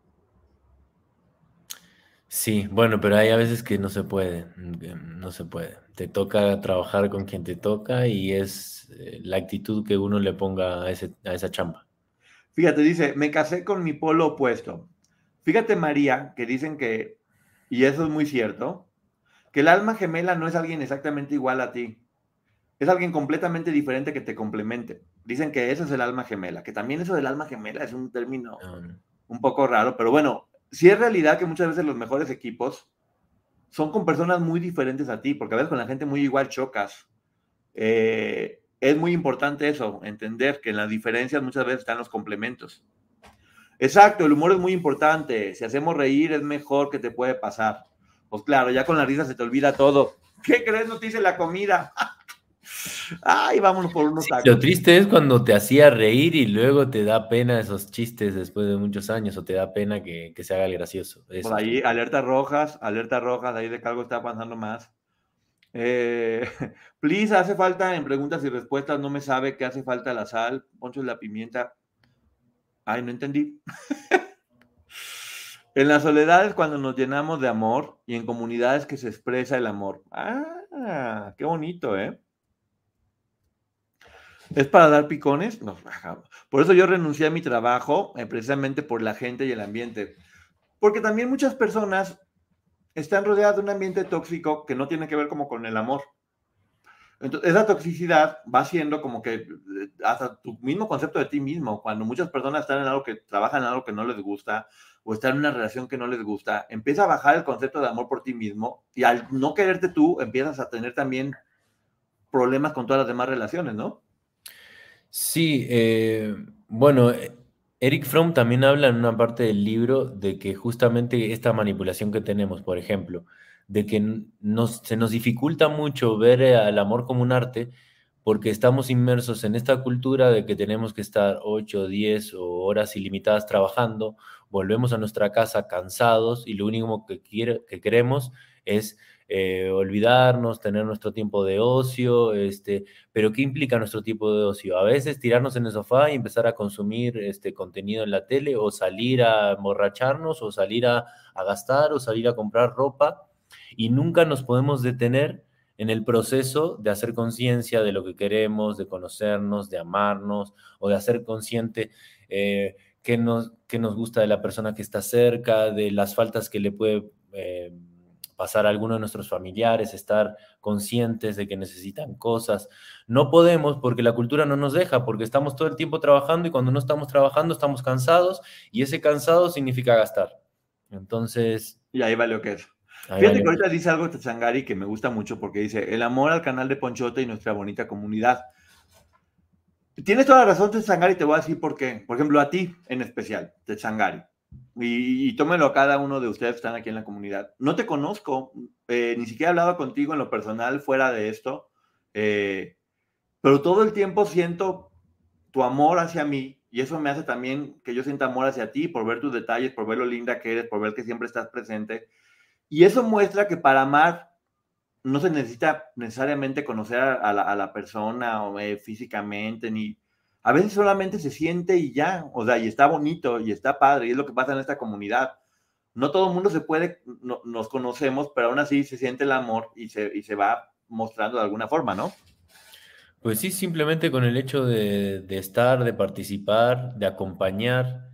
Sí, bueno, pero hay a veces que no se puede, no se puede. Te toca trabajar con quien te toca y es la actitud que uno le ponga a esa chamba. Fíjate, dice, me casé con mi polo opuesto. Fíjate, María, que dicen que, y eso es muy cierto, que el alma gemela no es alguien exactamente igual a ti. Es alguien completamente diferente que te complemente. Dicen que eso es el alma gemela, que también eso del alma gemela es un término un poco raro, pero bueno, sí es realidad que muchas veces los mejores equipos son con personas muy diferentes a ti, porque a veces con la gente muy igual chocas. Es muy importante eso, entender que en las diferencias muchas veces están los complementos. Exacto, el humor es muy importante. Si hacemos reír es mejor que te puede pasar. Pues claro, ya con la risa se te olvida todo. ¿Qué crees? No te hice la comida. Ay, vámonos por unos Sí, lo tacos. triste es cuando te hacía reír y luego te da pena esos chistes después de muchos años o te da pena que se haga el gracioso. Por Eso es ahí, alertas rojas, ahí de que algo está pasando más. Eh, please, hace falta en preguntas y respuestas, no me sabe qué hace falta la sal, Poncho la pimienta. Ay, no entendí. En la soledad es cuando nos llenamos de amor y en comunidades que se expresa el amor. Ah, qué bonito, ¿eh? ¿Es para dar picones? No, por eso yo renuncié a mi trabajo, precisamente por la gente y el ambiente. Porque también muchas personas están rodeadas de un ambiente tóxico que no tiene que ver como con el amor. Entonces, esa toxicidad va siendo como que hasta tu mismo concepto de ti mismo. Cuando muchas personas están en algo que trabajan en algo que no les gusta o están en una relación que no les gusta, empieza a bajar el concepto de amor por ti mismo y al no quererte tú, empiezas a tener también problemas con todas las demás relaciones, ¿no? Sí, bueno, Eric Fromm también habla en una parte del libro de que justamente esta manipulación que tenemos, por ejemplo, de que se nos dificulta mucho ver al amor como un arte porque estamos inmersos en esta cultura de que tenemos que estar 8, 10 o horas ilimitadas trabajando, volvemos a nuestra casa cansados y lo único que queremos es olvidarnos, tener nuestro tiempo de ocio, pero ¿qué implica nuestro tiempo de ocio? A veces tirarnos en el sofá y empezar a consumir contenido en la tele o salir a emborracharnos o salir a gastar o salir a comprar ropa y nunca nos podemos detener en el proceso de hacer conciencia de lo que queremos, de conocernos, de amarnos o de hacer consciente qué nos gusta de la persona que está cerca, de las faltas que le puede pasar a alguno de nuestros familiares, estar conscientes de que necesitan cosas. No podemos porque la cultura no nos deja, porque estamos todo el tiempo trabajando y cuando no estamos trabajando estamos cansados y ese cansado significa gastar. Entonces... Y ahí vale lo que es. Ahí Fíjate vale. que ahorita dice algo Tetzangari que me gusta mucho porque dice, el amor al canal de Ponchote y nuestra bonita comunidad. Tienes toda la razón, Tetzangari, te voy a decir por qué. Por ejemplo, a ti en especial, Tetzangari. Y tómelo a cada uno de ustedes que están aquí en la comunidad. No te conozco, ni siquiera he hablado contigo en lo personal fuera de esto, pero todo el tiempo siento tu amor hacia mí y eso me hace también que yo sienta amor hacia ti por ver tus detalles, por ver lo linda que eres, por ver que siempre estás presente. Y eso muestra que para amar no se necesita necesariamente conocer a la persona o, físicamente, ni a veces solamente se siente y ya, o sea, y está bonito y está padre, y es lo que pasa en esta comunidad. No todo el mundo se puede, no, nos conocemos, pero aún así se siente el amor y se va mostrando de alguna forma, ¿no? Pues sí, simplemente con el hecho de estar, de participar, de acompañar,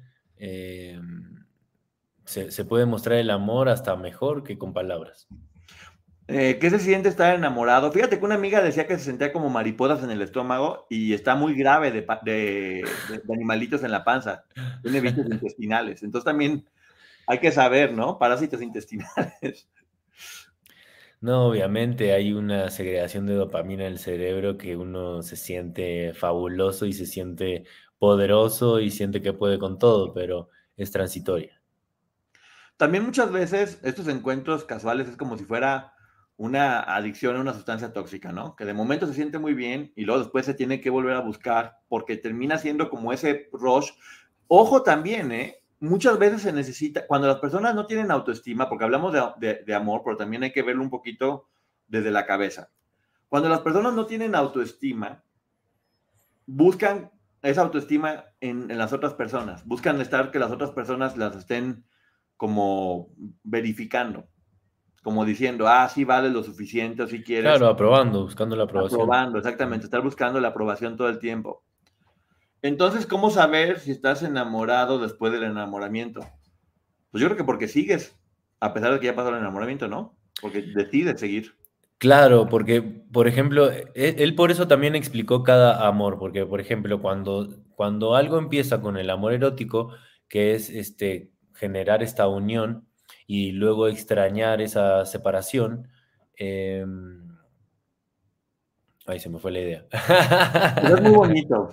se puede mostrar el amor hasta mejor que con palabras. ¿Qué se siente estar enamorado? Fíjate que una amiga decía que se sentía como mariposas en el estómago y está muy grave de animalitos en la panza. Tiene bichos intestinales. Entonces también hay que saber, ¿no? Parásitos intestinales. No, obviamente hay una segregación de dopamina en el cerebro que uno se siente fabuloso y se siente poderoso y siente que puede con todo, pero es transitoria. También muchas veces estos encuentros casuales es como si fuera una adicción a una sustancia tóxica, ¿no? Que de momento se siente muy bien y luego después se tiene que volver a buscar porque termina siendo como ese rush. Ojo también, ¿eh? muchas veces se necesita, cuando las personas no tienen autoestima, porque hablamos de amor, pero también hay que verlo un poquito desde la cabeza. Cuando las personas no tienen autoestima, buscan esa autoestima en las otras personas, buscan estar que las otras personas las estén como verificando, como diciendo, sí vale lo suficiente, o si quieres. Claro, aprobando, buscando la aprobación. Aprobando, exactamente, estar buscando la aprobación todo el tiempo. Entonces, ¿cómo saber si estás enamorado después del enamoramiento? Pues yo creo que porque sigues, a pesar de que ya pasó el enamoramiento, ¿no? Porque decides seguir. Claro, porque, por ejemplo, él por eso también explicó cada amor, porque, por ejemplo, cuando algo empieza con el amor erótico, que es generar esta unión y luego extrañar esa separación, ahí se me fue la idea. Pero es muy bonito.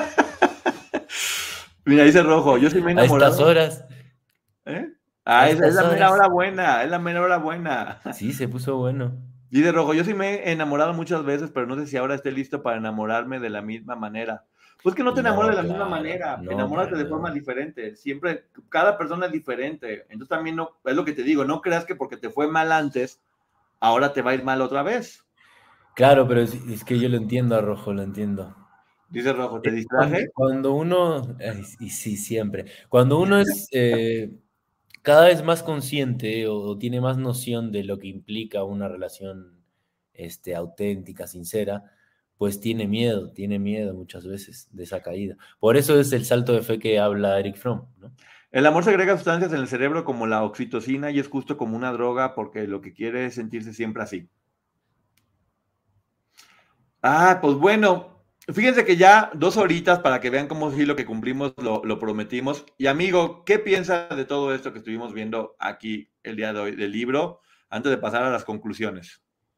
Mira, dice Rojo, yo sí me he enamorado. A estas horas. Es la mera hora buena, es la mera hora buena. Sí, se puso bueno. Dice Rojo, yo sí me he enamorado muchas veces, pero no sé si ahora esté listo para enamorarme de la misma manera. Pues que no te enamores de la misma manera, enamórate de forma diferente. Siempre, cada persona es diferente. Entonces también no, es lo que te digo, no creas que porque te fue mal antes, ahora te va a ir mal otra vez. Claro, pero es que yo lo entiendo a Rojo, lo entiendo. Dice Rojo, ¿te distraje? Cuando uno, y sí, siempre, cuando uno es cada vez más consciente o tiene más noción de lo que implica una relación auténtica, sincera, pues tiene miedo muchas veces de esa caída. Por eso es el salto de fe que habla Erich Fromm, ¿no? El amor segrega sustancias en el cerebro como la oxitocina y es justo como una droga porque lo que quiere es sentirse siempre así. Pues bueno, fíjense que ya 2 horitas para que vean cómo sí lo que cumplimos lo prometimos. Y amigo, ¿qué piensas de todo esto que estuvimos viendo aquí el día de hoy del libro? Antes de pasar a las conclusiones.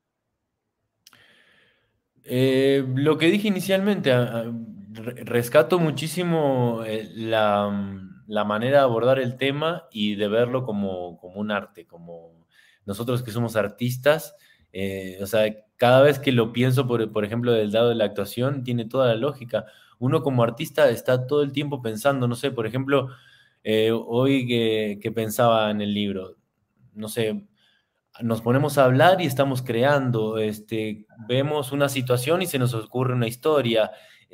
Lo que dije inicialmente, rescato muchísimo la manera de abordar el tema y de verlo como un arte, como nosotros que somos artistas, o sea, cada vez que lo pienso, por ejemplo, del lado de la actuación, tiene toda la lógica. Uno como artista está todo el tiempo pensando, no sé, por ejemplo, hoy que pensaba en el libro, no sé, nos ponemos a hablar y estamos creando, vemos una situación y se nos ocurre una historia.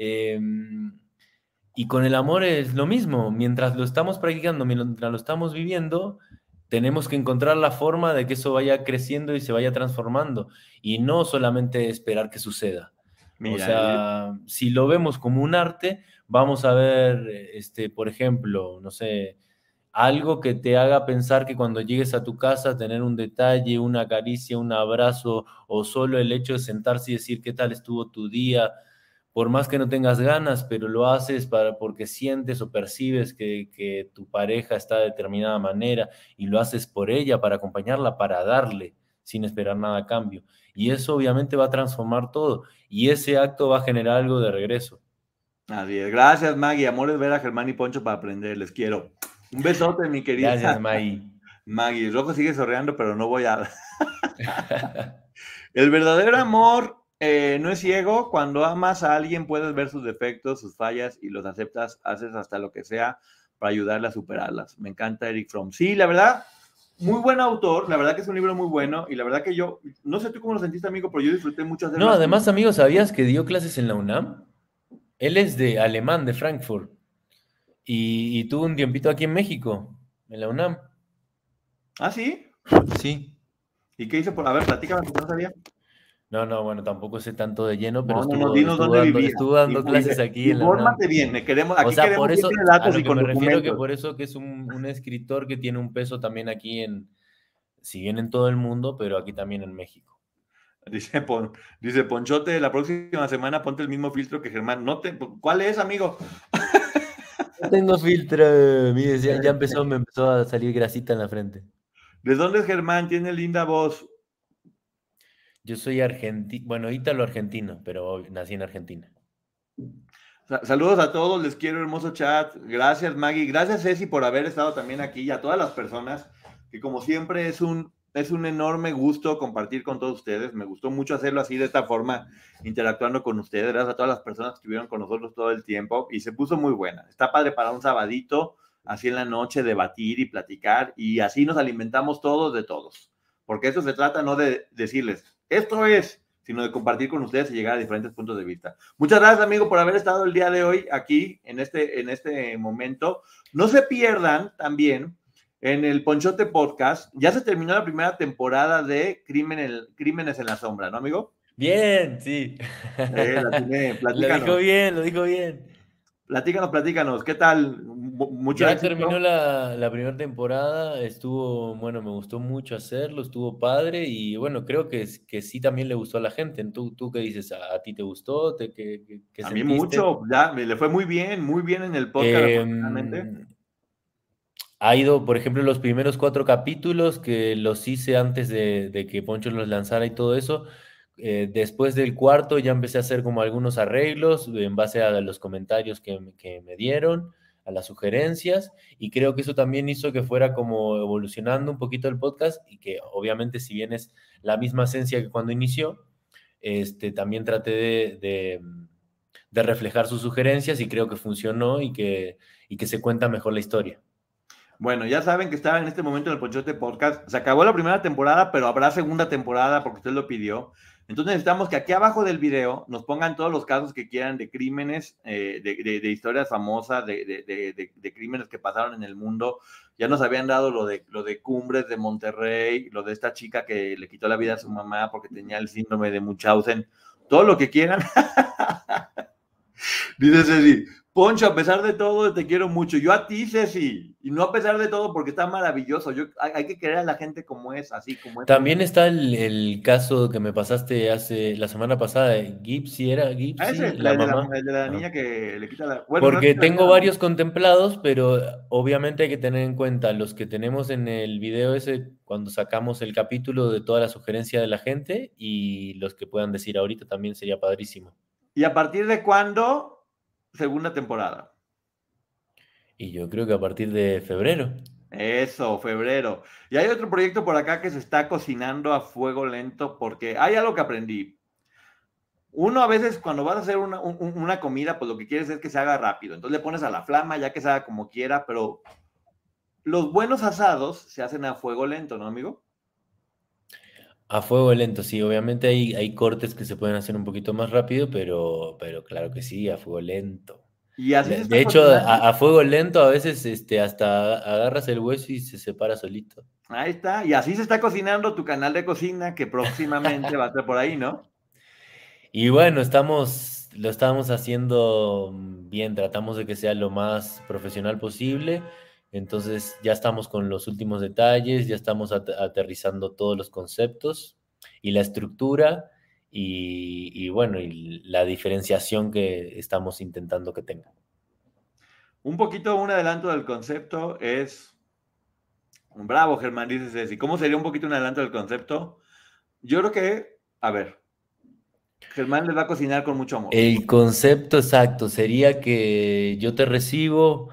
Y con el amor es lo mismo, mientras lo estamos practicando, mientras lo estamos viviendo, tenemos que encontrar la forma de que eso vaya creciendo y se vaya transformando, y no solamente esperar que suceda. Mira, o sea, si lo vemos como un arte, vamos a ver, por ejemplo, no sé, algo que te haga pensar que cuando llegues a tu casa, tener un detalle, una caricia, un abrazo, o solo el hecho de sentarse y decir qué tal estuvo tu día, por más que no tengas ganas, pero lo haces porque sientes o percibes que tu pareja está de determinada manera y lo haces por ella, para acompañarla, para darle, sin esperar nada a cambio. Y eso obviamente va a transformar todo, y ese acto va a generar algo de regreso. Así es. Gracias, Maggie. Amor es ver a Germán y Poncho para aprender. Les quiero. Un besote, mi querida. Gracias, Maggie. Maggie, Rojo sigue sorreando, pero no voy a... El verdadero amor no es ciego. Cuando amas a alguien puedes ver sus defectos, sus fallas y los aceptas, haces hasta lo que sea para ayudarle a superarlas. Me encanta Erich Fromm. Sí, la verdad, muy buen autor. La verdad que es un libro muy bueno y la verdad que yo, no sé tú cómo lo sentiste, amigo, pero yo disfruté mucho hacerlo. No, además, amigo, ¿sabías que dio clases en la UNAM? Él es alemán, de Frankfurt, y tuvo un tiempito aquí en México, en la UNAM. ¿Ah, sí? Sí. ¿Y qué hizo? A ver, platícame, porque no sabía. No, bueno, tampoco sé tanto de lleno, pero estuvo dando clases aquí en la UNAM. Infórmate bien, aquí o sea, por eso, datos a lo y que me refiero que por eso que es un escritor que tiene un peso también aquí si bien en todo el mundo, pero aquí también en México. Dice Ponchote, la próxima semana ponte el mismo filtro que Germán. ¿Cuál es, amigo? No tengo filtro. Mire, ya me empezó a salir grasita en la frente. ¿De dónde es Germán? Tiene linda voz. Yo soy argentino, bueno, ítalo-argentino, pero nací en Argentina. Saludos a todos, les quiero, hermoso chat. Gracias, Maggie. Gracias, Ceci, por haber estado también aquí y a todas las personas, que como siempre es un enorme gusto compartir con todos ustedes. Me gustó mucho hacerlo así, de esta forma, interactuando con ustedes. Gracias a todas las personas que estuvieron con nosotros todo el tiempo y se puso muy buena. Está padre para un sabadito, así en la noche, debatir y platicar, y así nos alimentamos todos de todos. Porque eso se trata no de decirles, esto es, sino de compartir con ustedes y llegar a diferentes puntos de vista. Muchas gracias, amigo, por haber estado el día de hoy aquí en este momento. No se pierdan también en el Ponchote Podcast. Ya se terminó la primera temporada de Crímenes en la Sombra, ¿no, amigo? Bien, sí. Platícanos. Lo dijo bien. Platícanos, ¿qué tal? ¿Mucho Ya éxito? terminó la primera temporada, estuvo, bueno, me gustó mucho hacerlo, estuvo padre y bueno, creo que sí también le gustó a la gente. ¿Tú qué dices? ¿A ti te gustó? ¿Qué A mí sentiste? mucho, ya le fue muy bien en el podcast, afortunadamente. Ha ido, por ejemplo, los primeros 4 capítulos que los hice antes de que Poncho los lanzara y todo eso. Después del cuarto ya empecé a hacer como algunos arreglos en base a los comentarios que me dieron, a las sugerencias, y creo que eso también hizo que fuera como evolucionando un poquito el podcast y que obviamente si bien es la misma esencia que cuando inició, también traté de reflejar sus sugerencias y creo que funcionó y que se cuenta mejor la historia. Bueno, ya saben que estaba en este momento en el Ponchote Podcast. Se acabó la primera temporada, pero habrá segunda temporada porque usted lo pidió. Entonces necesitamos que aquí abajo del video nos pongan todos los casos que quieran de crímenes, de historias famosas, de crímenes que pasaron en el mundo. Ya nos habían dado lo de Cumbres de Monterrey, lo de esta chica que le quitó la vida a su mamá porque tenía el síndrome de Munchausen. Todo lo que quieran. Dice Ceci, Poncho, a pesar de todo, te quiero mucho. Yo a ti, Ceci, y no a pesar de todo porque está maravilloso. Hay que querer a la gente como es, así como es. También está el caso que me pasaste la semana pasada de Gypsy, ¿era Gypsy, la mamá? El de la niña que le quita la... Bueno, no Porque es tengo varios contemplados, pero obviamente hay que tener en cuenta los que tenemos en el video ese cuando sacamos el capítulo de toda la sugerencia de la gente y los que puedan decir ahorita también sería padrísimo. ¿Y a partir de cuándo? Segunda temporada. Y yo creo que a partir de febrero. Eso, febrero. Y hay otro proyecto por acá que se está cocinando a fuego lento porque hay algo que aprendí. Uno a veces cuando vas a hacer una comida, pues lo que quieres es que se haga rápido. Entonces le pones a la flama, ya que se haga como quiera, pero los buenos asados se hacen a fuego lento, ¿no, amigo? A fuego lento, sí, obviamente hay cortes que se pueden hacer un poquito más rápido, pero claro que sí, a fuego lento. Y así se está De hecho, cocinando. a fuego lento a veces hasta agarras el hueso y se separa solito. Ahí está. Y así se está cocinando tu canal de cocina que próximamente va a estar por ahí, ¿no? Y bueno, lo estamos haciendo bien, tratamos de que sea lo más profesional posible. Entonces ya estamos con los últimos detalles, ya estamos aterrizando todos los conceptos y la estructura y bueno, y la diferenciación que estamos intentando que tenga. Un adelanto del concepto es... Bravo, Germán, dice Ceci. ¿Cómo sería un poquito un adelanto del concepto? Yo creo que, a ver, Germán les va a cocinar con mucho amor. El concepto exacto sería que yo te recibo,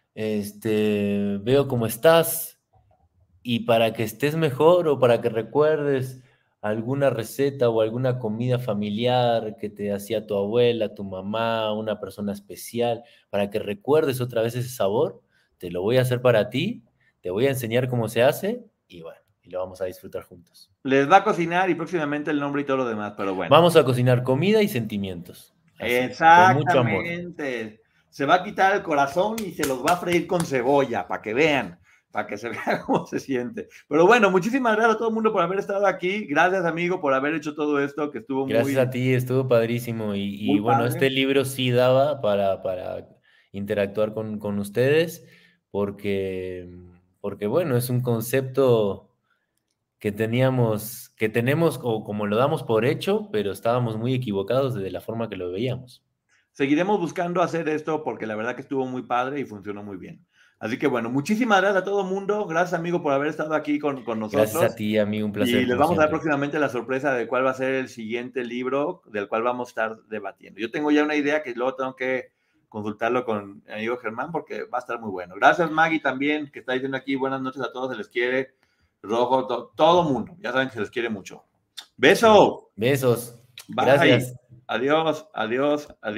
veo cómo estás y para que estés mejor o para que recuerdes alguna receta o alguna comida familiar que te hacía tu abuela, tu mamá, una persona especial, para que recuerdes otra vez ese sabor, te lo voy a hacer para ti, te voy a enseñar cómo se hace y bueno, y lo vamos a disfrutar juntos. Les va a cocinar y próximamente el nombre y todo lo demás, pero bueno. Vamos a cocinar comida y sentimientos. Así, con mucho amor. Exactamente. Se va a quitar el corazón y se los va a freír con cebolla, para que vean, para que se vea cómo se siente. Pero bueno, muchísimas gracias a todo el mundo por haber estado aquí. Gracias, amigo, por haber hecho todo esto, que estuvo Gracias a ti, estuvo padrísimo. Y bueno, padre. este libro sí daba para interactuar con ustedes, porque bueno, es un concepto que tenemos o como lo damos por hecho, pero estábamos muy equivocados de la forma que lo veíamos. Seguiremos buscando hacer esto porque la verdad que estuvo muy padre y funcionó muy bien. Así que bueno, muchísimas gracias a todo el mundo. Gracias, amigo, por haber estado aquí con nosotros. Gracias a ti, amigo, un placer. Y les vamos a dar próximamente la sorpresa de cuál va a ser el siguiente libro del cual vamos a estar debatiendo. Yo tengo ya una idea que luego tengo que consultarlo con mi amigo Germán porque va a estar muy bueno. Gracias, Maggie, también, que está diciendo aquí buenas noches a todos, se les quiere. Rojo, todo mundo. Ya saben que se les quiere mucho. ¡Beso! Besos. Bye. Gracias. Adiós, adiós, adiós.